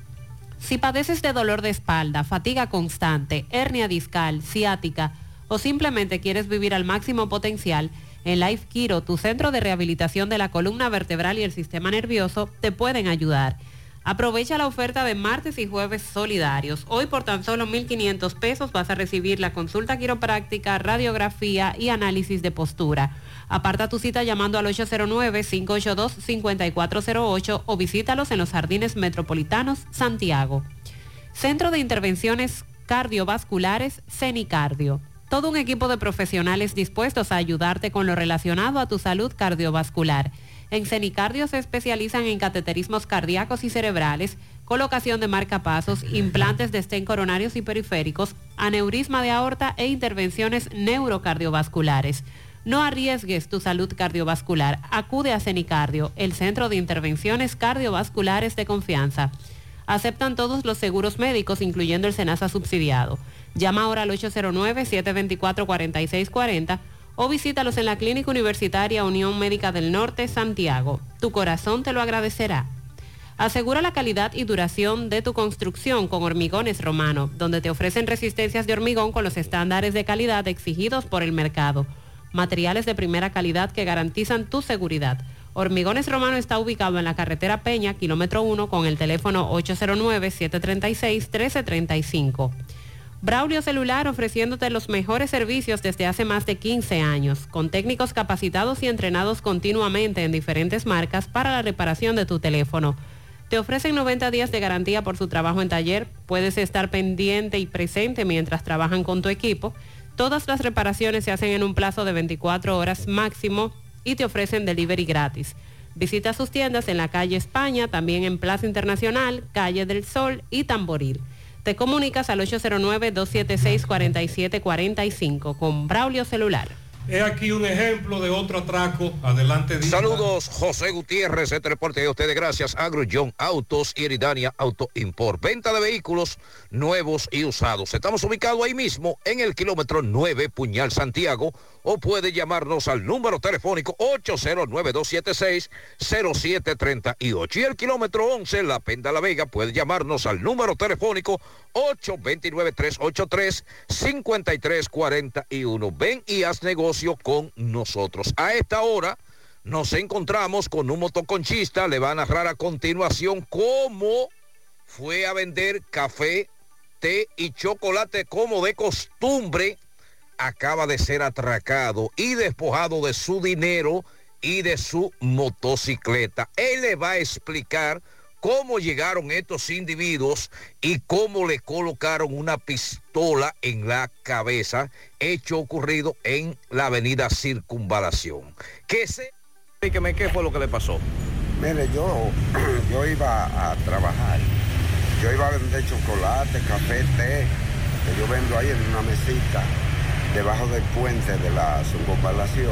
Si padeces de dolor de espalda, fatiga constante, hernia discal, ciática o simplemente quieres vivir al máximo potencial, en Life Kiro, tu centro de rehabilitación de la columna vertebral y el sistema nervioso, te pueden ayudar. Aprovecha la oferta de martes y jueves solidarios. Hoy por tan solo mil quinientos pesos vas a recibir la consulta quiropráctica, radiografía y análisis de postura. Aparta tu cita llamando al ocho cero nueve, cinco ocho dos, cinco cuatro cero ocho o visítalos en los Jardines Metropolitanos, Santiago. Centro de Intervenciones Cardiovasculares, CENICardio. Todo un equipo de profesionales dispuestos a ayudarte con lo relacionado a tu salud cardiovascular. En CENICardio se especializan en cateterismos cardíacos y cerebrales, colocación de marcapasos, implantes de stent coronarios y periféricos, aneurisma de aorta e intervenciones neurocardiovasculares. No arriesgues tu salud cardiovascular. Acude a CENICardio, el centro de intervenciones cardiovasculares de confianza. Aceptan todos los seguros médicos, incluyendo el SENASA subsidiado. Llama ahora al ocho cero nueve, siete dos cuatro, cuatro seis cuatro cero o visítalos en la Clínica Universitaria Unión Médica del Norte, Santiago. Tu corazón te lo agradecerá. Asegura la calidad y duración de tu construcción con Hormigones Romano, donde te ofrecen resistencias de hormigón con los estándares de calidad exigidos por el mercado. Materiales de primera calidad que garantizan tu seguridad. Hormigones Romano está ubicado en la carretera Peña, kilómetro uno, con el teléfono ocho cero nueve, siete tres seis, uno tres tres cinco. Braulio Celular, ofreciéndote los mejores servicios desde hace más de quince años, con técnicos capacitados y entrenados continuamente en diferentes marcas para la reparación de tu teléfono. Te ofrecen noventa días de garantía por su trabajo en taller. Puedes estar pendiente y presente mientras trabajan con tu equipo. Todas las reparaciones se hacen en un plazo de veinticuatro horas máximo y te ofrecen delivery gratis. Visita sus tiendas en la calle España, también en Plaza Internacional, Calle del Sol y Tamboril. Te comunicas al ocho cero nueve, dos siete seis, cuatro siete cuatro cinco con Braulio Celular. He aquí un ejemplo de otro atraco. Adelante, Dina. Saludos, José Gutiérrez. Este reporte de ustedes gracias a Grullón Autos y Eridania Auto Import. Venta de vehículos nuevos y usados. Estamos ubicados ahí mismo en el kilómetro nueve, Puñal, Santiago. O puede llamarnos al número telefónico ocho cero nueve, dos siete seis, cero siete tres ocho. Y el kilómetro once, La Penda La Vega, puede llamarnos al número telefónico ocho dos nueve, tres ocho tres, cinco tres cuatro uno. Ven y haz negocio con nosotros. A esta hora nos encontramos con un motoconchista. Le va a narrar a continuación cómo fue a vender café, té y chocolate como de costumbre. Acaba de ser atracado y despojado de su dinero y de su motocicleta. Él le va a explicar cómo llegaron estos individuos y cómo le colocaron una pistola en la cabeza, hecho ocurrido en la avenida Circunvalación. ¿Qué se... Explíqueme qué fue lo que le pasó. Mire, yo, yo iba a trabajar, yo iba a vender chocolate, café, té, que yo vendo ahí en una mesita, debajo del puente de la Circunvalación.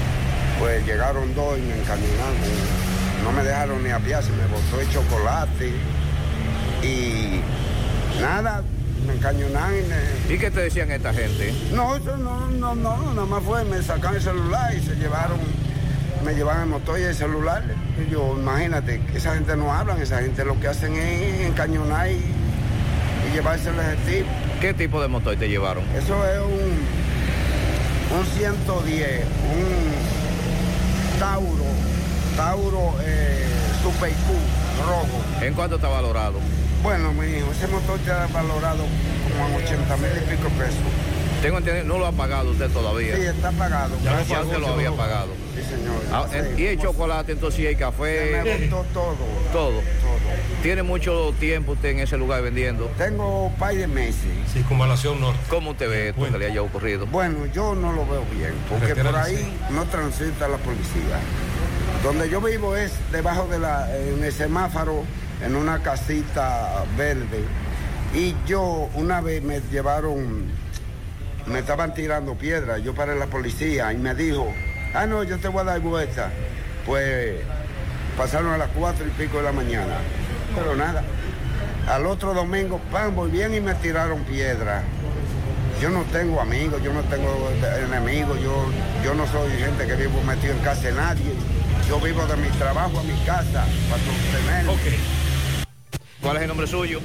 Pues llegaron dos y me encaminaron, no me dejaron ni apiarse, me botó el chocolate y nada, me encañonaron. Y, me... ¿Y qué te decían esta gente? No, eso no, no, no, nada más fue, me sacaron el celular y se llevaron, me llevaron el motor y el celular. Y yo, imagínate, esa gente no hablan, esa gente lo que hacen es encañonar y, y llevarse el efectivo. ¿Qué tipo de motor te llevaron? Eso es un, un ciento diez, un Tauro, Tauro eh, Super Q, rojo. ¿En cuánto está valorado? Bueno, mi hijo, ese motor está valorado como en ochenta mil y pico pesos. Tengo entendido, no lo ha pagado usted todavía. Sí, está pagado. Ya, ya usted lo había pagado. Sí, señor. Ah, sí, y el chocolate, entonces, y el café. Me gustó todo. Todo. Todo. ¿Tiene mucho tiempo usted en ese lugar vendiendo? Tengo un par de meses. Circunvalación Norte. ¿Cómo usted ve esto que le haya ocurrido? Bueno, yo no lo veo bien, porque por ahí no transita la policía. Donde yo vivo es debajo de la, en el semáforo, en una casita verde. Y yo una vez me llevaron, me estaban tirando piedras, yo paré la policía y me dijo, ah no, yo te voy a dar vuelta. Pues pasaron a las cuatro y pico de la mañana, pero nada. Al otro domingo, pam, voy bien y me tiraron piedra. Yo no tengo amigos, yo no tengo enemigos, yo, yo no soy gente que vivo metido en casa de nadie. Yo vivo de mi trabajo a mi casa para sostener. Ok. ¿Cuál es el nombre suyo?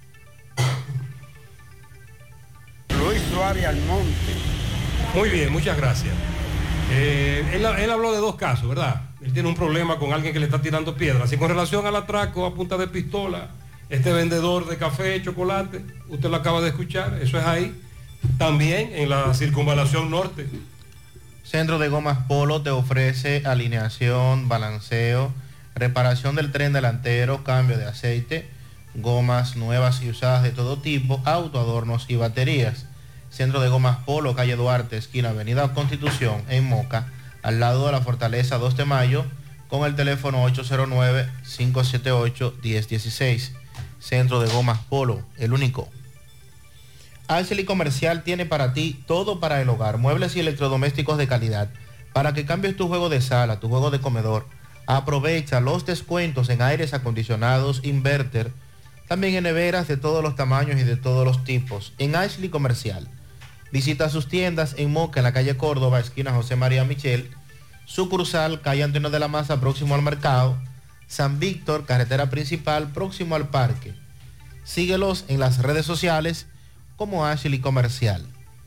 Luis Suárez Almonte. Muy bien, muchas gracias. Eh, él, él habló de dos casos, ¿verdad? Él tiene un problema con alguien que le está tirando piedras. Y con relación al atraco a punta de pistola, este vendedor de café, chocolate, usted lo acaba de escuchar, eso es ahí. También en la circunvalación norte. Centro de Gomas Polo te ofrece alineación, balanceo, reparación del tren delantero, cambio de aceite, gomas nuevas y usadas de todo tipo, autoadornos y baterías. Centro de Gomas Polo, calle Duarte, esquina Avenida Constitución, en Moca, al lado de la Fortaleza dos de Mayo, con el teléfono ocho cero nueve, cinco siete ocho, uno cero uno seis. Centro de Gomas Polo, el único. Ashley Comercial tiene para ti todo para el hogar, muebles y electrodomésticos de calidad, para que cambies tu juego de sala, tu juego de comedor. Aprovecha los descuentos en aires acondicionados, inverter, también en neveras de todos los tamaños y de todos los tipos. En Ashley Comercial. Visita sus tiendas en Moca, en la calle Córdoba, esquina José María Michel, sucursal, calle Antonio de la Maza, próximo al mercado, San Víctor, carretera principal, próximo al parque. Síguelos en las redes sociales como Ashley Comercial.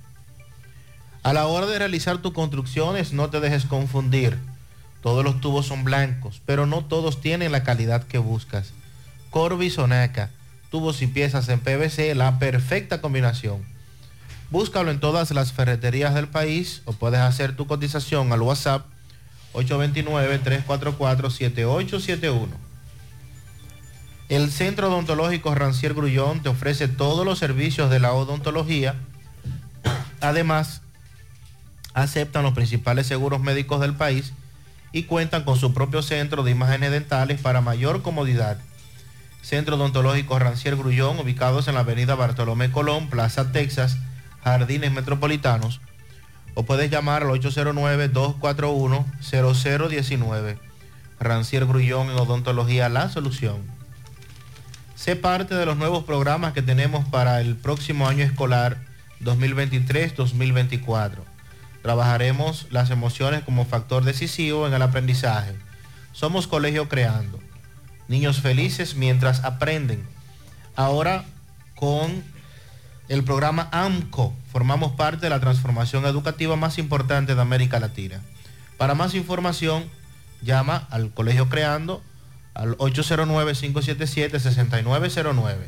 A la hora de realizar tus construcciones, no te dejes confundir. Todos los tubos son blancos, pero no todos tienen la calidad que buscas. Corby Sonaca, tubos y piezas en P V C, la perfecta combinación. Búscalo en todas las ferreterías del país o puedes hacer tu cotización al WhatsApp ocho dos nueve, tres cuatro cuatro, siete ocho siete uno. El Centro Odontológico Rancier Grullón te ofrece todos los servicios de la odontología. Además, aceptan los principales seguros médicos del país y cuentan con su propio centro de imágenes dentales para mayor comodidad. Centro Odontológico Rancier Grullón, ubicados en la avenida Bartolomé Colón, Plaza Texas, Jardines Metropolitanos, o puedes llamar al ocho cero nueve, dos cuatro uno, cero cero uno nueve. Rancier Grullón en Odontología, la solución. Sé parte de los nuevos programas que tenemos para el próximo año escolar dos mil veintitrés dos mil veinticuatro. Trabajaremos las emociones como factor decisivo en el aprendizaje. Somos Colegio Creando. Niños felices mientras aprenden. Ahora con el programa AMCO formamos parte de la transformación educativa más importante de América Latina. Para más información, llama al Colegio Creando al ocho cero nueve, cinco siete siete, seis nueve cero nueve.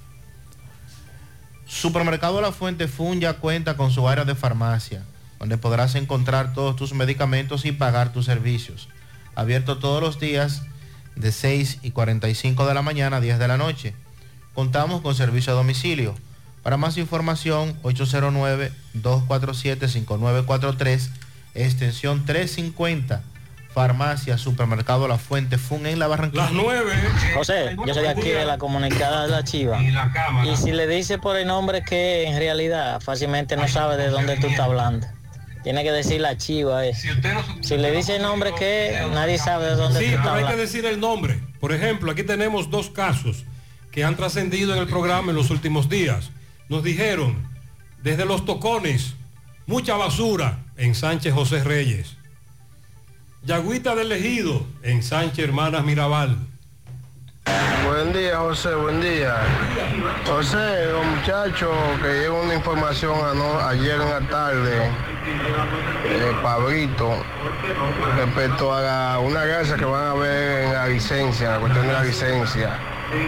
Supermercado La Fuente Fun ya cuenta con su área de farmacia, donde podrás encontrar todos tus medicamentos y pagar tus servicios. Abierto todos los días de seis y cuarenta y cinco de la mañana a diez de la noche. Contamos con servicio a domicilio. Para más información, ocho cero nueve, dos cuatro siete, cinco nueve cuatro tres, extensión trescientos cincuenta. Farmacia, Supermercado La Fuente Fun en La Barranquilla. Las nueve. José, yo soy de aquí de la comunicada de La Chiva. Y, la y si le dice por el nombre que en realidad fácilmente no sabe de dónde tú estás hablando. Tiene que decir La Chiva. Eh. Si, no si le dice el nombre que nadie sabe de dónde sí, tú estás pero hablando. hay que decir el nombre. Por ejemplo, aquí tenemos dos casos que han trascendido en el programa en los últimos días. Nos dijeron, desde Los Tocones, mucha basura en Sánchez José Reyes. Yagüita del Ejido, en Sánchez Hermanas Mirabal. Buen día, José, buen día. José, los muchachos que llegó una información ano- ayer en la tarde, eh, Pablito, respecto a la- una gracia que van a ver en la licencia, la cuestión de la licencia.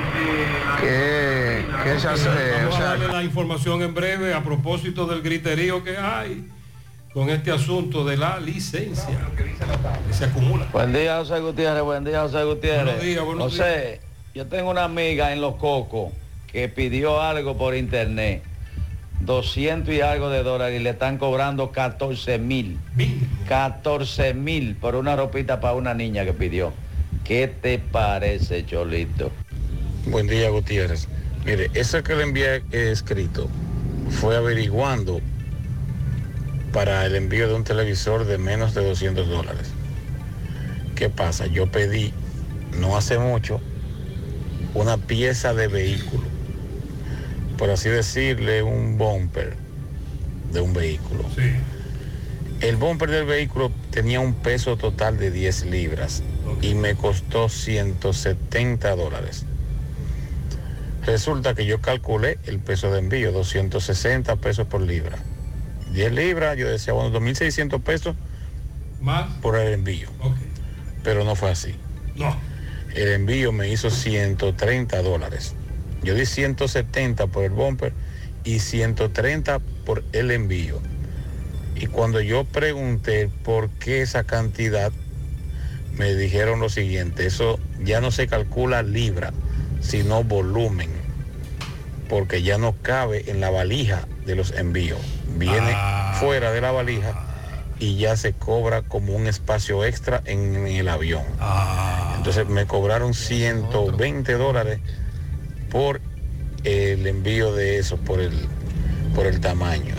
Que, que se hace, eh, Vamos o sea, a darle la información en breve a propósito del griterío que hay con este asunto de la licencia que se acumula. Buen día, José Gutiérrez, buen día, José Gutiérrez. Buenos días, buenos José, días. yo tengo una amiga en Los Cocos que pidió algo por internet, doscientos y algo de dólares, y le están cobrando catorce mil. catorce mil por una ropita para una niña que pidió. ¿Qué te parece, Cholito? Buen día, Gutiérrez. Mire, eso que le envié escrito fue averiguando para el envío de un televisor de menos de doscientos dólares. ¿Qué pasa? Yo pedí, no hace mucho, una pieza de vehículo, por así decirle, un bumper, de un vehículo. Sí. El bumper del vehículo tenía un peso total de diez libras okay. y me costó ciento setenta dólares. Resulta que yo calculé el peso de envío, doscientos sesenta pesos por libra. diez libras, yo decía, bueno, dos mil seiscientos pesos más por el envío. Okay. Pero no fue así. No. El envío me hizo ciento treinta dólares. Yo di ciento setenta por el bumper y ciento treinta por el envío. Y cuando yo pregunté por qué esa cantidad, me dijeron lo siguiente: eso ya no se calcula libra, sino volumen, porque ya no cabe en la valija de los envíos. Viene ah. fuera de la valija y ya se cobra como un espacio extra en, en el avión. Ah. Entonces me cobraron ciento veinte dólares por el envío de eso, por el, por el tamaño.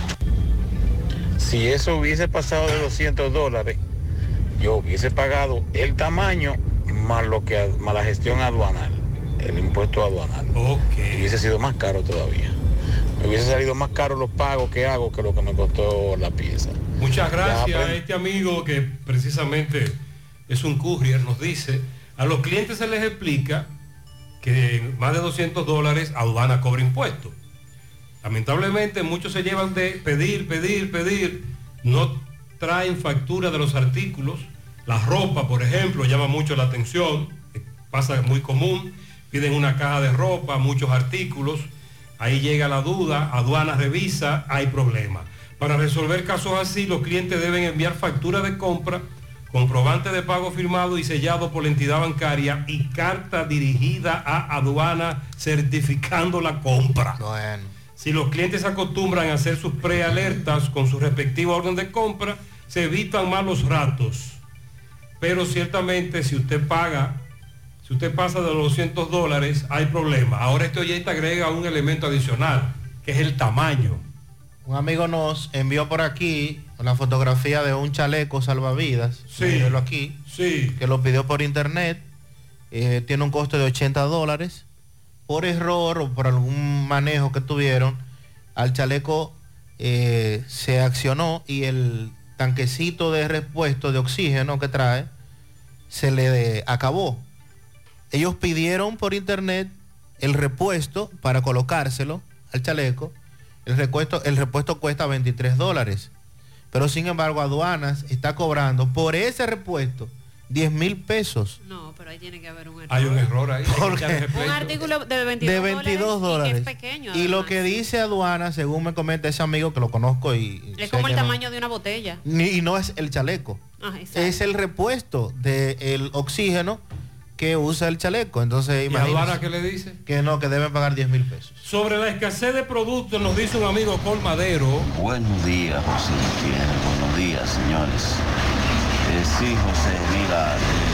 Si eso hubiese pasado de doscientos dólares, yo hubiese pagado el tamaño más lo que más la gestión aduanal, el impuesto aduanal. Okay. Hubiese sido más caro todavía. Me hubiese salido más caro los pagos que hago que lo que me costó la pieza. Muchas gracias a este amigo que precisamente es un courier, nos dice, a los clientes se les explica que más de doscientos dólares aduana cobra impuestos. Lamentablemente muchos se llevan de pedir, pedir, pedir, no traen factura de los artículos. La ropa, por ejemplo, llama mucho la atención, pasa muy común, piden una caja de ropa, muchos artículos, ahí llega la duda, aduana revisa, hay problema. Para resolver casos así, los clientes deben enviar factura de compra, comprobante de pago firmado y sellado por la entidad bancaria y carta dirigida a aduana certificando la compra. Bueno. Si los clientes acostumbran a hacer sus prealertas con su respectiva orden de compra, se evitan malos ratos. Pero ciertamente si usted paga, si usted pasa de los doscientos dólares, hay problema. Ahora este oyente agrega un elemento adicional, que es el tamaño. Un amigo nos envió por aquí una fotografía de un chaleco salvavidas. Sí. Mírenlo aquí. Sí. Que lo pidió por internet. Eh, tiene un costo de ochenta dólares. Por error o por algún manejo que tuvieron, al chaleco eh, se accionó y el tanquecito de repuesto de oxígeno que trae se le de, acabó. Ellos pidieron por internet el repuesto para colocárselo al chaleco. El repuesto, el repuesto cuesta veintitrés dólares. Pero sin embargo, aduanas está cobrando por ese repuesto diez mil pesos. No, pero ahí tiene que haber un error. Hay un error ahí. Un artículo de veintidós, de veintidós dólares. Y, que es pequeño, y lo que dice aduana, según me comenta ese amigo que lo conozco y... Es como el tamaño no, de una botella. Ni, y no es el chaleco. Ah, es el repuesto del oxígeno que usa el chaleco. Entonces, ¿y aduana qué le dice? Que no, que deben pagar diez mil pesos. Sobre la escasez de productos, nos dice un amigo Colmadero. Buenos días, José. Buenos días, señores. Eh, sí, José, mira,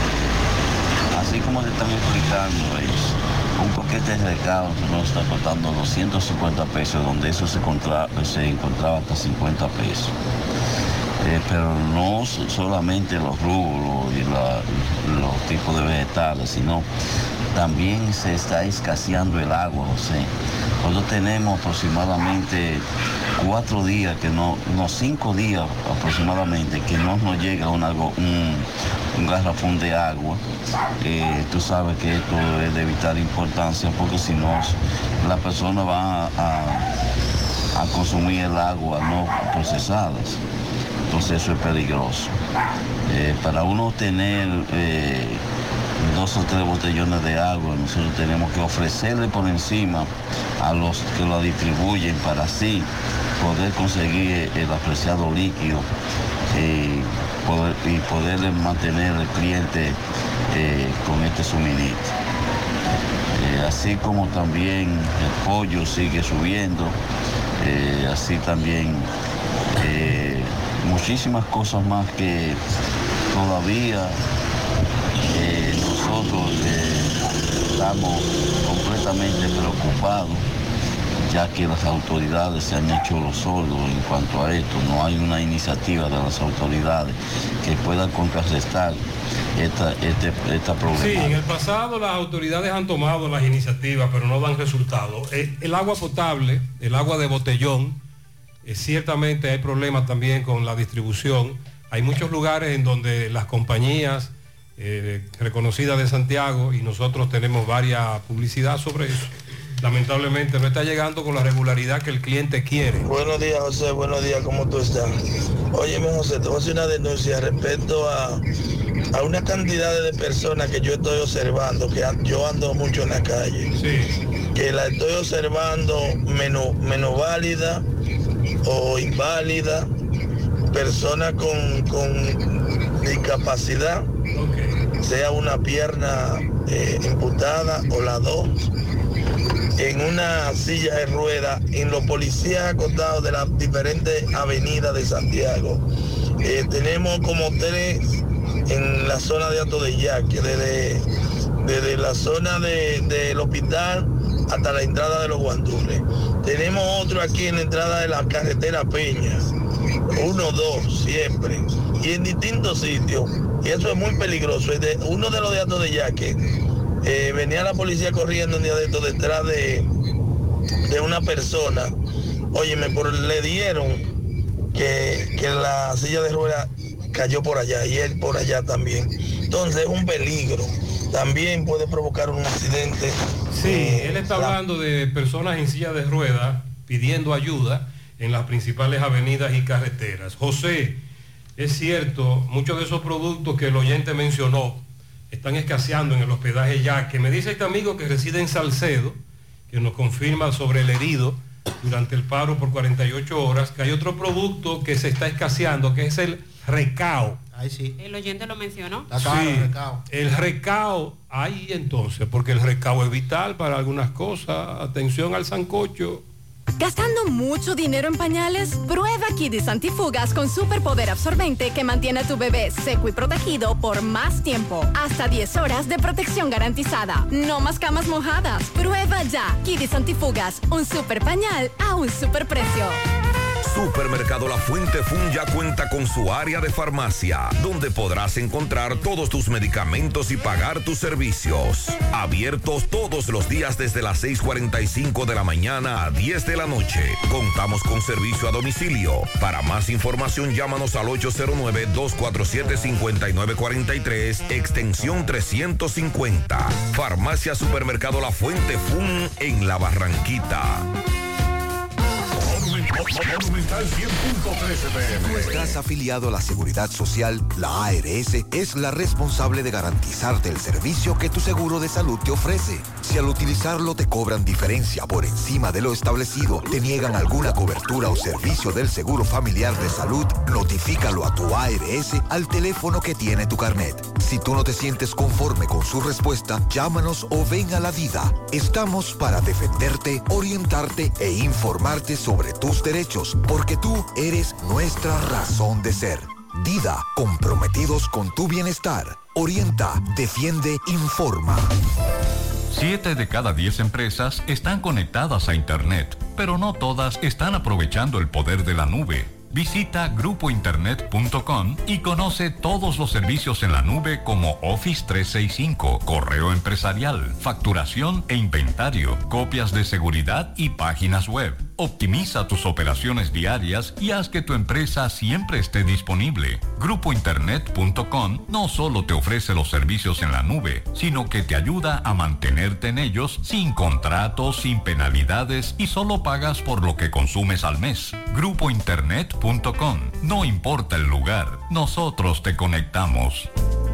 eh, así como te están explicando ellos, un paquete de recado nos está costando doscientos cincuenta pesos, donde eso se, contra, se encontraba hasta cincuenta pesos. Eh, pero no solamente los rubros y la, los tipos de vegetales, sino también se está escaseando el agua, José. Nosotros tenemos aproximadamente cuatro días, que no, no cinco días aproximadamente, que no nos llega una, un, un garrafón de agua. Eh, tú sabes que esto es de vital importancia, porque si no, las personas van a, a, a consumir el agua no procesadas. Entonces eso es peligroso. Eh, para uno tener eh, dos o tres botellones de agua, nosotros tenemos que ofrecerle por encima a los que lo distribuyen para así poder conseguir el apreciado líquido eh, poder, y poder mantener al cliente eh, con este suministro. Eh, así como también el pollo sigue subiendo, eh, así también eh, muchísimas cosas más que todavía eh, nosotros eh, estamos completamente preocupados, ya que las autoridades se han hecho los sordos en cuanto a esto. No hay una iniciativa de las autoridades que pueda contrarrestar esta, este, esta problemática. Sí, en el pasado las autoridades han tomado las iniciativas, pero no dan resultado. El, el agua potable, el agua de botellón, Eh, ciertamente hay problemas también con la distribución. Hay muchos lugares en donde las compañías eh, reconocidas de Santiago, y nosotros tenemos varias publicidad sobre eso, lamentablemente no está llegando con la regularidad que el cliente quiere. Buenos días, José, buenos días, ¿cómo tú estás? Óyeme, José, te voy a hacer una denuncia respecto a, a una cantidad de personas que yo estoy observando, que yo ando mucho en la calle, sí. que la estoy observando menos, menos válida o inválida, personas con, con discapacidad, okay. sea una pierna eh, amputada o las dos, en una silla de ruedas, en los policías acostados de las diferentes avenidas de Santiago. Eh, tenemos como tres en la zona de Alto de Yaque, desde, desde la zona de, del hospital hasta la entrada de los guandules. Tenemos otro aquí en la entrada de la carretera Peña, uno, dos, siempre, y en distintos sitios, y eso es muy peligroso. Uno de los de Alto de Yaque, eh, venía la policía corriendo un día de esto detrás de, de una persona, óyeme, por, le dieron que, que la silla de ruedas cayó por allá y él por allá también. Entonces es un peligro, también puede provocar un accidente. Sí, eh, él está la... hablando de personas en silla de ruedas pidiendo ayuda en las principales avenidas y carreteras. José, es cierto, muchos de esos productos que el oyente mencionó están escaseando en el hospedaje ya, que me dice este amigo que reside en Salcedo, que nos confirma sobre el herido durante el paro por cuarenta y ocho horas, que hay otro producto que se está escaseando, que es el recao. Ahí sí. El oyente lo mencionó. La cara, sí, el recao. El recao, ahí entonces, porque el recao es vital para algunas cosas. Atención al sancocho. ¿Gastando mucho dinero en pañales? Prueba Kidis Antifugas con superpoder absorbente que mantiene a tu bebé seco y protegido por más tiempo. Hasta diez horas de protección garantizada. No más camas mojadas. Prueba ya Kidis Antifugas, un super pañal a un super precio. Supermercado La Fuente Fun ya cuenta con su área de farmacia, donde podrás encontrar todos tus medicamentos y pagar tus servicios. Abiertos todos los días desde las seis cuarenta y cinco de la mañana a diez de la noche. Contamos con servicio a domicilio. Para más información, llámanos al ocho cero nueve, dos cuatro siete, cinco nueve cuatro tres, extensión trescientos cincuenta. Farmacia Supermercado La Fuente Fun en La Barranquita. Monumental cien punto trece P M. Si tú estás afiliado a la Seguridad Social, la A R S es la responsable de garantizarte el servicio que tu seguro de salud te ofrece. Si al utilizarlo te cobran diferencia por encima de lo establecido, te niegan alguna cobertura o servicio del Seguro Familiar de Salud, notifícalo a tu A R S al teléfono que tiene tu carnet. Si tú no te sientes conforme con su respuesta, llámanos o ven a la Dida. Estamos para defenderte, orientarte e informarte sobre tus derechos, porque tú eres nuestra razón de ser. Dida, comprometidos con tu bienestar. Orienta, defiende, informa. Siete de cada diez empresas están conectadas a Internet, pero no todas están aprovechando el poder de la nube. Visita grupo internet punto com y conoce todos los servicios en la nube como Office trescientos sesenta y cinco, correo empresarial, facturación e inventario, copias de seguridad y páginas web. Optimiza tus operaciones diarias y haz que tu empresa siempre esté disponible. grupo internet punto com no solo te ofrece los servicios en la nube, sino que te ayuda a mantenerte en ellos sin contratos, sin penalidades y solo pagas por lo que consumes al mes. grupo internet punto com. No importa el lugar, nosotros te conectamos.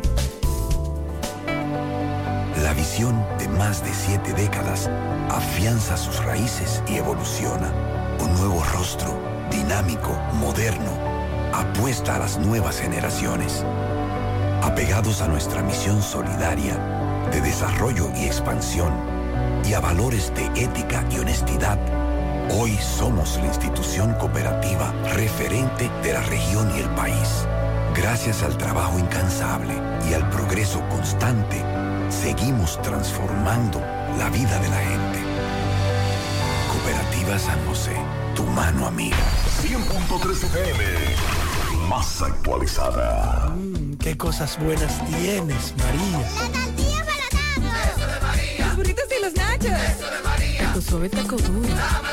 La visión de más de siete décadas afianza sus raíces y evoluciona. Un nuevo rostro, dinámico, moderno, apuesta a las nuevas generaciones. Apegados a nuestra misión solidaria de desarrollo y expansión y a valores de ética y honestidad, hoy somos la institución cooperativa referente de la región y el país. Gracias al trabajo incansable y al progreso constante, seguimos transformando la vida de la gente. Cooperativa San José, tu mano amiga. cien punto tres F M, más actualizada. Mm, qué cosas buenas tienes, María. La tortilla para tacos. Eso de María. Los burritos y los nachos. Eso de María. Tu suave taco duro. Dámelo, María.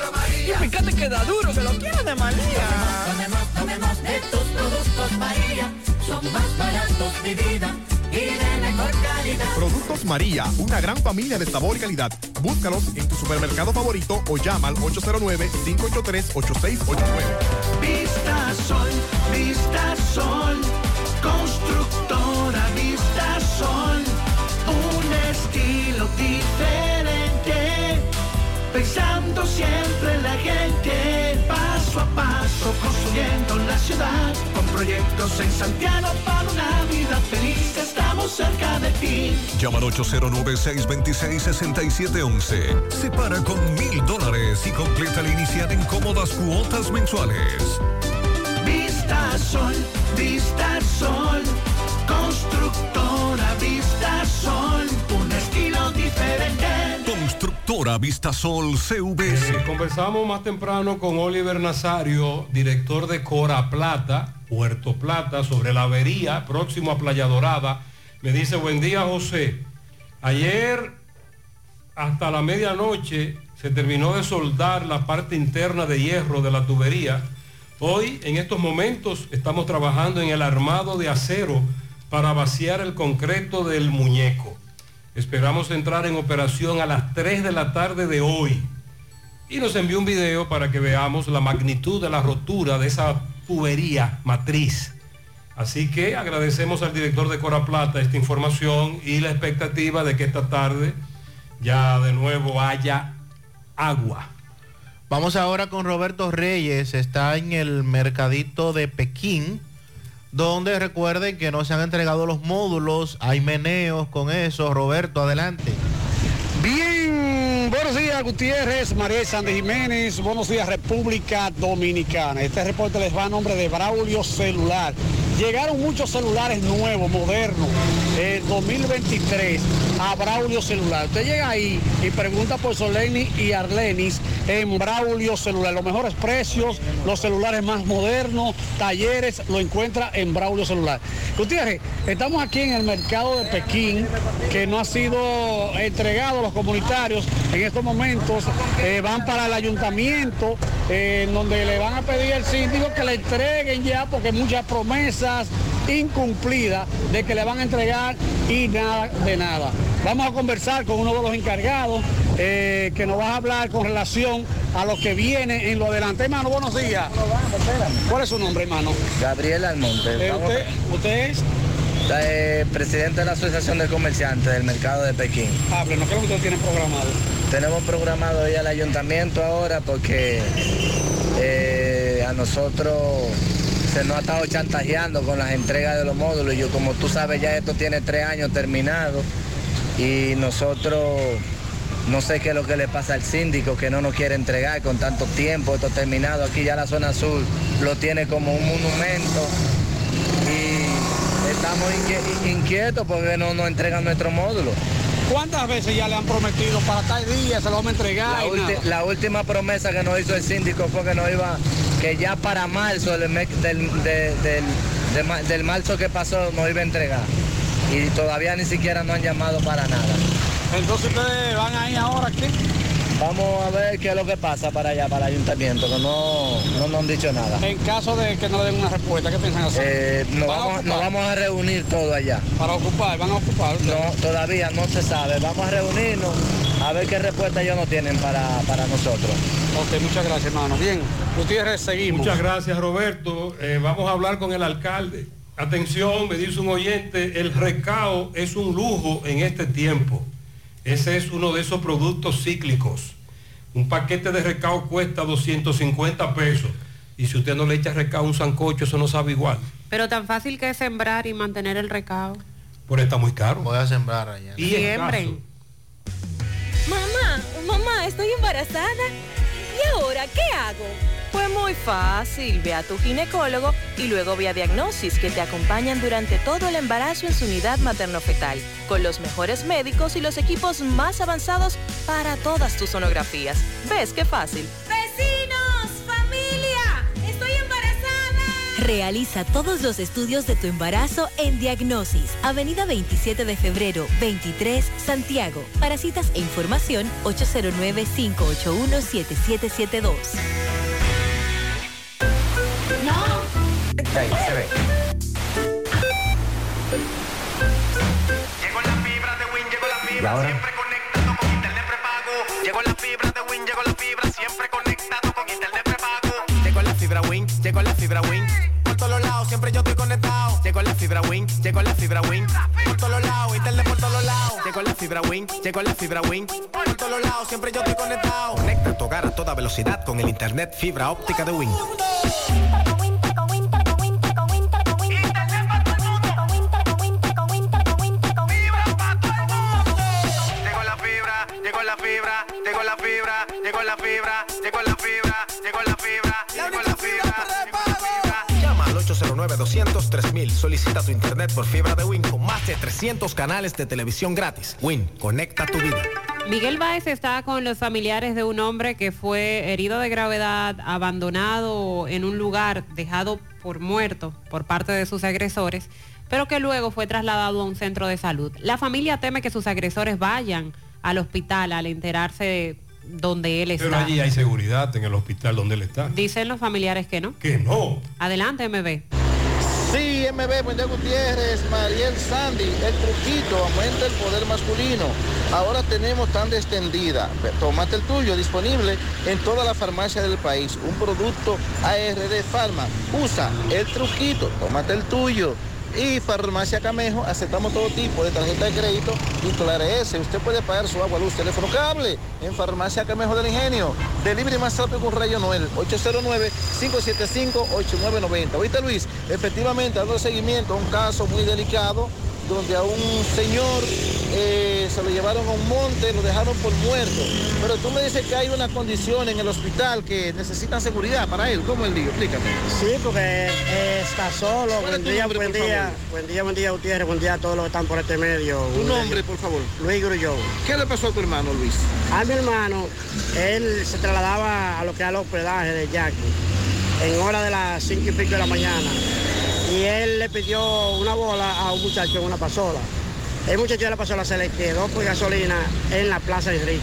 Y fíjate que da duro, que lo quiero de María. Tomemos, tomemos, tomemos de tus productos María. Son más baratos, mi vida, y de mejor calidad. Productos María, una gran familia de sabor y calidad. Búscalos en tu supermercado favorito o llama al ocho cero nueve, cinco ocho tres, ocho seis ocho nueve. Vista Sol, Vista Sol, constructora Vista Sol, un estilo diferente, pensando siempre en la gente, paso a paso construyendo la ciudad, con proyectos en Santiago para una vida feliz, estamos cerca de ti. Llama al ocho cero nueve, seis dos seis, seis siete uno uno. Separa con mil dólares y completa la inicial en cómodas cuotas mensuales. Vista Sol, Vista Sol, constructora Vista Sol, un estilo diferente. Constructora Vista Sol C V S. Eh, conversamos más temprano con Oliver Nazario, director de Cora Plata, Puerto Plata, sobre la avería próximo a Playa Dorada. Me dice, buen día, José. Ayer hasta la medianoche se terminó de soldar la parte interna de hierro de la tubería. Hoy, en estos momentos, estamos trabajando en el armado de acero para vaciar el concreto del muñeco. Esperamos entrar en operación a las tres de la tarde de hoy. Y nos envió un video para que veamos la magnitud de la rotura de esa tubería matriz. Así que agradecemos al director de Cora Plata esta información y la expectativa de que esta tarde ya de nuevo haya agua. Vamos ahora con Roberto Reyes, está en el mercadito de Pekín, donde recuerden que no se han entregado los módulos, hay meneos con eso. Roberto, adelante. Bien, buenos días Gutiérrez, María Sandy Jiménez, buenos días República Dominicana. Este reporte les va a nombre de Braulio Celular. Llegaron muchos celulares nuevos, modernos, eh, dos mil veintitrés a Braulio Celular. Usted llega ahí y pregunta por Solenis y Arlenis en Braulio Celular. Los mejores precios, los celulares más modernos, talleres, lo encuentra en Braulio Celular. Gutiérrez, estamos aquí en el mercado de Pekín, que no ha sido entregado a los comunitarios. En estos momentos eh, van para el ayuntamiento, eh, en donde le van a pedir al síndico que le entreguen ya, porque muchas promesas incumplida de que le van a entregar y nada de nada. Vamos a conversar con uno de los encargados eh, que nos va a hablar con relación a lo que viene en lo adelante. Hermano, buenos días. ¿Cuál es su nombre, hermano? Gabriel Almonte. Eh, usted, ¿Usted es? Eh, presidente de la Asociación de Comerciantes del Mercado de Pekín. Háblenos, ¿qué es lo que usted tiene programado? Tenemos programado ir al ayuntamiento ahora porque eh, a nosotros se nos ha estado chantajeando con las entregas de los módulos. Yo, como tú sabes, ya esto tiene tres años terminado y nosotros no sé qué es lo que le pasa al síndico, que no nos quiere entregar con tanto tiempo esto terminado. Aquí ya la zona sur lo tiene como un monumento y estamos inqui- inquietos porque no nos entregan nuestro módulo. ¿Cuántas veces ya le han prometido para tal día se lo vamos a entregar? La, y ulti- nada? la última promesa que nos hizo el síndico fue que nos iba, que ya para marzo del, mes- del, de- del, de ma- del marzo que pasó nos iba a entregar. Y todavía ni siquiera nos han llamado para nada. Entonces ustedes van ahí ahora aquí. Vamos a ver qué es lo que pasa para allá, para el ayuntamiento, que no, no nos han dicho nada. En caso de que no le den una respuesta, ¿qué piensan hacer? Eh, nos, ¿Van a vamos, ocupar? nos vamos a reunir todo allá. Para ocupar, van a ocupar. No, todavía no se sabe. Vamos a reunirnos a ver qué respuesta ellos nos tienen para, para nosotros. Ok, muchas gracias, hermano. Bien, Gutiérrez, seguimos. Muchas gracias, Roberto. Eh, vamos a hablar con el alcalde. Atención, me dice un oyente, el recao es un lujo en este tiempo. Ese es uno de esos productos cíclicos. Un paquete de recao cuesta doscientos cincuenta pesos. Y si usted no le echa recao a un sancocho, eso no sabe igual. Pero tan fácil que es sembrar y mantener el recao. Por está muy caro. Voy a sembrar allá. Y Siembren. Mamá, mamá, estoy embarazada. ¿Y ahora qué hago? Pues muy fácil, ve a tu ginecólogo y luego ve a Diagnosis, que te acompañan durante todo el embarazo en su unidad materno-fetal, con los mejores médicos y los equipos más avanzados para todas tus sonografías. ¿Ves qué fácil? ¡Vecinos! ¡Familia! ¡Estoy embarazada! Realiza todos los estudios de tu embarazo en Diagnosis, Avenida veintisiete de febrero, veintitrés, Santiago. Para citas e información, ocho cero nueve, cinco ocho uno, siete siete siete dos. Ahí se ve. Llegó la fibra de Win, llegó la fibra, siempre conectado con internet prepago. Llegó la fibra de Win, llegó la fibra, siempre conectado con internet prepago. Llegó la fibra Win, llegó la fibra Win. Por todos lados, siempre yo estoy conectado. Llegó la fibra Win, llegó la fibra Win. Por todos lados, internet por todos lados. Llegó la fibra Win, llegó la fibra Win. Por todos lados, siempre yo estoy conectado. Conecta tu hogar a toda velocidad con el internet fibra óptica de Win. Llegó la fibra, llegó la fibra, llegó la fibra, llegó la fibra, llegó la fibra, llegó la fibra. Llama al ocho cero nueve, dos cero tres mil. Solicita tu internet por fibra de Win con más de trescientos canales de televisión gratis. Win, conecta tu vida. Miguel Báez está con los familiares de un hombre que fue herido de gravedad, abandonado en un lugar, dejado por muerto por parte de sus agresores, pero que luego fue trasladado a un centro de salud. La familia teme que sus agresores vayan al hospital al enterarse de donde él está. Pero allí hay seguridad en el hospital donde él está. Dicen los familiares que no. Que no. Adelante, M B. Sí, M B, buen día Gutiérrez, Mariel Sandy, el truquito, aumenta el poder masculino. Ahora tenemos tan extendida. Tómate el tuyo, disponible en toda la farmacia del país. Un producto A R D Pharma. Usa el truquito, tómate el tuyo. Y Farmacia Camejo, aceptamos todo tipo de tarjeta de crédito y Clares. Usted puede pagar su agua, luz, teléfono, cable en Farmacia Camejo del Ingenio. Delivery más rápido con Rayo Noel, ocho cero nueve, cinco siete cinco, ocho nueve nueve cero. ¿Oíste, Luis? Efectivamente, dando seguimiento a un caso muy delicado donde a un señor eh, se lo llevaron a un monte, lo dejaron por muerto. Pero tú me dices que hay una condición en el hospital que necesitan seguridad para él. ¿Cómo es el lío? Explícame. Sí, porque eh, está solo. Buen día, nombre, buen día. Buen día, buen día, Gutiérrez. Buen día a todos los que están por este medio. ¿Tu nombre, por favor? Luis Grullón. ¿Qué le pasó a tu hermano, Luis? A mi hermano, él se trasladaba a lo que era el hospedaje de Jackie en hora de las cinco y pico de la mañana. Y él le pidió una bola a un muchacho en una pasola. El muchacho de la pasola se le quedó por gasolina en la Plaza Enrique,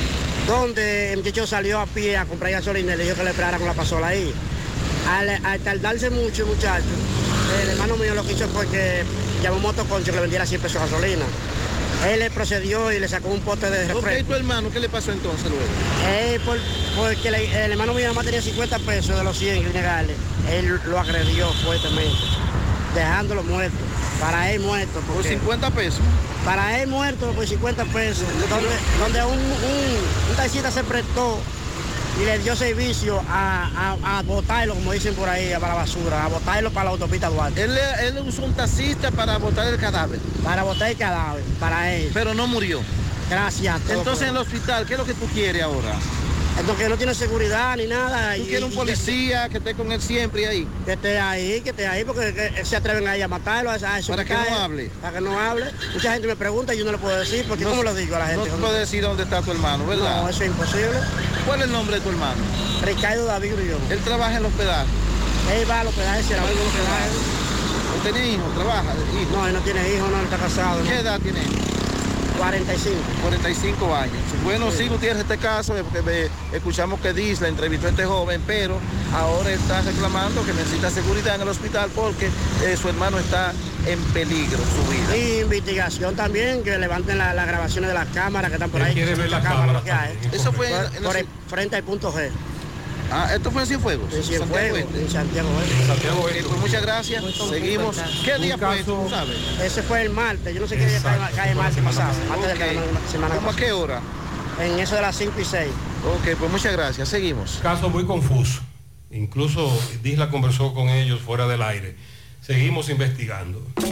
donde el muchacho salió a pie a comprar gasolina y le dijo que le esperara con la pasola ahí. Al, al tardarse mucho el muchacho, el hermano mío lo que hizo fue que llamó a un motoconcho que le vendiera cien pesos de gasolina. Él le procedió y le sacó un pote de refresco. ¿Y tu hermano qué le pasó entonces luego? Eh, por, porque le, el hermano mío nada más tenía cincuenta pesos de los cien legales. Él lo agredió fuertemente, dejándolo muerto. Para él muerto. ¿Por cincuenta pesos? Para él muerto por cincuenta pesos. Donde, donde un, un, un taxista se prestó y le dio servicio a, a, a botarlo, como dicen por ahí, para la basura, a botarlo para la autopista Duarte. Él, él usó un taxista para botar el cadáver. Para botar el cadáver, para él. Pero no murió. Gracias. Entonces en el hospital, ¿qué es lo que tú quieres ahora? Entonces no tiene seguridad ni nada. ¿Tú y, quieres un policía y, que esté con él siempre ahí? Que esté ahí, que esté ahí, porque que, que se atreven ahí a matarlo, a, a Para que no hable. Para que no hable. Mucha gente me pregunta y yo no le puedo decir, porque no, ¿cómo lo digo a la gente? No puedo decir dónde está tu hermano, ¿verdad? No, eso es imposible. ¿Cuál es el nombre de tu hermano? Ricardo David Grullón. ¿Él trabaja en el hospedaje? Él va al hospedaje, será un hospedaje. ¿No tiene hijos? ¿Trabaja? ¿Hijo? No, él no tiene hijos, no, él está casado. ¿Qué ¿no? edad tiene? cuarenta y cinco. cuarenta y cinco años. Bueno, sí, Gutiérrez, este caso, porque escuchamos que Disla entrevistó a este joven, pero ahora está reclamando que necesita seguridad en el hospital porque eh, su hermano está en peligro, su vida. Y investigación también, que levanten las la grabaciones de las cámaras que están por ahí. ¿Quiere ver las cámaras? cámaras? Eso fue por, en, en por los... el, frente al punto G. Ah, ¿esto fue en Cienfuegos? En Cienfuegos, en Santiago Oeste. En Santiago Oeste. Okay, pues muchas gracias. Seguimos. ¿Qué día fue eso, tú sabes? Ese fue el martes. Yo no sé qué día cae, cae el martes pasado. Antes okay. de la semana ¿Cómo a qué hora? En eso de las cinco y seis. Ok, pues muchas gracias. Seguimos. Caso muy confuso. Incluso Disla conversó con ellos fuera del aire. Seguimos investigando. Aunque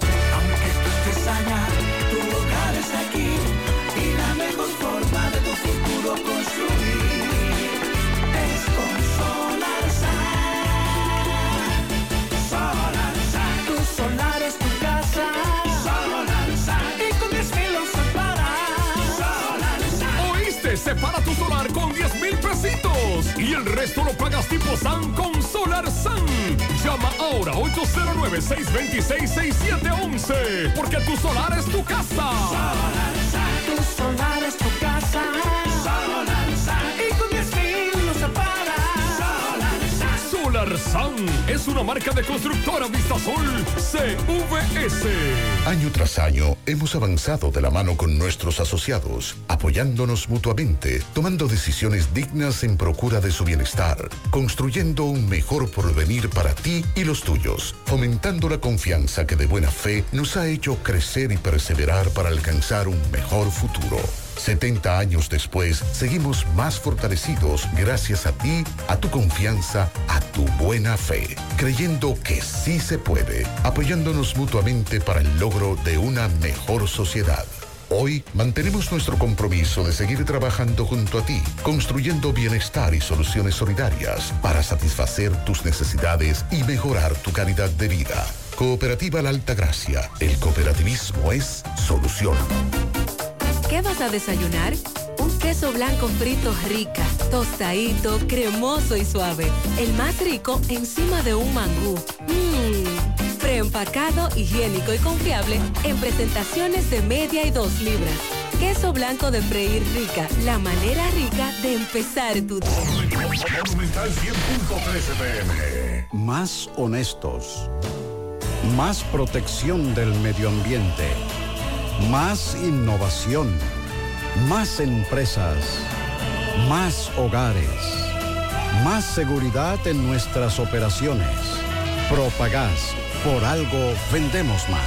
tú estés allá, tu hogar está aquí y la mejor forma de tu futuro construir es con Solarzán. Solarzán. Tu solar es tu casa. Solarzán. Y con diez mil usos para. Solarzán. ¿Oíste? Este separa tu solar con diez mil pesitos y el resto lo pagas tipo S A N con Solar S A N. Llama ahora ocho cero nueve, seis dos seis, seis siete uno uno porque tu solar es tu casa. Solar S A N. Tu solar es tu casa. Solar S A N. Y con diez mil no se para. Solar S A N. Solar S A N es una marca de constructora Vistasol C V S. Año tras año hemos avanzado de la mano con nuestros asociados, apoyándonos mutuamente, tomando decisiones dignas en procura de su bienestar, construyendo un mejor porvenir para ti y los tuyos, fomentando la confianza que de buena fe nos ha hecho crecer y perseverar para alcanzar un mejor futuro. setenta años después, seguimos más fortalecidos gracias a ti, a tu confianza, a tu buena fe, creyendo que sí se puede, apoyándonos mutuamente para el logro de una mejor sociedad. Hoy mantenemos nuestro compromiso de seguir trabajando junto a ti, construyendo bienestar y soluciones solidarias para satisfacer tus necesidades y mejorar tu calidad de vida. Cooperativa La Altagracia. El cooperativismo es solución. ¿Qué vas a desayunar? Un queso blanco frito rica, tostadito, cremoso y suave. El más rico encima de un mangú. Mmm, preempacado, higiénico y confiable en presentaciones de media y dos libras. Queso blanco de freír rica, la manera rica de empezar tu día. Monumental cien punto tres F M. Más honestos. Más protección del medio ambiente. Más innovación, más empresas, más hogares, más seguridad en nuestras operaciones. Propagás, por algo vendemos más.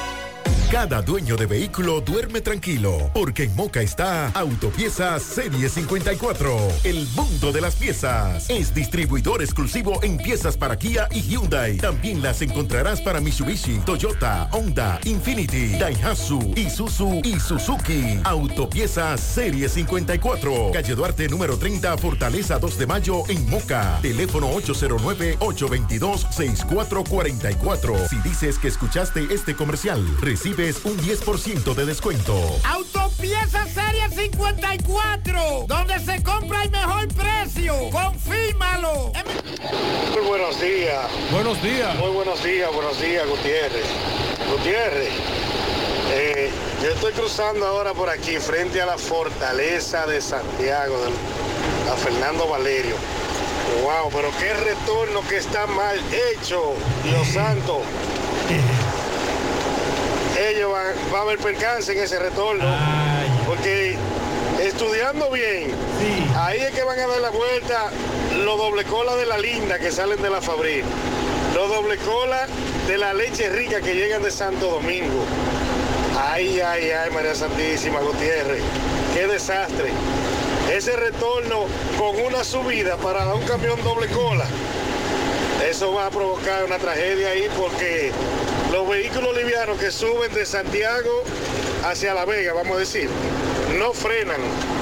Cada dueño de vehículo duerme tranquilo, porque en Moca está Autopiezas Serie cincuenta y cuatro, el mundo de las piezas. Es distribuidor exclusivo en piezas para Kia y Hyundai. También las encontrarás para Mitsubishi, Toyota, Honda, Infiniti, Daihatsu, Isuzu y Suzuki. Autopiezas Serie cincuenta y cuatro, calle Duarte número treinta, Fortaleza dos de Mayo en Moca. Teléfono ocho cero nueve, ocho dos dos, seis cuatro cuatro cuatro. Si dices que escuchaste este comercial, recibe un diez por ciento de descuento. Autopiezas Serie cincuenta y cuatro, donde se compra el mejor precio. Confírmalo. Muy buenos días. Buenos días. Muy buenos días, buenos días, Gutiérrez. Gutiérrez, eh, yo estoy cruzando ahora por aquí, frente a la Fortaleza de Santiago, de, a Fernando Valerio. Wow, pero qué retorno que está mal hecho, Dios santo. Ellos van, va a haber percance en ese retorno. Ay. Porque estudiando bien, sí. Ahí es que van a dar la vuelta los doble cola de la Linda que salen de la Fabril, los doble cola de la Leche Rica que llegan de Santo Domingo. Ay, ay, ay, María Santísima, Gutiérrez, qué desastre. Ese retorno con una subida para un camión doble cola, eso va a provocar una tragedia ahí, porque los vehículos livianos que suben de Santiago hacia La Vega, vamos a decir, no frenan.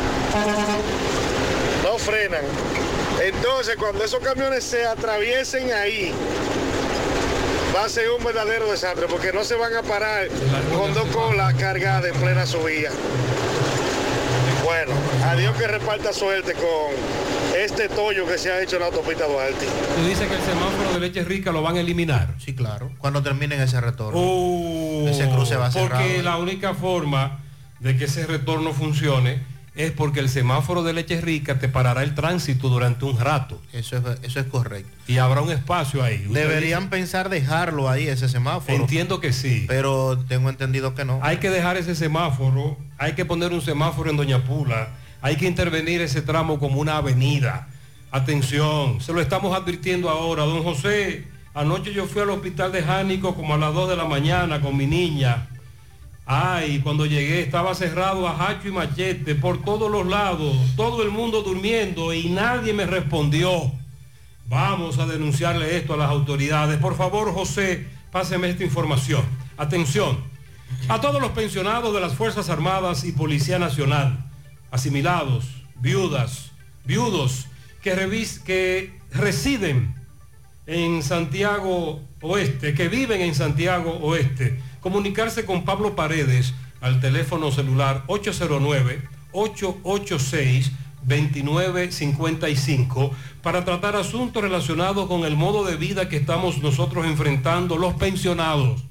No frenan. Entonces, cuando esos camiones se atraviesen ahí, va a ser un verdadero desastre, porque no se van a parar con dos colas cargadas en plena subida. Bueno, a Dios que reparta suerte con este tollo que se ha hecho en la autopista Duarte. Tú dices que el semáforo de Leche Rica lo van a eliminar. Sí, claro. Cuando terminen ese retorno. Oh, ese cruce va a ser Porque cerrado. La única forma de que ese retorno funcione es porque el semáforo de Leche Rica te parará el tránsito durante un rato. Eso es, eso es correcto. Y habrá un espacio ahí. Deberían dice, pensar dejarlo ahí, ese semáforo. Entiendo que sí. Pero tengo entendido que no. Hay que dejar ese semáforo, hay que poner un semáforo en Doña Pula, hay que intervenir ese tramo como una avenida. Atención, se lo estamos advirtiendo ahora, don José. Anoche yo fui al hospital de Jánico como a las dos de la mañana con mi niña. Ay, cuando llegué estaba cerrado a hacho y machete por todos los lados, todo el mundo durmiendo y nadie me respondió. Vamos a denunciarle esto a las autoridades. Por favor, José, páseme esta información. Atención, a todos los pensionados de las Fuerzas Armadas y Policía Nacional, asimilados, viudas, viudos, que, revis, que residen en Santiago Oeste, que viven en Santiago Oeste, comunicarse con Pablo Paredes al teléfono celular ocho cero nueve, ocho ocho seis, dos nueve cinco cinco para tratar asuntos relacionados con el modo de vida que estamos nosotros enfrentando los pensionados.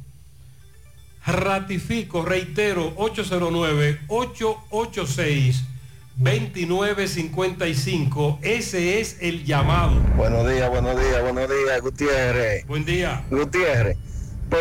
Ratifico, reitero, ocho cero nueve, ocho ocho seis, dos nueve cinco cinco. Ese es el llamado. Buenos días, buenos días, buenos días, Gutiérrez. Buen día. Gutiérrez, pero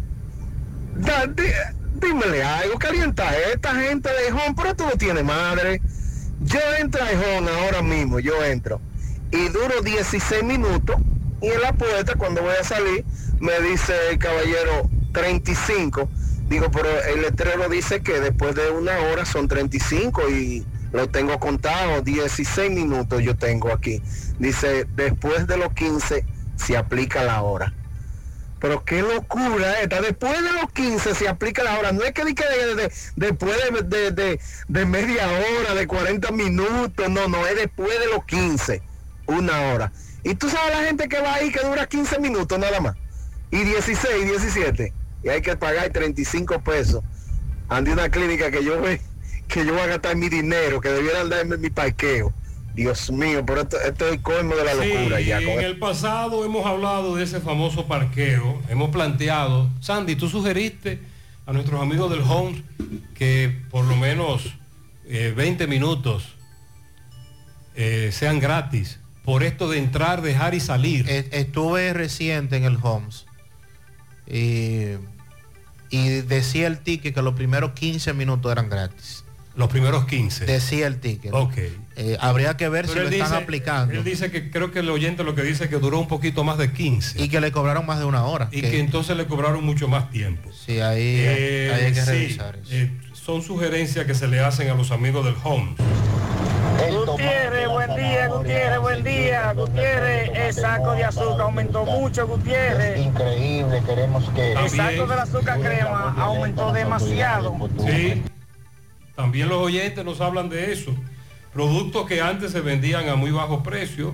da, di, dímele algo, calienta a esta gente de Home, pero tú no tienes madre. Yo entro a Home ahora mismo, yo entro y duro dieciséis minutos y en la puerta cuando voy a salir me dice el caballero treinta y cinco. Digo, pero el letrero dice que después de una hora son treinta y cinco y lo tengo contado, dieciséis minutos yo tengo aquí. Dice, después de los quince se aplica la hora. Pero qué locura esta, después de los quince se aplica la hora, no es que, de, de, de, después de, de, de, de media hora, de cuarenta minutos, no, no, es después de los quince, una hora. Y tú sabes la gente que va ahí que dura quince minutos nada más, y dieciséis, diecisiete, y hay que pagar treinta y cinco pesos. Ande una clínica que yo ve, que yo voy a gastar mi dinero, que debieran darme mi parqueo. Dios mío, pero esto, esto es el colmo de la locura. Sí, ya. En el pasado hemos hablado de ese famoso parqueo, hemos planteado. Sandy, tú sugeriste a nuestros amigos del Home que por lo menos eh, veinte minutos eh, sean gratis, por esto de entrar, dejar y salir. Estuve reciente en el Homes y, y decía el ticket que los primeros quince minutos eran gratis. Los primeros quince. Decía el ticket. Ok. Eh, habría que ver Pero si lo dice, están aplicando. Él dice que creo que el oyente lo que dice es que duró un poquito más de quince. Y que le cobraron más de una hora. Y que, que entonces le cobraron mucho más tiempo. Sí, ahí, eh, ahí hay que sí, revisar eso. Eh, son sugerencias que se le hacen a los amigos del Home. Gutiérrez, buen día, Gutiérrez, buen día, Gutiérrez, el saco de azúcar aumentó mucho, Gutiérrez. Increíble, queremos que... El saco del azúcar crema aumentó demasiado. Sí, también los oyentes nos hablan de eso. Productos que antes se vendían a muy bajo precio,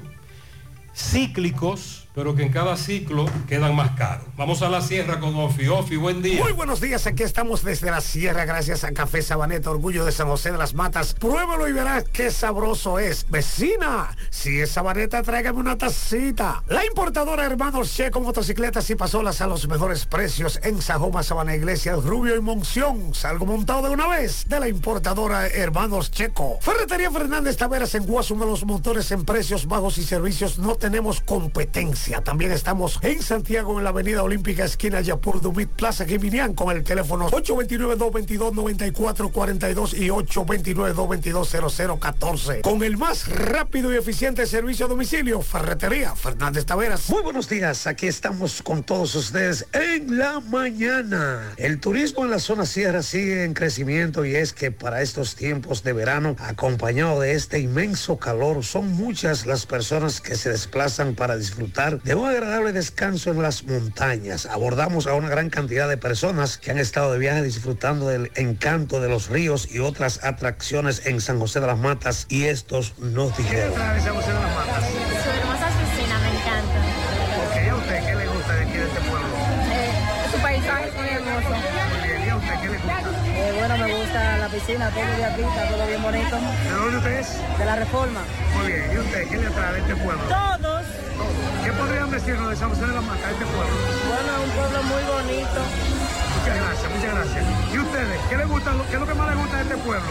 cíclicos, pero que en cada ciclo quedan más caros. Vamos a la sierra con Ofi. Ofi, buen día. Muy buenos días, aquí estamos desde la sierra gracias a Café Sabaneta, orgullo de San José de las Matas. Pruébalo y verás qué sabroso es. Vecina, si es Sabaneta, tráigame una tacita. La importadora Hermanos Checo Motocicletas y Pasolas a los mejores precios en Sajoma, Sabana Iglesia, Rubio y Monción. Salgo montado de una vez de la importadora Hermanos Checo. Ferretería Fernández Taveras en Guasuma, los motores en precios bajos y servicios, no tenemos competencia. También estamos en Santiago, en la avenida Olímpica, esquina Yapur Dumit, Plaza Jiminián, con el teléfono ocho dos nueve, dos dos dos, nueve cuatro cuatro dos y ocho dos nueve, dos dos dos, cero cero uno cuatro. Con el más rápido y eficiente servicio a domicilio, Ferretería Fernández Taveras. Muy buenos días, aquí estamos con todos ustedes en la mañana. El turismo en la zona sierra sigue en crecimiento y es que para estos tiempos de verano, acompañado de este inmenso calor, son muchas las personas que se desplazan para disfrutar de un agradable descanso en las montañas. Abordamos a una gran cantidad de personas que han estado de viaje disfrutando del encanto de los ríos y otras atracciones en San José de las Matas, y estos nos dijeron. ¿Qué trae San José de las Matas? Su hermosa piscina, me encanta. Ok, ¿a usted qué le gusta de aquí de este pueblo? Eh, su paisaje es muy hermoso. Muy bien, ¿y a usted qué le gusta? Eh, bueno, me gusta la piscina, todo de aquí, está todo bien bonito. ¿De dónde usted es? De la Reforma. Muy bien, ¿y usted qué le atrae de este pueblo? Todos. ¿Qué podrían decirnos de San José de la Mata, este pueblo? Bueno, es un pueblo muy bonito. Muchas gracias, muchas gracias. ¿Y ustedes? ¿Qué les gusta, qué es lo que más les gusta de este pueblo?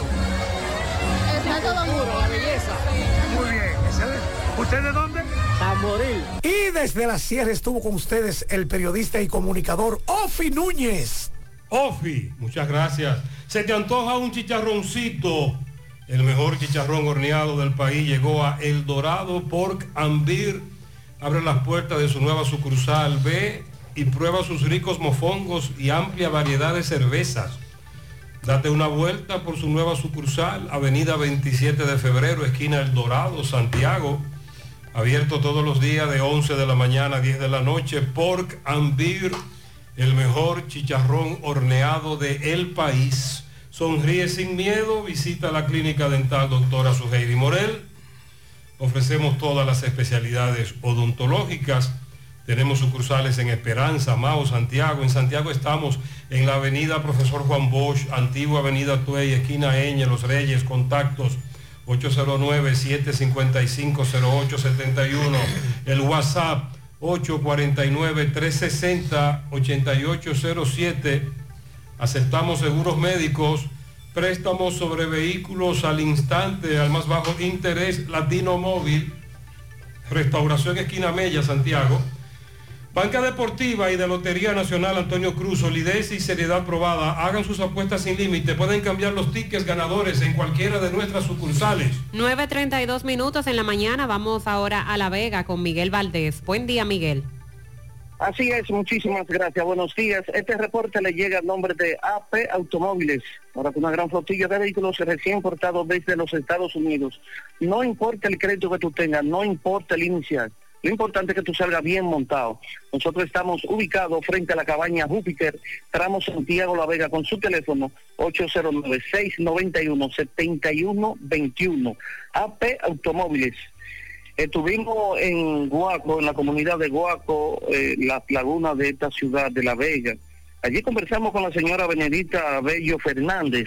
Está todo duro, la belleza. Muy bien, excelente. ¿Usted de dónde? Tamboril. Y desde la sierra estuvo con ustedes el periodista y comunicador Ofi Núñez. Ofi, muchas gracias. ¿Se te antoja un chicharroncito? El mejor chicharrón horneado del país llegó a El Dorado Pork and Beer. Abre las puertas de su nueva sucursal. Ve y prueba sus ricos mofongos y amplia variedad de cervezas. Date una vuelta por su nueva sucursal, avenida veintisiete de febrero, esquina El Dorado, Santiago. Abierto todos los días de once de la mañana a diez de la noche. Pork and Beer, el mejor chicharrón horneado de el país. Sonríe sin miedo, visita la clínica dental doctora Suheiri Morel. Ofrecemos todas las especialidades odontológicas. Tenemos sucursales en Esperanza, Mao, Santiago. En Santiago estamos en la avenida Profesor Juan Bosch, antigua avenida Tuey, esquina Eñe, Los Reyes. Contactos ocho cero nueve, siete cinco cinco, cero ocho siete uno. El WhatsApp ocho cuatro nueve, tres seis cero, ocho ocho cero siete. Aceptamos seguros médicos, préstamos sobre vehículos al instante, al más bajo interés. Latino Móvil, Restauración Esquina Mella, Santiago. Banca Deportiva y de Lotería Nacional Antonio Cruz, solidez y seriedad probada. Hagan sus apuestas sin límite. Pueden cambiar los tickets ganadores en cualquiera de nuestras sucursales. nueve treinta y dos minutos en la mañana. Vamos ahora a La Vega con Miguel Valdés. Buen día, Miguel. Así es, muchísimas gracias. Buenos días. Este reporte le llega a nombre de A P Automóviles. Ahora con una gran flotilla de vehículos recién importados desde los Estados Unidos. No importa el crédito que tú tengas, no importa el inicial. Lo importante es que tú salgas bien montado. Nosotros estamos ubicados frente a la cabaña Júpiter, tramo Santiago La Vega, con su teléfono ocho cero nueve, seis nueve uno, siete uno dos uno. A P Automóviles. Estuvimos en Guaco, en la comunidad de Guaco, eh, las lagunas de esta ciudad de La Vega. Allí conversamos con la señora Benedita Bello Fernández,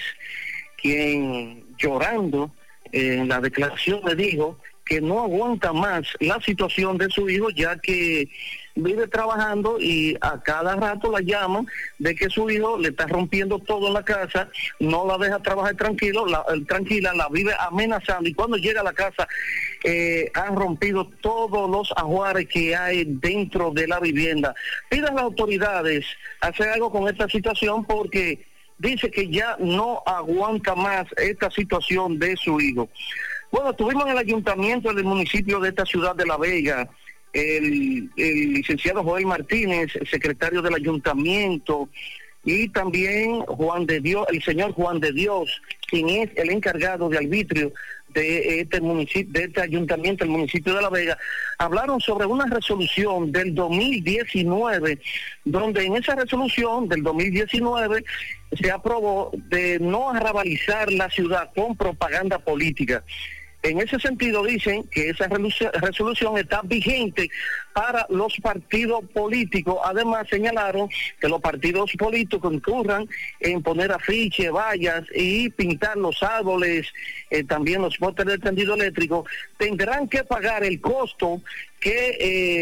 quien llorando eh, en la declaración me dijo que no aguanta más la situación de su hijo, ya que vive trabajando y a cada rato la llaman de que su hijo le está rompiendo todo en la casa, no la deja trabajar tranquilo, la, tranquila, la vive amenazando, y cuando llega a la casa eh, han rompido todos los ajuares que hay dentro de la vivienda. Pide a las autoridades hacer algo con esta situación porque dice que ya no aguanta más esta situación de su hijo. Bueno, estuvimos en el ayuntamiento del municipio de esta ciudad de La Vega. El, el licenciado Joel Martínez, secretario del ayuntamiento, y también Juan de Dios, el señor Juan de Dios, quien es el encargado de arbitrio de este municipio, de este ayuntamiento, el municipio de La Vega, hablaron sobre una resolución del dos mil diecinueve, donde en esa resolución del dos mil diecinueve se aprobó de no arrabalizar la ciudad con propaganda política. En ese sentido dicen que esa resolución está vigente para los partidos políticos. Además señalaron que los partidos políticos incurran en poner afiches, vallas y pintar los árboles, eh, también los postes de tendido eléctrico, tendrán que pagar el costo que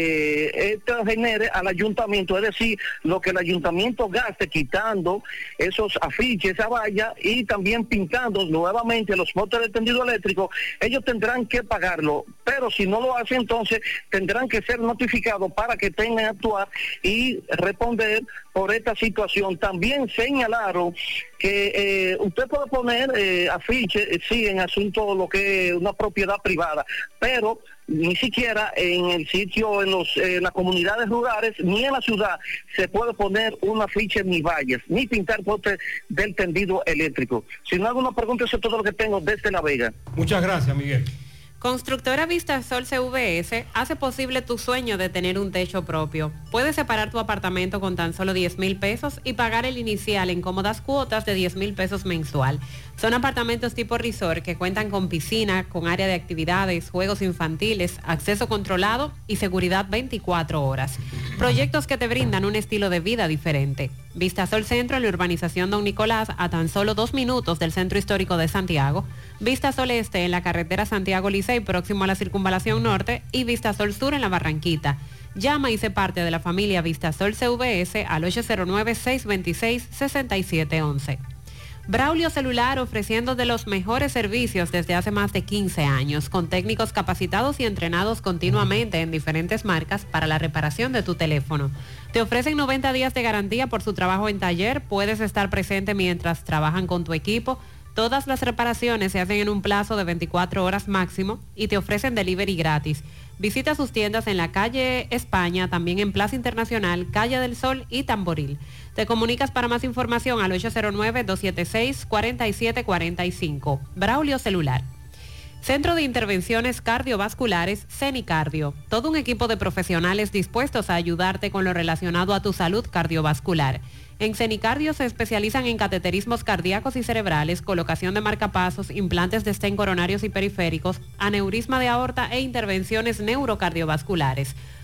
eh, esto genere al ayuntamiento, es decir, lo que el ayuntamiento gaste quitando esos afiches, esa valla, y también pintando nuevamente los postes de tendido eléctrico. Ellos tendrán que pagarlo, pero si no lo hacen, entonces tendrán que ser notificados para que tengan que actuar y responder por esta situación. También señalaron que eh, usted puede poner eh, afiches, eh, sí, en asunto lo que es una propiedad privada, pero ni siquiera en el sitio, en los en las comunidades rurales, ni en la ciudad, se puede poner una afiche ni vallas, ni pintar postes del tendido eléctrico. Si no hago una pregunta, eso es todo lo que tengo desde La Vega. Muchas gracias, Miguel. Constructora Vistasol C V S hace posible tu sueño de tener un techo propio. Puedes separar tu apartamento con tan solo diez mil pesos y pagar el inicial en cómodas cuotas de diez mil pesos mensual. Son apartamentos tipo resort que cuentan con piscina, con área de actividades, juegos infantiles, acceso controlado y seguridad veinticuatro horas. Proyectos que te brindan un estilo de vida diferente. Vistasol Centro en la urbanización Don Nicolás, a tan solo dos minutos del Centro Histórico de Santiago. Vistasol Este en la carretera Santiago Licey, próximo a la Circunvalación Norte, y Vistasol Sur en la Barranquita. Llama y sé parte de la familia Vistasol C V S al ocho cero nueve, seis dos seis, seis siete uno uno. Braulio Celular, ofreciendo de los mejores servicios desde hace más de quince años, con técnicos capacitados y entrenados continuamente en diferentes marcas para la reparación de tu teléfono. Te ofrecen noventa días de garantía por su trabajo en taller, puedes estar presente mientras trabajan con tu equipo. Todas las reparaciones se hacen en un plazo de veinticuatro horas máximo y te ofrecen delivery gratis. Visita sus tiendas en la calle España, también en Plaza Internacional, Calle del Sol y Tamboril. Te comunicas para más información al ocho cero nueve, dos siete seis, cuatro siete cuatro cinco. Braulio Celular. Centro de Intervenciones Cardiovasculares, CENICardio. Todo un equipo de profesionales dispuestos a ayudarte con lo relacionado a tu salud cardiovascular. En CENICardio se especializan en cateterismos cardíacos y cerebrales, colocación de marcapasos, implantes de stent coronarios y periféricos, aneurisma de aorta e intervenciones neurocardiovasculares.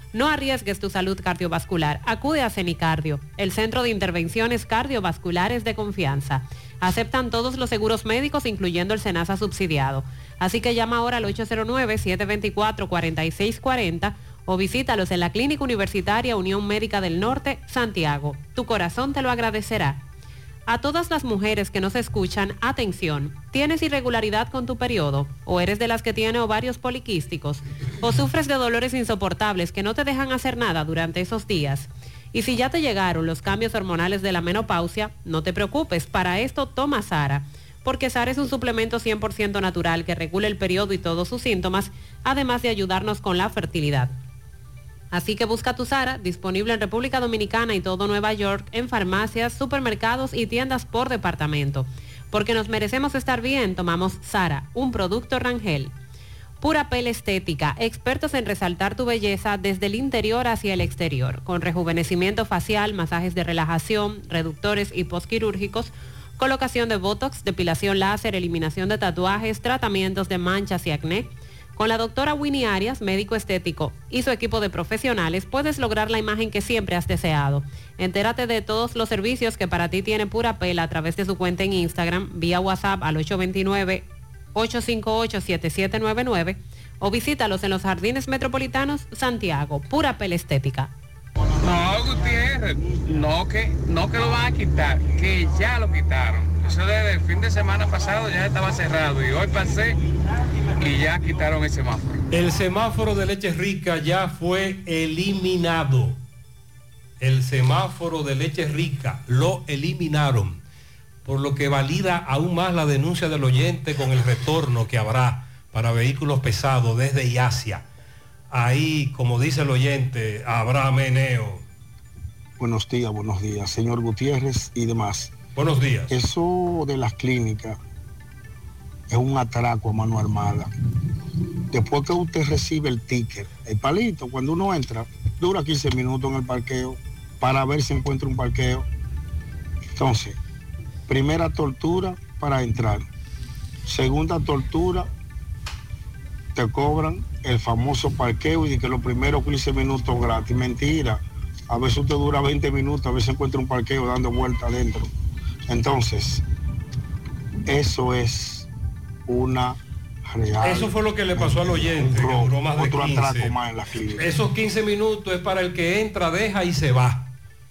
No arriesgues tu salud cardiovascular. Acude a CENICardio, el centro de intervenciones cardiovasculares de confianza. Aceptan todos los seguros médicos, incluyendo el SENASA subsidiado. Así que llama ahora al ocho cero nueve, siete dos cuatro, cuatro seis cuatro cero o visítalos en la Clínica Universitaria Unión Médica del Norte, Santiago. Tu corazón te lo agradecerá. A todas las mujeres que nos escuchan, atención, ¿tienes irregularidad con tu periodo? ¿O eres de las que tiene ovarios poliquísticos? ¿O sufres de dolores insoportables que no te dejan hacer nada durante esos días? Y si ya te llegaron los cambios hormonales de la menopausia, no te preocupes, para esto toma Sara, porque Sara es un suplemento cien por ciento natural que regula el periodo y todos sus síntomas, además de ayudarnos con la fertilidad. Así que busca tu Sara, disponible en República Dominicana y todo Nueva York, en farmacias, supermercados y tiendas por departamento. Porque nos merecemos estar bien, tomamos Sara, un producto Rangel. Pura Pel Estética, expertos en resaltar tu belleza desde el interior hacia el exterior, con rejuvenecimiento facial, masajes de relajación, reductores y postquirúrgicos, colocación de botox, depilación láser, eliminación de tatuajes, tratamientos de manchas y acné. Con la doctora Winnie Arias, médico estético, y su equipo de profesionales, puedes lograr la imagen que siempre has deseado. Entérate de todos los servicios que para ti tiene Pura Pel a través de su cuenta en Instagram, vía WhatsApp al ocho dos nueve, ocho cinco ocho, siete siete nueve nueve o visítalos en los Jardines Metropolitanos, Santiago. Pura Pel Estética. No, Gutiérrez, no que, no que lo van a quitar, que ya lo quitaron. Eso desde el fin de semana pasado ya estaba cerrado y hoy pasé y ya quitaron el semáforo. El semáforo de Leche Rica ya fue eliminado. El semáforo de Leche Rica lo eliminaron, por lo que valida aún más la denuncia del oyente con el retorno que habrá para vehículos pesados desde y hacia. Ahí, como dice el oyente, habrá meneo. Buenos días, buenos días, señor Gutiérrez y demás. Buenos días. Eso de las clínicas es un atraco a mano armada. Después que usted recibe el ticket, el palito, cuando uno entra, dura quince minutos en el parqueo para ver si encuentra un parqueo. Entonces, primera tortura para entrar. Segunda tortura, te cobran el famoso parqueo y de que los primeros quince minutos gratis. Mentira. A veces usted dura veinte minutos, a veces encuentra un parqueo dando vuelta adentro. Entonces, eso es una real. Eso fue lo que le pasó al oyente, que duró más de quince. Más en la clínica. Esos quince minutos es para el que entra, deja y se va.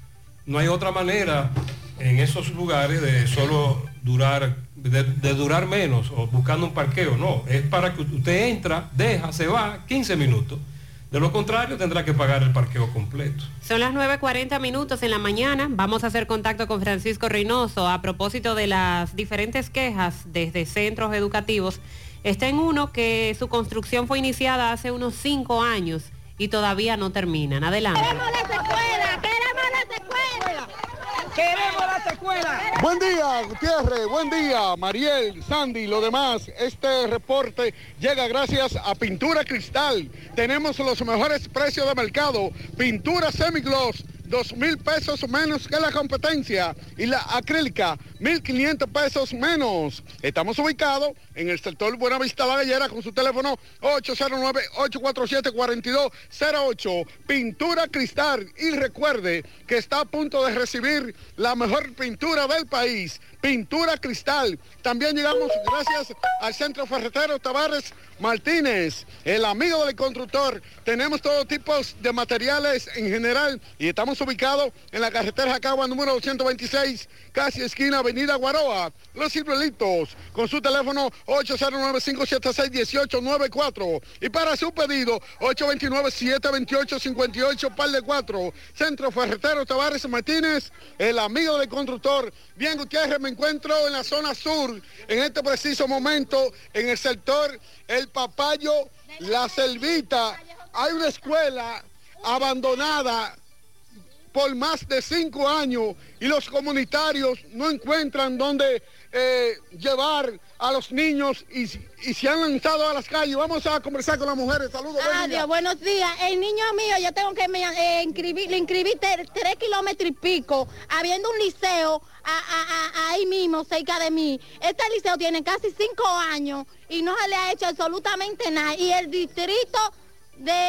No hay otra manera en esos lugares de solo durar, de, de durar menos o buscando un parqueo. No, es para que usted entra, deja, se va, quince minutos. De lo contrario, tendrá que pagar el parqueo completo. Son las nueve cuarenta minutos en la mañana. Vamos a hacer contacto con Francisco Reynoso a propósito de las diferentes quejas desde centros educativos. Está en uno que su construcción fue iniciada hace unos cinco años y todavía no terminan. Adelante. ¡Queremos la secuela! ¡Queremos la secuela! ¡Queremos la secuela! Buen día, Gutiérrez, buen día, Mariel, Sandy, lo demás. Este reporte llega gracias a Pintura Cristal. Tenemos los mejores precios de mercado. Pintura semigloss, dos mil pesos menos que la competencia. Y la acrílica, mil quinientos pesos menos. Estamos ubicados en el sector Buenavista La Gallera con su teléfono ocho cero nueve, ocho cuatro siete, cuatro dos cero ocho. Pintura Cristal. Y recuerde que está a punto de recibir la mejor pintura del país. Pintura Cristal. También llegamos gracias al Centro Ferretero Tavares Martínez, el amigo del constructor. Tenemos todo tipo de materiales en general y estamos ubicados en la carretera Jacagua número doscientos veintiséis, casi esquina Avenida Guaroa. Los Ciruelitos, con su teléfono ocho cero nueve, cinco siete seis, uno ocho nueve cuatro. Y para su pedido, ocho dos nueve, siete dos ocho, cinco ocho, par de cuatro. Centro Ferretero Tavares Martínez, el amigo del constructor. Bien, Gutiérrez, me encuentro en la zona sur, en este preciso momento, en el sector El Papayo, La Selvita. Hay una escuela abandonada por más de cinco años y los comunitarios no encuentran dónde eh, llevar a los niños y, y se han lanzado a las calles. Vamos a conversar con las mujeres. Saludos. Adiós, buenos días. El niño mío, yo tengo que me, eh, inscribir, le inscribí ter, tres kilómetros y pico, habiendo un liceo a, a, a, ahí mismo, cerca de mí. Este liceo tiene casi cinco años y no se le ha hecho absolutamente nada. Y el distrito de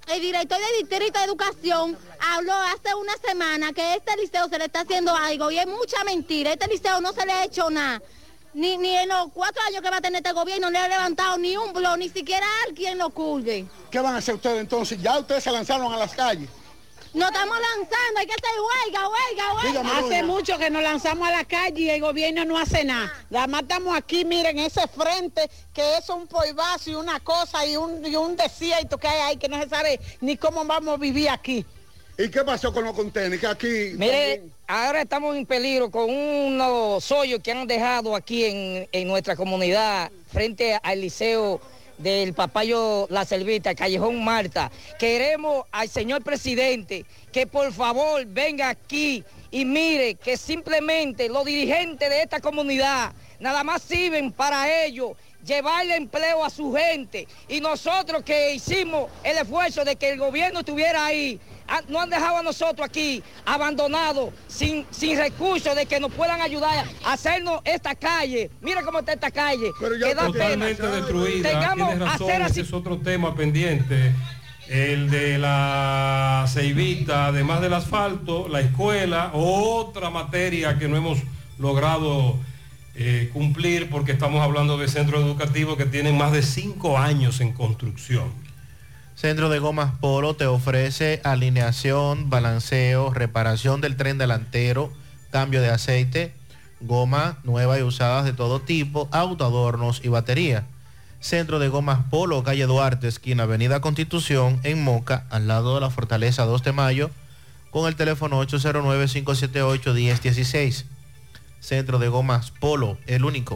el director del Distrito de Educación habló hace una semana que este liceo se le está haciendo algo y es mucha mentira. Este liceo no se le ha hecho nada. Ni, ni en los cuatro años que va a tener este gobierno le ha levantado ni un blog, ni siquiera alguien lo cuide. ¿Qué van a hacer ustedes entonces? Ya ustedes se lanzaron a las calles. Nos estamos lanzando, hay que hacer huelga, huelga, huelga. Dígame, Hace doña. mucho que nos lanzamos a la calle y el gobierno no hace nada. Nada más estamos aquí, miren, ese frente, que es un polvazo y una cosa y un, y un desierto que hay ahí que no se sabe ni cómo vamos a vivir aquí. ¿Y qué pasó con los contenedores? Que aquí... Mire, también... ahora estamos en peligro con unos hoyos que han dejado aquí en, en nuestra comunidad frente al liceo del Papayo La Selvita, Callejón Marta. Queremos al señor presidente que por favor venga aquí y mire que simplemente los dirigentes de esta comunidad nada más sirven para ellos llevarle empleo a su gente, y nosotros que hicimos el esfuerzo de que el gobierno estuviera ahí, no han dejado a nosotros aquí abandonados, sin, sin recursos de que nos puedan ayudar a hacernos esta calle. Mira cómo está esta calle. Pero ya totalmente pena. Destruida. Tengamos Tienes razón, hacer así. ese es otro tema pendiente. El de la Ceibita, además del asfalto, la escuela, otra materia que no hemos logrado eh, cumplir porque estamos hablando de centros educativos que tienen más de cinco años en construcción. Centro de Gomas Polo te ofrece alineación, balanceo, reparación del tren delantero, cambio de aceite, goma nueva y usadas de todo tipo, autoadornos y batería. Centro de Gomas Polo, calle Duarte, esquina Avenida Constitución, en Moca, al lado de la Fortaleza dos de Mayo, con el teléfono ocho cero nueve, cinco siete ocho, uno cero uno seis. Centro de Gomas Polo, el único.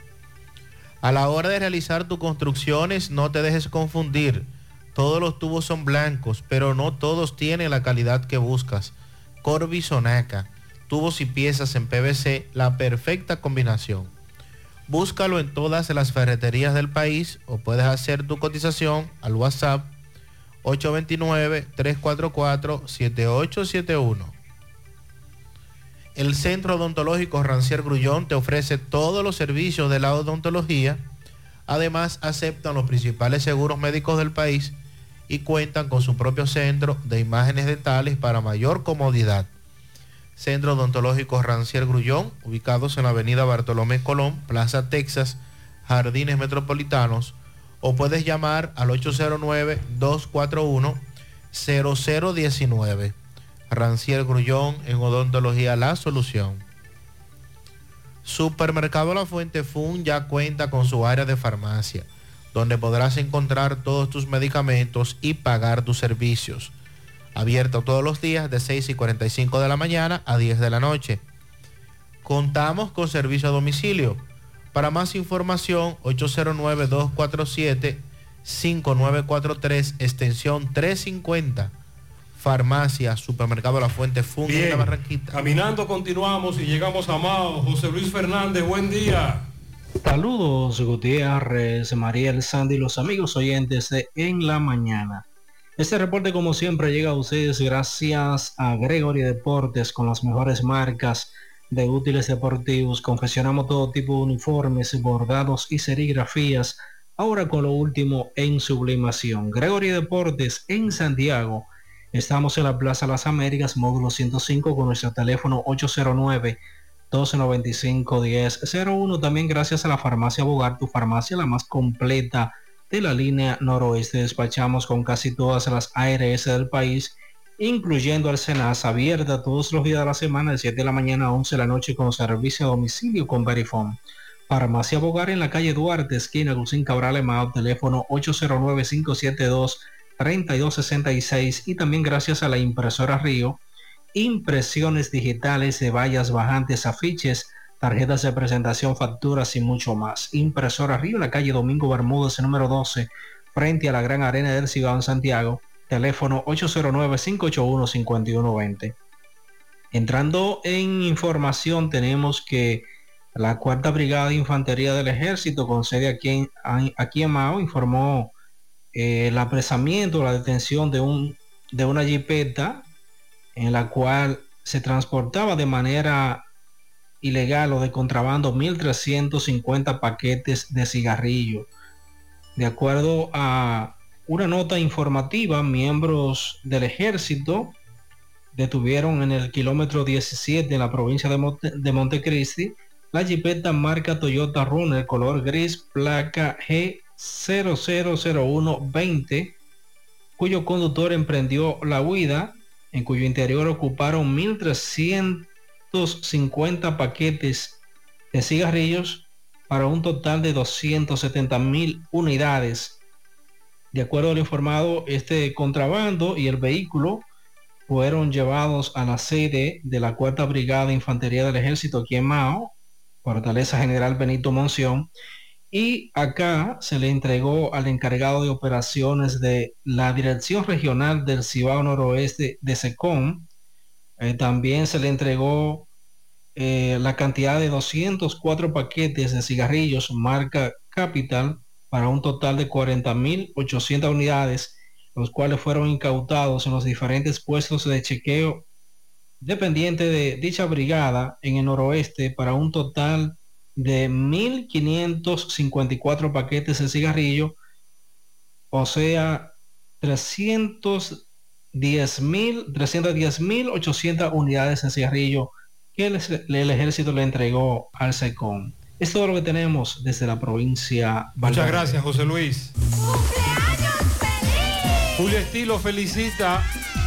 A la hora de realizar tus construcciones, no te dejes confundir. Todos los tubos son blancos, pero no todos tienen la calidad que buscas. Corby Sonaca, tubos y piezas en P V C, la perfecta combinación. Búscalo en todas las ferreterías del país o puedes hacer tu cotización al WhatsApp ocho dos nueve, tres cuatro cuatro, siete ocho siete uno. El Centro Odontológico Rancier Grullón te ofrece todos los servicios de la odontología. Además, aceptan los principales seguros médicos del país y cuentan con su propio centro de imágenes dentales para mayor comodidad. Centro Odontológico Rancier Grullón, ubicados en la avenida Bartolomé Colón, Plaza Texas, Jardines Metropolitanos, o puedes llamar al ocho cero nueve, dos cuatro uno, cero cero uno nueve. Rancier Grullón, en odontología la solución. Supermercado La Fuente Fun ya cuenta con su área de farmacia, donde podrás encontrar todos tus medicamentos y pagar tus servicios. Abierto todos los días de seis y cuarenta y cinco de la mañana a diez de la noche. Contamos con servicio a domicilio. Para más información, ocho cero nueve, dos cuatro siete, cinco nueve cuatro tres, extensión trescientos cincuenta. Farmacia, Supermercado La Fuente Fun en la Barranquita. Caminando continuamos y llegamos a Mao. José Luis Fernández, buen día. Saludos, Gutiérrez, Mariel, Sandy, los amigos oyentes de En la Mañana. Este reporte, como siempre, llega a ustedes gracias a Gregory Deportes, con las mejores marcas de útiles deportivos. Confeccionamos todo tipo de uniformes, bordados y serigrafías, ahora con lo último en sublimación. Gregory Deportes en Santiago. Estamos en la Plaza Las Américas, módulo ciento cinco, con nuestro teléfono ocho cero nueve, dos nueve cinco, uno cero cero uno. También gracias a la Farmacia Bogar, tu farmacia la más completa de la línea noroeste. Despachamos con casi todas las A R S del país, incluyendo al Senasa, abierta todos los días de la semana de siete de la mañana a once de la noche con servicio a domicilio con Verifone. Farmacia Bogar en la calle Duarte, esquina Agustín Cabral Emao, teléfono ocho cero nueve, cinco siete dos, tres dos seis seis. Y también gracias a la impresora Río, impresiones digitales de vallas bajantes, afiches, tarjetas de presentación, facturas y mucho más. Impresora Río, la calle Domingo Bermúdez, número doce, frente a la Gran Arena del Cibao en Santiago, teléfono ocho cero nueve, cinco ocho uno, cinco uno dos cero. Entrando en información, tenemos que la Cuarta Brigada de Infantería del Ejército, con sede aquí en, aquí en Mao, informó eh, el apresamiento, la detención de, un, de una jipeta en la cual se transportaba de manera ilegal o de contrabando mil trescientos cincuenta paquetes de cigarrillos. De acuerdo a una nota informativa, miembros del ejército detuvieron en el kilómetro diecisiete en la provincia de, Monte, de Montecristi la jipeta marca Toyota Runner color gris, placa G cero cero cero uno veinte, cuyo conductor emprendió la huida, en cuyo interior ocuparon mil trescientos cincuenta paquetes de cigarrillos para un total de doscientas setenta mil unidades. De acuerdo a lo informado, este contrabando y el vehículo fueron llevados a la sede de la Cuarta Brigada de Infantería del Ejército aquí en Mao, Fortaleza General Benito Monción, y acá se le entregó al encargado de operaciones de la Dirección Regional del Cibao Noroeste de SECOM. Eh, también se le entregó eh, la cantidad de doscientos cuatro paquetes de cigarrillos marca Capital para un total de cuarenta mil ochocientas unidades, los cuales fueron incautados en los diferentes puestos de chequeo dependiente de dicha brigada en el noroeste para un total de mil quinientos cincuenta y cuatro paquetes de cigarrillo, o sea, trescientos diez mil ochocientas unidades de cigarrillo que el, el ejército le entregó al SECOM. Es todo lo que tenemos desde la provincia. Muchas gracias, José Luis. Julio Estilo felicita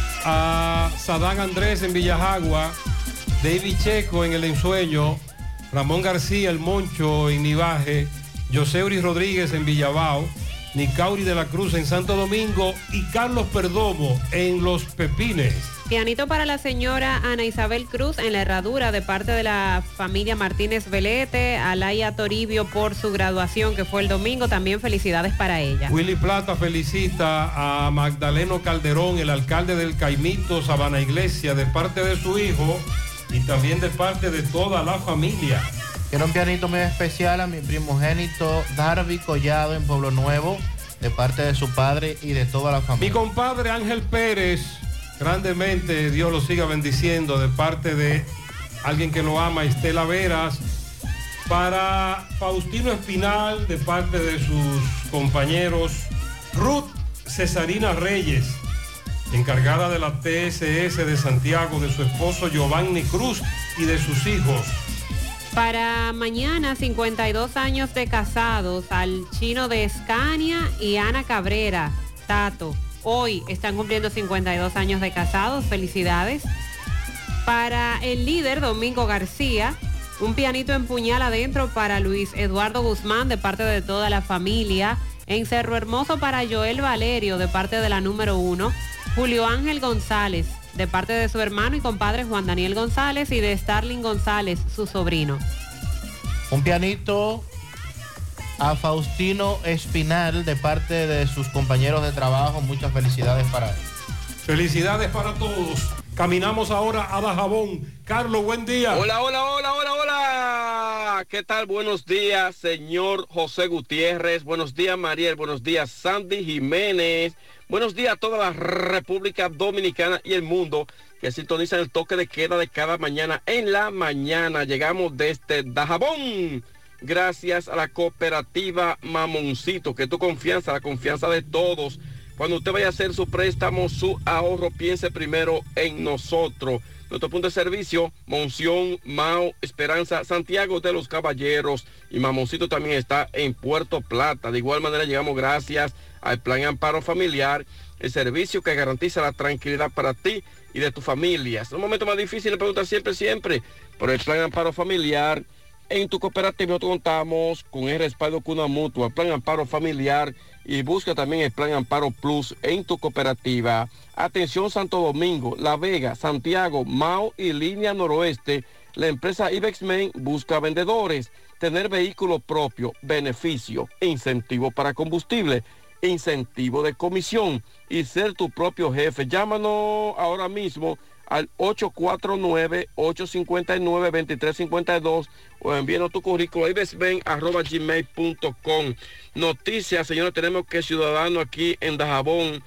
a Sadán Andrés en Villajagua, David Checo en El Ensueño, Ramón García, El Moncho en Nivaje, Joseuri Rodríguez en Villabao, Nicauri de la Cruz en Santo Domingo y Carlos Perdomo en Los Pepines. Pianito para la señora Ana Isabel Cruz en La Herradura de parte de la familia Martínez Velete, Alaya Toribio por su graduación que fue el domingo, también felicidades para ella. Willy Plata felicita a Magdaleno Calderón, el alcalde del Caimito, Sabana Iglesia, de parte de su hijo y también de parte de toda la familia. Quiero un pianito muy especial a mi primogénito Darby Collado en Pueblo Nuevo, de parte de su padre y de toda la familia. Mi compadre Ángel Pérez, grandemente, Dios lo siga bendiciendo, de parte de alguien que lo ama, Estela Veras. Para Faustino Espinal, de parte de sus compañeros, Ruth Cesarina Reyes, encargada de la T S S de Santiago, de su esposo Giovanni Cruz y de sus hijos. Para mañana, cincuenta y dos años de casados, al Chino de Escania y Ana Cabrera, Tato. Hoy están cumpliendo cincuenta y dos años de casados, felicidades. Para el líder Domingo García, un pianito en puñal adentro para Luis Eduardo Guzmán de parte de toda la familia. En Cerro Hermoso para Joel Valerio de parte de la número uno. Julio Ángel González de parte de su hermano y compadre Juan Daniel González y de Starling González, su sobrino. Un pianito a Faustino Espinal de parte de sus compañeros de trabajo. Muchas felicidades para él. Felicidades para todos. Caminamos ahora a Dajabón. Carlos, buen día. Hola, hola, hola, hola, hola. ¿Qué tal? Buenos días, señor José Gutiérrez. Buenos días, Mariel. Buenos días, Sandy Jiménez. Buenos días a toda la República Dominicana y el mundo que sintonizan el toque de queda de cada mañana en la mañana. Llegamos desde Dajabón. Gracias a la cooperativa Mamoncito, que tu confianza, la confianza de todos. Cuando usted vaya a hacer su préstamo, su ahorro, piense primero en nosotros. Nuestro punto de servicio, Monción, Mao, Esperanza, Santiago de los Caballeros y Mamoncito también está en Puerto Plata. De igual manera llegamos gracias al Plan Amparo Familiar, el servicio que garantiza la tranquilidad para ti y de tu familia. Es un momento más difícil, le preguntan siempre, siempre, por el Plan Amparo Familiar. En tu cooperativa nosotros contamos con el respaldo Cuna Mutua, Plan Amparo Familiar, y busca también el Plan Amparo Plus en tu cooperativa. Atención Santo Domingo, La Vega, Santiago, Mao y Línea Noroeste. La empresa Ibexmen busca vendedores, tener vehículo propio, beneficio, incentivo para combustible, incentivo de comisión y ser tu propio jefe. Llámanos ahora mismo al ocho cuatro nueve, ocho cinco nueve, dos tres cinco dos o envíenos tu currículo a ibexmen arroba gmail punto com. Noticias, señores, tenemos que ciudadanos aquí en Dajabón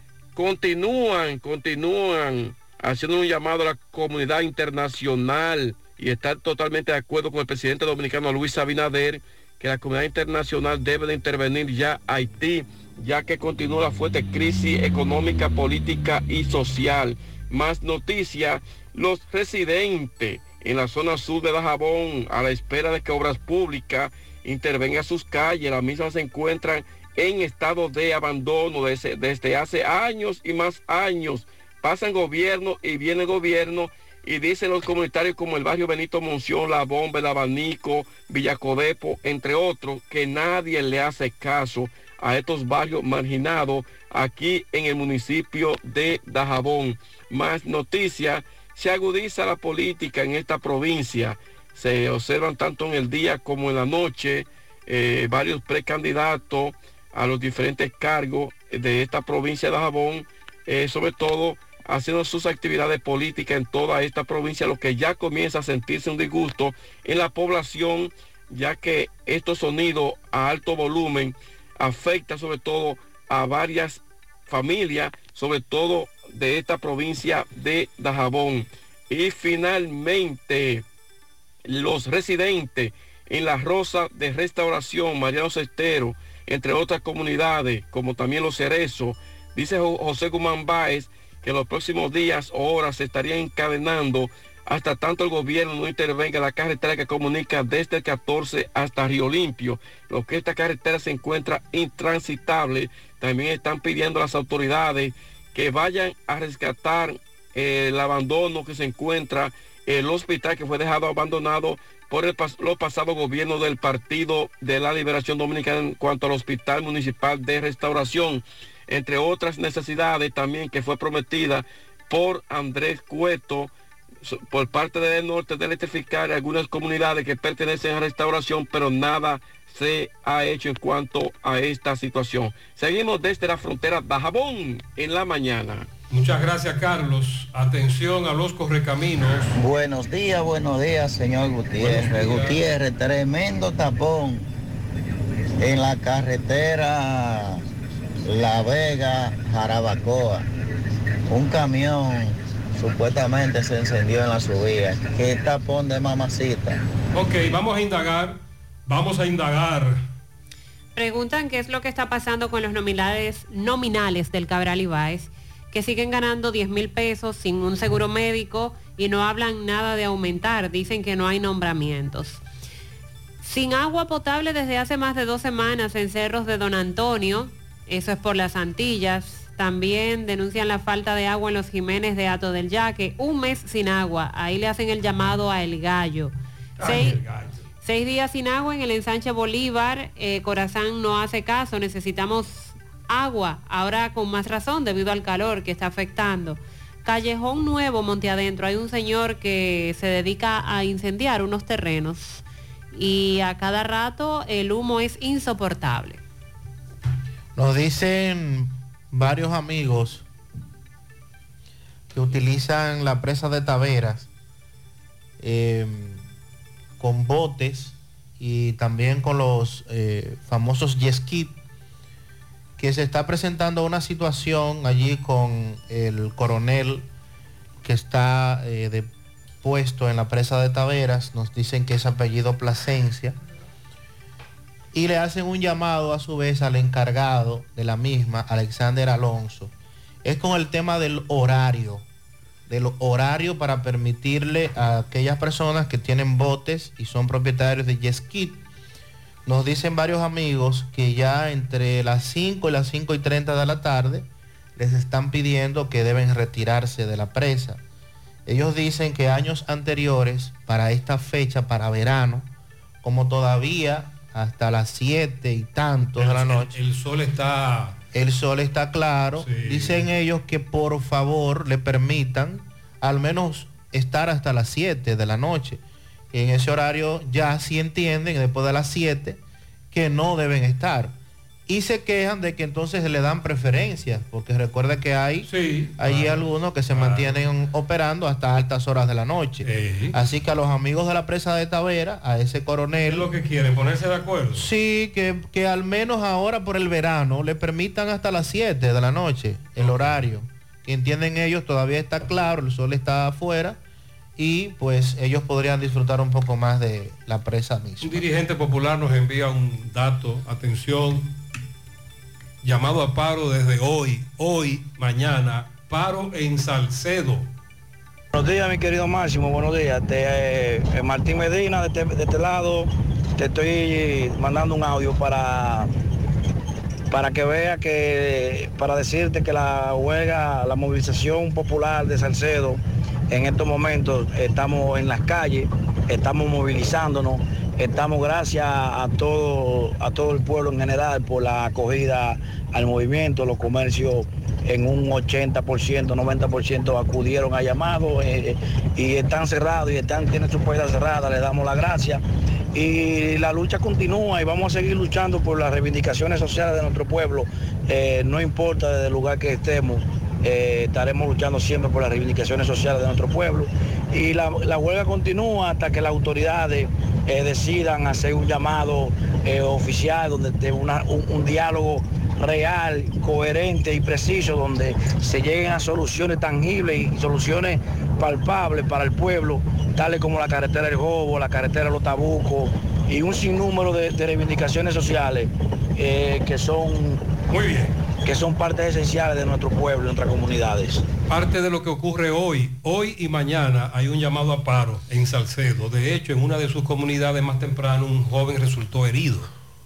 continúan, continúan haciendo un llamado a la comunidad internacional y están totalmente de acuerdo con el presidente dominicano Luis Abinader que la comunidad internacional debe de intervenir ya Haití ya que continúa la fuerte crisis económica, política y social. Más noticias, los residentes en la zona sur de Dajabón, a la espera de que Obras Públicas intervenga sus calles, las mismas se encuentran en estado de abandono desde, desde hace años y más años. Pasan gobierno y viene gobierno y dicen los comunitarios como el barrio Benito Monción, La Bomba, El Abanico, Villacodepo, entre otros, que nadie le hace caso a estos barrios marginados aquí en el municipio de Dajabón. Más noticias, se agudiza la política en esta provincia, se observan tanto en el día como en la noche eh, varios precandidatos a los diferentes cargos de esta provincia de Dajabón, eh, sobre todo haciendo sus actividades políticas en toda esta provincia, lo que ya comienza a sentirse un disgusto en la población, ya que estos sonidos a alto volumen afectan sobre todo a varias familias, sobre todo de esta provincia de Dajabón. Y finalmente, los residentes en la Rosa de Restauración, Mariano Cestero, entre otras comunidades, como también Los Cerezos, dice José Guzmán Báez, que en los próximos días o horas se estarían encadenando hasta tanto el gobierno no intervenga en la carretera que comunica desde el catorce hasta Río Limpio, lo que esta carretera se encuentra intransitable. También están pidiendo a las autoridades que vayan a rescatar eh, el abandono que se encuentra el hospital que fue dejado abandonado por el pas los pasados gobiernos del Partido de la Liberación Dominicana en cuanto al Hospital Municipal de Restauración, entre otras necesidades también que fue prometida por Andrés Cueto por parte del norte de electrificar algunas comunidades que pertenecen a Restauración, pero nada se ha hecho en cuanto a esta situación. Seguimos desde la frontera Dajabón en la mañana. Muchas gracias, Carlos. Atención a los correcaminos. Buenos días, buenos días, señor Gutiérrez. Días. Gutiérrez, tremendo tapón en la carretera La Vega, Jarabacoa. Un camión supuestamente se encendió en la subida. ¿Qué tapón de mamacita? Ok, vamos a indagar, vamos a indagar. Preguntan qué es lo que está pasando con los nominales, nominales del Cabral Ibáez, que siguen ganando diez mil pesos sin un seguro médico y no hablan nada de aumentar, dicen que no hay nombramientos. Sin agua potable desde hace más de dos semanas en Cerros de Don Antonio, eso es por las Antillas. También denuncian la falta de agua en los Jiménez de Hato del Yaque, un mes sin agua, ahí le hacen el llamado a El Gallo. Seis, el gallo. seis días sin agua en el ensanche Bolívar, eh, Corazán no hace caso, necesitamos agua, ahora con más razón debido al calor que está afectando. Callejón Nuevo, Monte Adentro, hay un señor que se dedica a incendiar unos terrenos y a cada rato el humo es insoportable. Nos dicen varios amigos que utilizan la presa de Taveras eh, con botes y también con los eh, famosos jet ski, que se está presentando una situación allí con el coronel que está eh, de puesto en la presa de Taveras. Nos dicen que es apellido Plasencia y le hacen un llamado a su vez al encargado de la misma, Alexander Alonso. Es con el tema del horario, del horario para permitirle a aquellas personas que tienen botes y son propietarios de jet ski. Nos dicen varios amigos que ya entre las cinco y las cinco y treinta de la tarde les están pidiendo que deben retirarse de la presa. Ellos dicen que años anteriores, para esta fecha, para verano, como todavía hasta las siete y tantos de la noche, el, el sol está... El sol está claro. Sí. Dicen ellos que por favor le permitan al menos estar hasta las siete de la noche. Y en ese horario ya sí entienden, después de las siete, que no deben estar. Y se quejan de que entonces se le dan preferencias, porque recuerda que hay sí, allí claro, algunos que se claro. mantienen operando hasta altas horas de la noche. Sí. Así que a los amigos de la presa de Tavera, a ese coronel... ¿Qué es lo que quieren? ¿Ponerse de acuerdo? Sí, que, que al menos ahora por el verano le permitan hasta las siete de la noche el okay. horario. Que entienden ellos, todavía está claro, el sol está afuera y pues ellos podrían disfrutar un poco más de la presa misma. Un dirigente popular nos envía un dato, atención. llamado a paro desde hoy, hoy, mañana, paro en Salcedo. Buenos días, mi querido Máximo, buenos días. Te, eh, Martín Medina, de este, de este lado, te estoy mandando un audio para, para que vea que, para decirte que la huelga, la movilización popular de Salcedo, en estos momentos estamos en las calles, estamos movilizándonos, estamos gracias a todo, a todo el pueblo en general por la acogida al movimiento, los comercios en un ochenta por ciento, noventa por ciento acudieron a llamados eh, y están cerrados y están, tienen sus puertas cerradas, les damos las gracias. Y la lucha continúa y vamos a seguir luchando por las reivindicaciones sociales de nuestro pueblo, eh, no importa desde el lugar que estemos, eh, estaremos luchando siempre por las reivindicaciones sociales de nuestro pueblo. Y la, la huelga continúa hasta que las autoridades eh, decidan hacer un llamado eh, oficial, donde esté una, un, un diálogo real, coherente y preciso, donde se lleguen a soluciones tangibles y soluciones palpables para el pueblo, tales como la carretera del Jobo, la carretera de los Tabucos y un sinnúmero de, de reivindicaciones sociales eh, que son muy bien, que son partes esenciales de nuestro pueblo y nuestras comunidades. Parte de lo que ocurre hoy, hoy y mañana hay un llamado a paro en Salcedo. De hecho, en una de sus comunidades más temprano un joven resultó herido.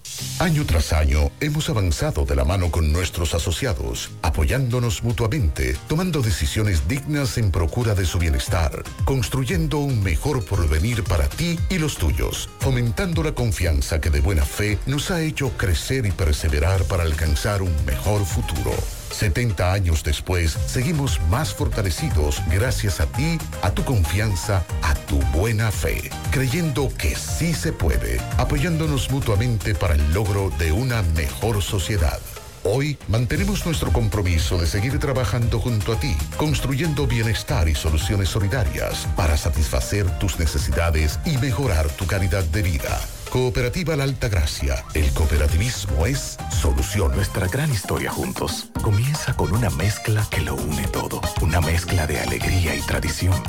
Año tras año hemos avanzado de la mano con nuestros asociados, apoyándonos mutuamente, tomando decisiones dignas en procura de su bienestar, construyendo un mejor porvenir para ti y los tuyos, fomentando la confianza que de buena fe nos ha hecho crecer y perseverar para alcanzar un mejor futuro. setenta años después, seguimos más fortalecidos gracias a ti, a tu confianza, a tu buena fe, creyendo que sí se puede, apoyándonos mutuamente para el logro de una mejor sociedad. Hoy mantenemos nuestro compromiso de seguir trabajando junto a ti, construyendo bienestar y soluciones solidarias para satisfacer tus necesidades y mejorar tu calidad de vida. Cooperativa La Altagracia. El cooperativismo es solución. Nuestra gran historia juntos comienza con una mezcla que lo une todo. Una mezcla de alegría y tradición.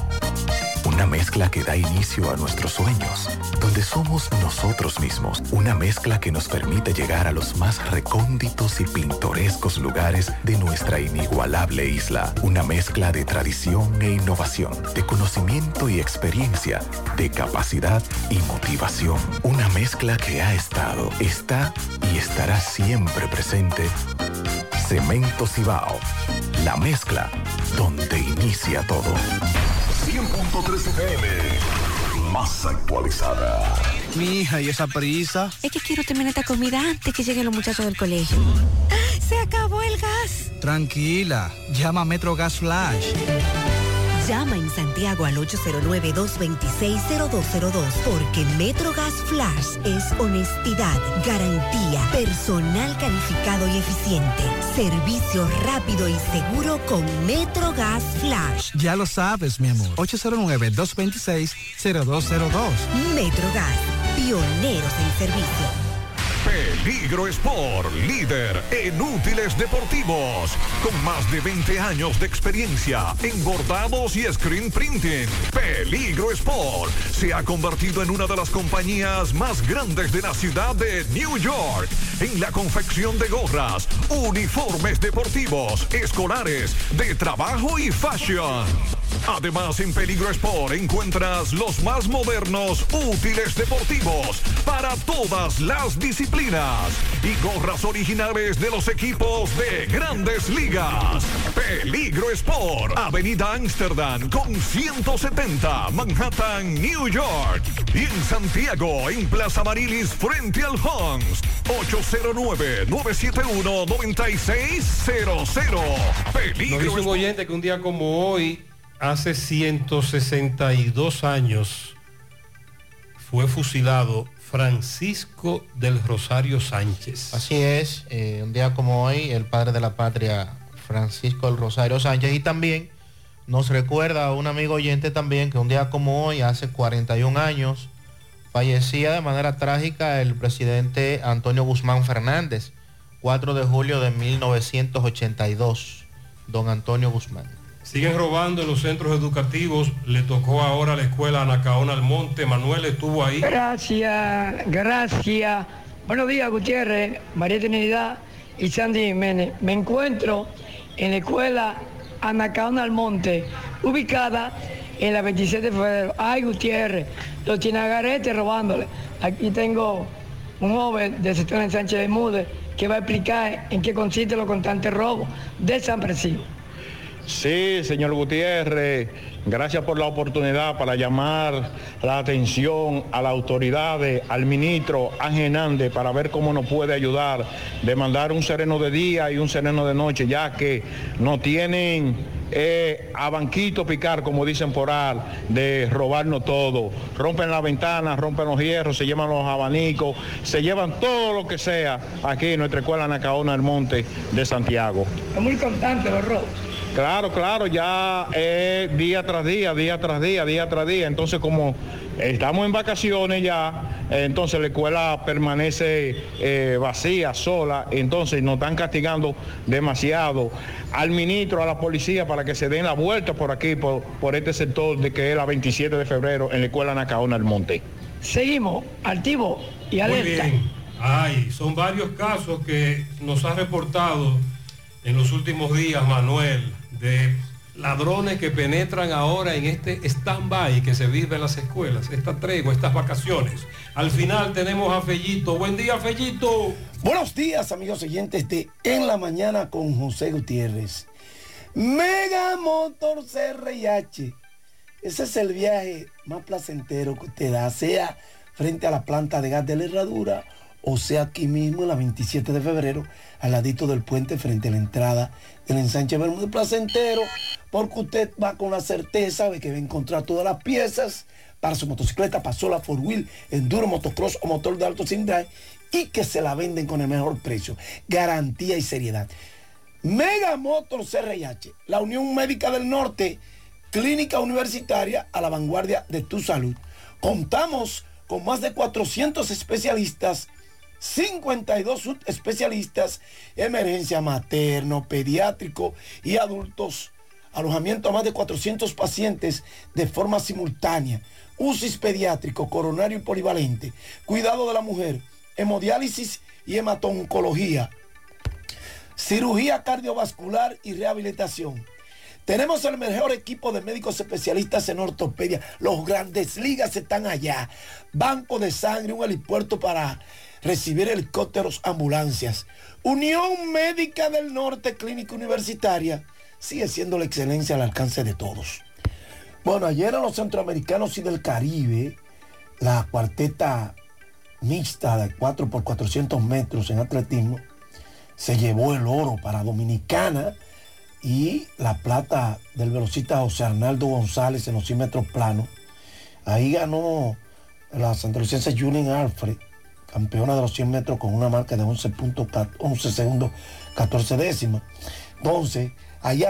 Una mezcla que da inicio a nuestros sueños, donde somos nosotros mismos. Una mezcla que nos permite llegar a los más recónditos y pintorescos lugares de nuestra inigualable isla. Una mezcla de tradición e innovación, de conocimiento y experiencia, de capacidad y motivación. Una mezcla que ha estado, está y estará siempre presente. Cemento Cibao, la mezcla donde inicia todo. cien punto tres F M, más actualizada. Mi hija, ¿y esa prisa? Es que quiero terminar esta comida antes que lleguen los muchachos del colegio. ¡Se acabó el gas! Tranquila, llama a Metro Gas Flash. Llama en Santiago al ocho cero nueve, dos dos seis, cero dos cero dos, porque MetroGas Flash es honestidad, garantía, personal calificado y eficiente, servicio rápido y seguro con MetroGas Flash. Ya lo sabes, mi amor. ocho cero nueve, dos dos seis, cero dos cero dos. MetroGas, pioneros en servicio. Peligro Sport, líder en útiles deportivos, con más de veinte años de experiencia en bordados y screen printing. Peligro Sport se ha convertido en una de las compañías más grandes de la ciudad de New York en la confección de gorras, uniformes deportivos, escolares, de trabajo y fashion. Además, en Peligro Sport encuentras los más modernos útiles deportivos para todas las disciplinas y gorras originales de los equipos de Grandes Ligas. Peligro Sport, Avenida Amsterdam con ciento setenta, Manhattan, New York. Y en Santiago, en Plaza Marilis, frente al Hans, ocho cero nueve, nueve siete uno, nueve seis cero cero. Peligro Nos dice un oyente que un día como hoy, hace ciento sesenta y dos años, fue fusilado Francisco del Rosario Sánchez. Así es, eh, un día como hoy, el padre de la patria, Francisco del Rosario Sánchez, y también nos recuerda a un amigo oyente también que un día como hoy, hace cuarenta y un años, fallecía de manera trágica el presidente Antonio Guzmán Fernández, cuatro de julio de mil novecientos ochenta y dos, don Antonio Guzmán. Siguen robando en los centros educativos. Le tocó ahora a la escuela Anacaona Almonte. Manuel estuvo ahí. Gracias, gracias. Buenos días, Gutiérrez, María Trinidad y Sandy Jiménez. Me encuentro en la escuela Anacaona Almonte, ubicada en la veintisiete de febrero. Ay, Gutiérrez, los chinagaretes robándole. Aquí tengo un joven del sector en Sánchez de Mude que va a explicar en qué consiste los constantes robos de San Francisco. Sí, señor Gutiérrez, gracias por la oportunidad para llamar la atención a las autoridades, al ministro Ángel Hernández, para ver cómo nos puede ayudar, de mandar un sereno de día y un sereno de noche, ya que no tienen eh, a banquito picar, como dicen por ahí, de robarnos todo. Rompen las ventanas, rompen los hierros, se llevan los abanicos, se llevan todo lo que sea aquí en nuestra escuela Anacaona del Monte de Santiago. Es muy constante los robos. Claro, claro, ya es día tras día, día tras día, día tras día. Entonces, como estamos en vacaciones ya, entonces la escuela permanece eh, vacía, sola. Entonces nos están castigando demasiado al ministro, a la policía, para que se den la vuelta por aquí, por, por este sector de que es la veintisiete de febrero en la escuela Anacaona del Monte. Seguimos, activo y alerta. Muy bien. Ay, son varios casos que nos ha reportado en los últimos días, Manuel, de ladrones que penetran ahora en este stand-by que se vive en las escuelas, esta tregua, estas vacaciones. Al final tenemos a Fellito. Buen día, Fellito. Buenos días, amigos oyentes de En la Mañana con José Gutiérrez. Mega Motor C R I H. Ese es el viaje más placentero que usted da, sea frente a la planta de gas de la Herradura, o sea aquí mismo en la veintisiete de febrero, al ladito del puente frente a la entrada del ensanche Bermúdez. Placentero, porque usted va con la certeza de que va a encontrar todas las piezas para su motocicleta, pasola, four wheel, enduro, motocross o motor de alto cilindraje, y que se la venden con el mejor precio, garantía y seriedad. Mega Motor C R I H, la Unión Médica del Norte, clínica universitaria a la vanguardia de tu salud. Contamos con más de cuatrocientos especialistas, cincuenta y dos subespecialistas, emergencia materno, pediátrico y adultos, alojamiento a más de cuatrocientos pacientes de forma simultánea, U C I S pediátrico, coronario y polivalente, cuidado de la mujer, hemodiálisis y hematoncología, cirugía cardiovascular y rehabilitación. Tenemos el mejor equipo de médicos especialistas en ortopedia. Los grandes ligas están allá. Banco de sangre, un helipuerto para recibir helicópteros, ambulancias. Unión Médica del Norte, clínica universitaria, sigue siendo la excelencia al alcance de todos. Bueno, ayer a los centroamericanos y del Caribe, la cuarteta mixta de cuatro por cuatrocientos metros en atletismo se llevó el oro para Dominicana, y la plata del velocista José Arnaldo González en los cien metros planos. Ahí ganó la santolucense Julian Alfred, campeona de los cien metros, con una marca de once segundos catorce décimas. Entonces, allá